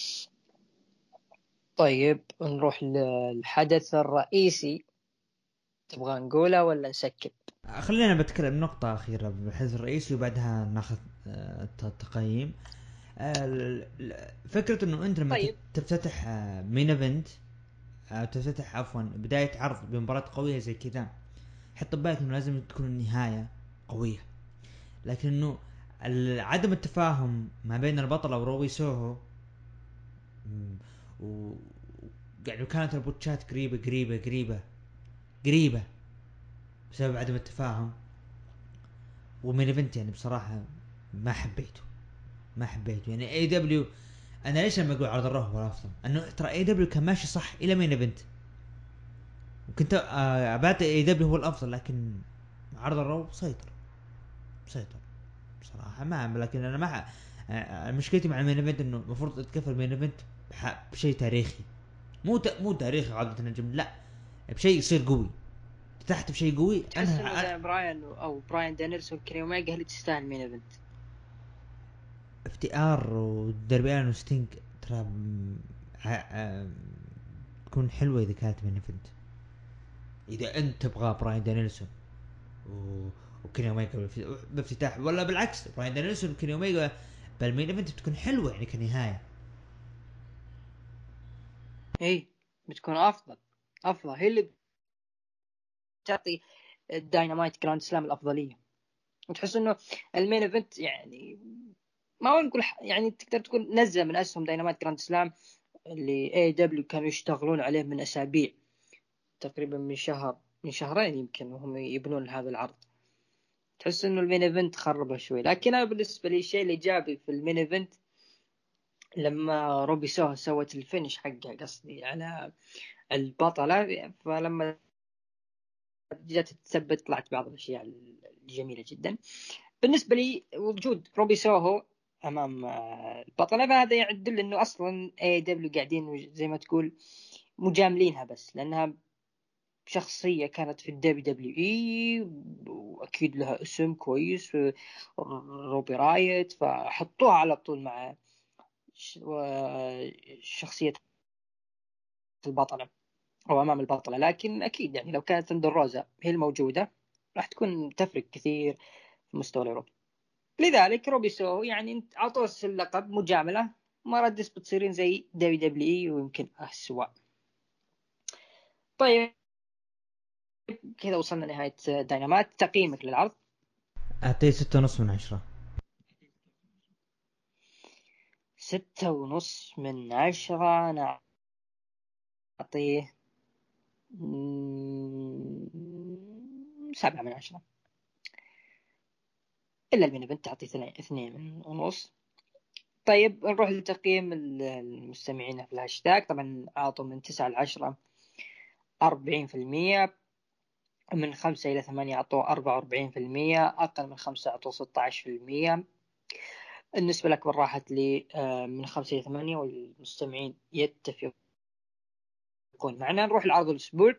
طيب نروح للحدث الرئيسي، تبغى نقوله ولا نسكب؟ خلينا بتكلم نقطة أخيرة بالحدث الرئيسي وبعدها ناخذ آه تقييم. آه فكرة إنه أنت لما طيب. تفتتح آه مين إيفنت أو تفتتح عفوا بداية عرض بمباراة قوية زي كذا، حط ببالك إنه لازم تكون النهاية قوية. لكن إنه عدم التفاهم ما بين البطل وروي سوهو و يعني كانت البوتشات قريبة قريبة قريبة قريبة بسبب عدم التفاهم. ومين ايفنت يعني بصراحة ما حبيته ما حبيته يعني اي دبليو. انا ليش لما اقول عرض الروح هو الافضل؟ انه ترى اي دبليو كان ماشي صح الى مين ايفنت، وكنت آه بعد اي دبليو هو الافضل، لكن عرض الروح سيطر سيطر بصراحة ما. لكن انا ما آه مشكلتي مع المين ايفنت انه المفروض تكفل المين ايفنت بشيء تاريخي، مو ت... مو تاريخي عقدة النجم، لا بشيء يصير قوي تحت بشيء قوي. تحس انه انا زي براين او براين دانيلسون كريم اوميجا اللي تستاهل مين ايفنت. اف تي ار ودربي الن وستينج ترى تكون حلوة اذا كانت من ايفنت. اذا انت تبغى براين دانيلسون و... وكيني اوميجا بافتتاح، ولا بالعكس براين دانيلسون وكيني اوميجا بالمين ايفنت بتكون حلوة يعني كنهاية. اي بتكون افضل افضل، هي اللي تعطي الداينامايت جراند سلام الافضليه. وتحس انه المين ايفنت يعني ما نقول يعني تقدر تقول نزل من اسهم داينامايت جراند سلام اللي اي دبليو كانوا يشتغلون عليه من اسابيع، تقريبا من شهر من شهرين يمكن وهم يبنون هذا العرض. تحس انه المين ايفنت خربه شوي. لكن انا بالنسبه لي الشيء الايجابي في المين ايفنت لما روبي سوها سوت الفينش حقها، قصدي على البطلة، فلما جت تثبت طلعت بعض الأشياء الجميلة جدا بالنسبة لي. وجود روبي سوهو أمام البطلة فهذا يدل أنه أصلا اي دبليو قاعدين زي ما تقول مجاملينها، بس لأنها شخصية كانت في الدبليو دبليو اي وأكيد لها اسم كويس روبي رايت، فحطوها على طول مع شخصية البطلة أو أمام البطلة. لكن أكيد يعني لو كانت ثندر روزا هي الموجودة راح تكون تفرق كثير في مستوى العروض. لذلك روبي سو يعني عطوه اللقب مجاملة، ما ردس بتصيرين زي دبليو دبليو اي ويمكن أسوأ. طيب كذا وصلنا لنهاية داينامات. تقييمك للعرض؟ اعطيه ستة ونص من عشرة. ستة ونص من عشرة. أنا أعطيه سبعة من عشرة. إلا المين إيفنت تعطيه اثنين ونص. طيب نروح لتقييم المستمعين في الهاشتاج. طبعا أعطوا من تسعة لعشرة أربعين في المية، من خمسة إلى ثمانية أعطوا أربعة وأربعين في المية، أقل من خمسة أعطوا ستة عشر في المية. النسبة الأكبر راحت لي من خمسة إلى ثمانية، والمستمعين يتفقون معنا نروح لعرض الأسبوع.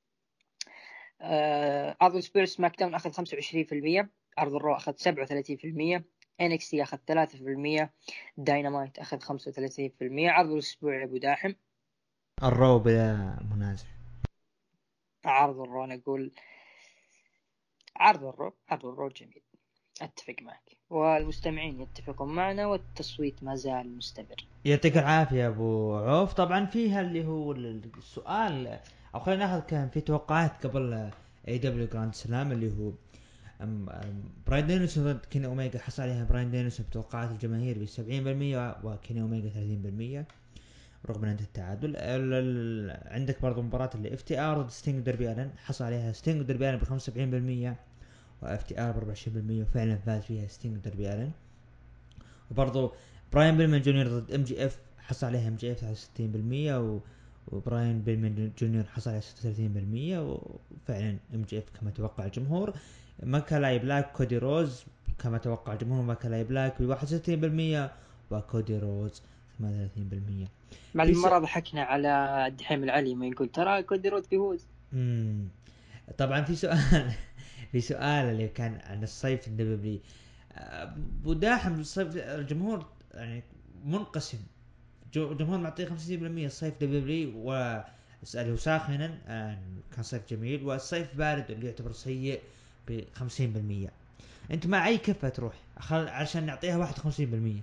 آه عرض الأسبوع سماك داون أخذ خمسة وعشرين بالمية، عرض الرو أخذ سبعة وثلاثين بالمية، إن إكس تي أخذ ثلاثة بالمية، داينامايت أخذ خمسة وثلاثين بالمية. عرض الأسبوع أبو داحم. الرو بلا منازع. عرض الرو نقول عرض الرو عرض الرو جميل، أتفق معك والمستمعين يتفقون معنا والتصويت ما زال مستمر. يعطيك العافية أبو عوف. طبعا فيها اللي هو السؤال، أو خلينا ناخذ كان في توقعات قبل اي دبليو جراند سلام اللي هو أم أم براين دينيسون ضد كيني أوميجا. حصل عليها براين دينيسون بتوقعات الجماهير بسبعين بالمية وكيني أوميجا ثلاثين بالمية رغم أن التعادل. ال ال عندك برضو مباراة اللي اف تي ار ضد ستينج ودربي ألن، حصل عليها ستينج ودربي ألن بخمسة وسبعين بالمية واف تي ار بأربعة وعشرين بالمية وفعلا فاز فيها ستينج ودربي ألن. وبرضو براين بيلمان جونيور ضد ام جي اف، حصل عليها ام جي اف ثلاثة وستين بالمية و وبراين بيلمان جونيور حصل على ستة وثلاثين بالمية وفعلا ام جي اف كما توقع الجمهور. ماكالاي بلاك كودي روز كما توقع الجمهور، ماكالاي بلاك ب واحد وستين بالمية وكودي روز ثمانية وثلاثين بالمية. بعد المرة ضحكنا على دحيم العلي ما يقول ترى كودي رود بيفوز. امم طبعا في سؤال في سؤال اللي كان عن الصيف الدبليو بداحم الصيف الجمهور يعني منقسم، جمهور معطيه خمسين بالمية الصيف دبليو واسأله ساخنا كان صيف جميل، والصيف بارد اللي يعتبر سيء ب خمسين بالمية. انت مع اي كفة تروح خل... عشان نعطيها واحد وخمسين بالمية؟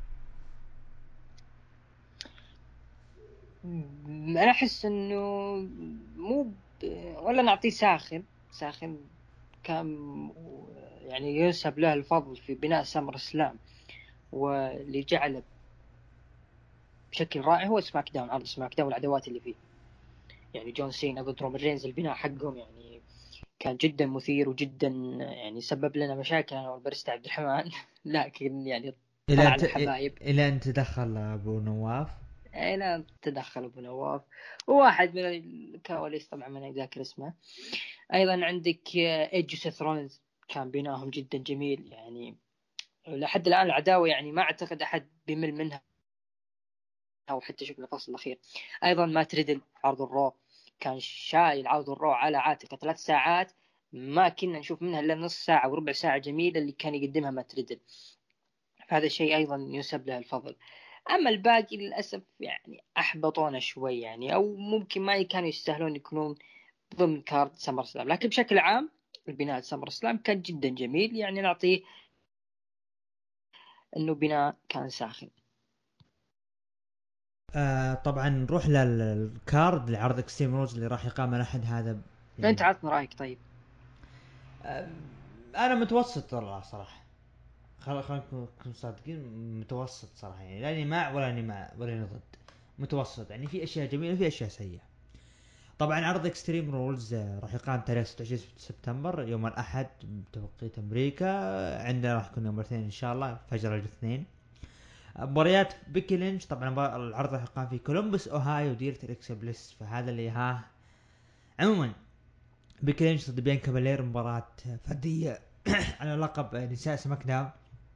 انا احس انه مو ب... ولا نعطيه ساخن ساخن كان يعني ينسب له الفضل في بناء سمر سلام، واللي جعله بشكل رائع هو سماك داون. عرض سماك داون والعدوات اللي فيه، يعني جون سينا ضد رومان رينز البناء حقهم يعني كان جدا مثير وجدا يعني سبب لنا مشاكل انا والبرست عبد الرحمن لكن يعني طلع لنا حبايب الى ان تدخل ابو نواف. الى تدخل ابو نواف وواحد من الكواليس طبعا ما ذاكر اسمه. ايضا عندك ايج سيث رولينز كان بينهم جدا جميل، يعني لحد الان العداوه يعني ما اعتقد احد بيمل منها او حتى شفنا الفصل الاخير. ايضا ما تريدل عرض الرو كان شايل عرض الرو على عاتقه ثلاث ساعات، ما كنا نشوف منها الا نص ساعه وربع ساعه جميله اللي كان يقدمها ما تريدل، فهذا الشيء ايضا ينسب له الفضل. اما الباقي للاسف يعني احبطونا شوي يعني، او ممكن ما كانوا يستاهلون يكونون ضمن كارد سمر سلام، لكن بشكل عام البناء سمر سلام كان جدا جميل، يعني نعطيه انه بناء كان ساخن. آه طبعا نروح للكارد لعرض اكستريم روز اللي راح يقام الاحد هذا. يعني انت عطنا رايك طيب. آه انا متوسط والله صراحه، خل خلينا نكون صادقين، متوسط صراحه، يعني لاني مع ولا اني مع ولا اني ضد، متوسط. يعني في اشياء جميله وفي اشياء سيئه. طبعا عرض اكستريم رولز راح يقام تاريخ ستة وعشرين سبتمبر يوم الاحد بتوقيت امريكا، عندنا راح يكون يوم الاثنين ان شاء الله فجر الاثنين. مباريات بيكي لينش، طبعا العرض راح يقام في كولومبوس اوهايو ديرة الاكس بليس، فهذا اللي ها. عموما بيكي لينش ضد بيان كابالير، مباراة فردية على لقب نساء سماك داون.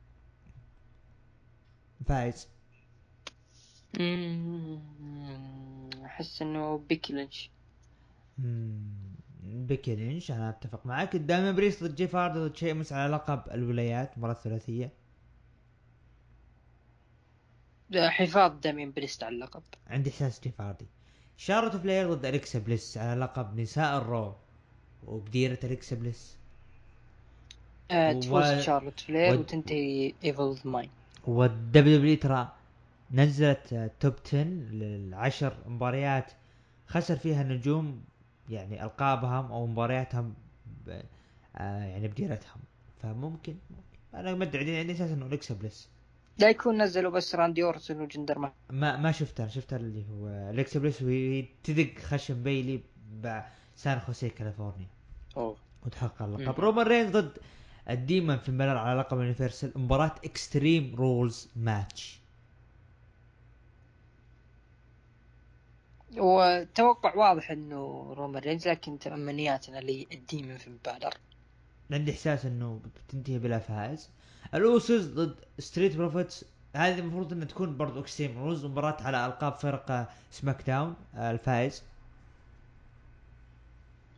فايز احس انه بيكي لينش. بيكي لينش، انا اتفق معك. دايما بريس ضد جيف هاردي ضد شيء على لقب الولايات، مباراة ثلاثية. حفاظ دامين بريست على اللقب. عندي احساس جيف هاردي. شارلوت فلير ضد اليكسا بليس على لقب نساء الرو وبديرة اليكسا بليس. أه و تفوز شارلوت فلير و وتنتهي ايفل ماين. والدبليو دبليو ترى نزلت توب عشرة للعشر مباريات خسر فيها النجوم يعني القابهم او مبارياتهم ب... آه يعني بديرتهم، فممكن ممكن انا مدعي عندي اساس انه اليكسا بليس. لا يكون نزلوا بس راندي اورتون وجندر ما. ما ما شفته، انا شفته اللي هو اليكسا بليس وهي تدق خشم بيلي بسان خوسيه كاليفورنيا اوه وتحقق اللقب. رومان رينز ضد الديمن في الملل على لقب يونيفرسال، مباراة اكستريم رولز ماتش. وتوقع واضح انه رومان رينز، لكن تمنياتنا للديمن في مبادر. عندي احساس انه بتنتهي بلا فائز. الاوسوس ضد ستريت بروفيتس، هذه المفروض انها تكون برضو اكستريم رولز، مباراة على القاب فرقة سماك داون. الفائز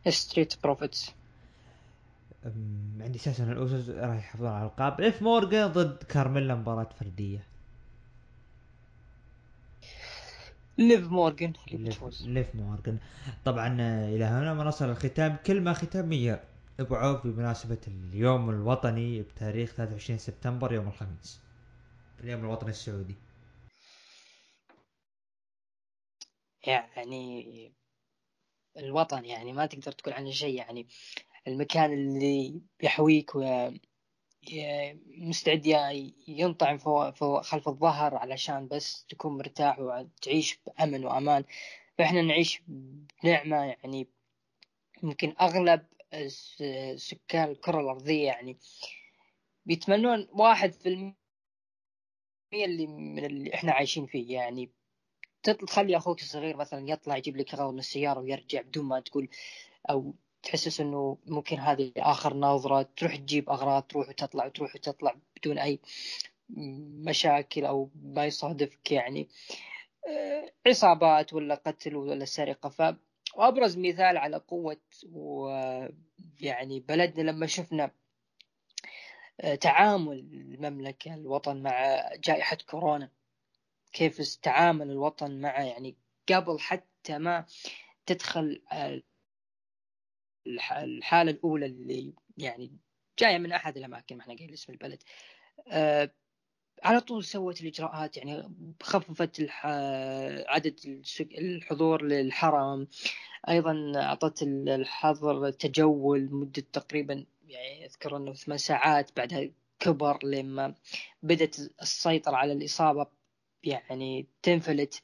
ستريت بروفيتس. أم، عندي اساس ان الاوسوس راح يحافظون على الالقاب. اف مورغان ضد كارميلا مباراة فردية. ليف مورغان اللي ليف بتفوز. ليف مورغان. طبعا آه، الى هنا ما نصل الختام. كلمة ختامية ابو عوف بمناسبة اليوم الوطني بتاريخ ثلاثة وعشرين سبتمبر يوم الخميس، اليوم الوطني السعودي. يعني الوطن يعني ما تقدر تقول عنه شيء، يعني المكان اللي يحويك ومستعد ينطعم فوق فوق خلف الظهر علشان بس تكون مرتاح وتعيش بأمن وأمان. فإحنا نعيش بنعمة، يعني يمكن أغلب الس- سكان الكرة الأرضية يعني بيتمنون واحد في المية اللي من اللي إحنا عايشين فيه. يعني تطل- تخلي أخوك الصغير مثلا يطلع يجيب لك أغراض من السيارة ويرجع بدون ما تقول او تحسس انه ممكن هذه اخر نظرة، تروح تجيب اغراض، تروح وتطلع وتروح وتطلع بدون اي مشاكل او ما يصادفك يعني آه، عصابات ولا قتل ولا سرقة. ف وابرز مثال على قوة ويعني بلدنا لما شفنا آه، تعامل المملكة الوطن مع جائحة كورونا، كيف تعامل الوطن مع يعني قبل حتى ما تدخل الح- الحالة الأولى اللي يعني جاية من أحد الأماكن ما احنا قايل اسم البلد. آه على طول سوت الإجراءات، يعني خففت الح... عدد السك- الحضور للحرم. أيضا أعطت الحظر التجول مدة تقريبا، يعني أذكر أنه ثمان ساعات، بعدها كبر لما بدأت السيطرة على الإصابة يعني تنفلت.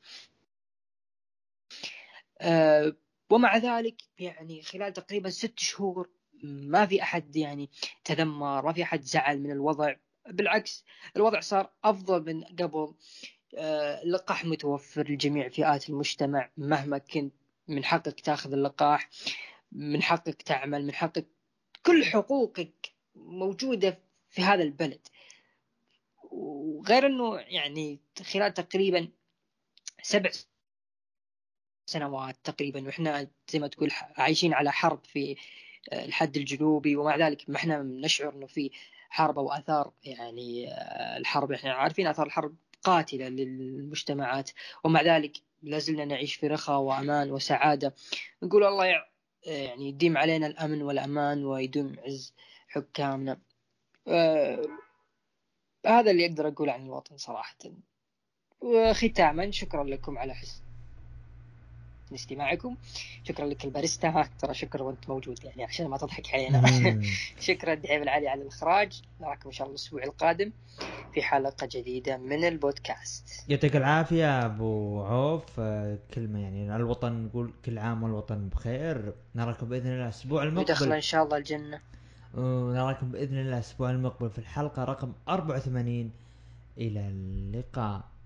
آه، ومع ذلك يعني خلال تقريبا ست شهور ما في أحد يعني تذمر، ما في أحد زعل من الوضع. بالعكس، الوضع صار أفضل من قبل. آه، اللقاح متوفر لجميع فئات المجتمع، مهما كنت من حقك تاخذ اللقاح، من حقك تعمل، من حقك كل حقوقك موجودة في هذا البلد. وغير أنه يعني خلال تقريبا سبع سنوات تقريبا واحنا زي ما تقول عايشين على حرب في الحد الجنوبي، ومع ذلك ما احنا نشعر انه في حرب او اثار. يعني الحرب احنا عارفين اثار الحرب قاتلة للمجتمعات، ومع ذلك لازلنا نعيش في رخاء وامان وسعادة. نقول الله يع... يعني يديم علينا الامن والامان ويدوم عز حكامنا. آه، هذا اللي اقدر اقول عن الوطن صراحة. وختاما شكرا لكم على حسن استماعكم. شكرا لك الباريستا، ترى شكرا وانت موجود يعني عشان ما تضحك علينا. مهم. شكرا دعيم العالي على الإخراج. نراكم إن شاء الله الأسبوع القادم في حلقة جديدة من البودكاست. يعطيك العافية أبو عوف. آه، كلمة يعني الوطن نقول كل عام والوطن بخير. نراكم بإذن الله الأسبوع ودخل المقبل. إن شاء الله الجنة. ونراكم بإذن الله الأسبوع المقبل في الحلقة رقم أربعة وثمانين. إلى اللقاء.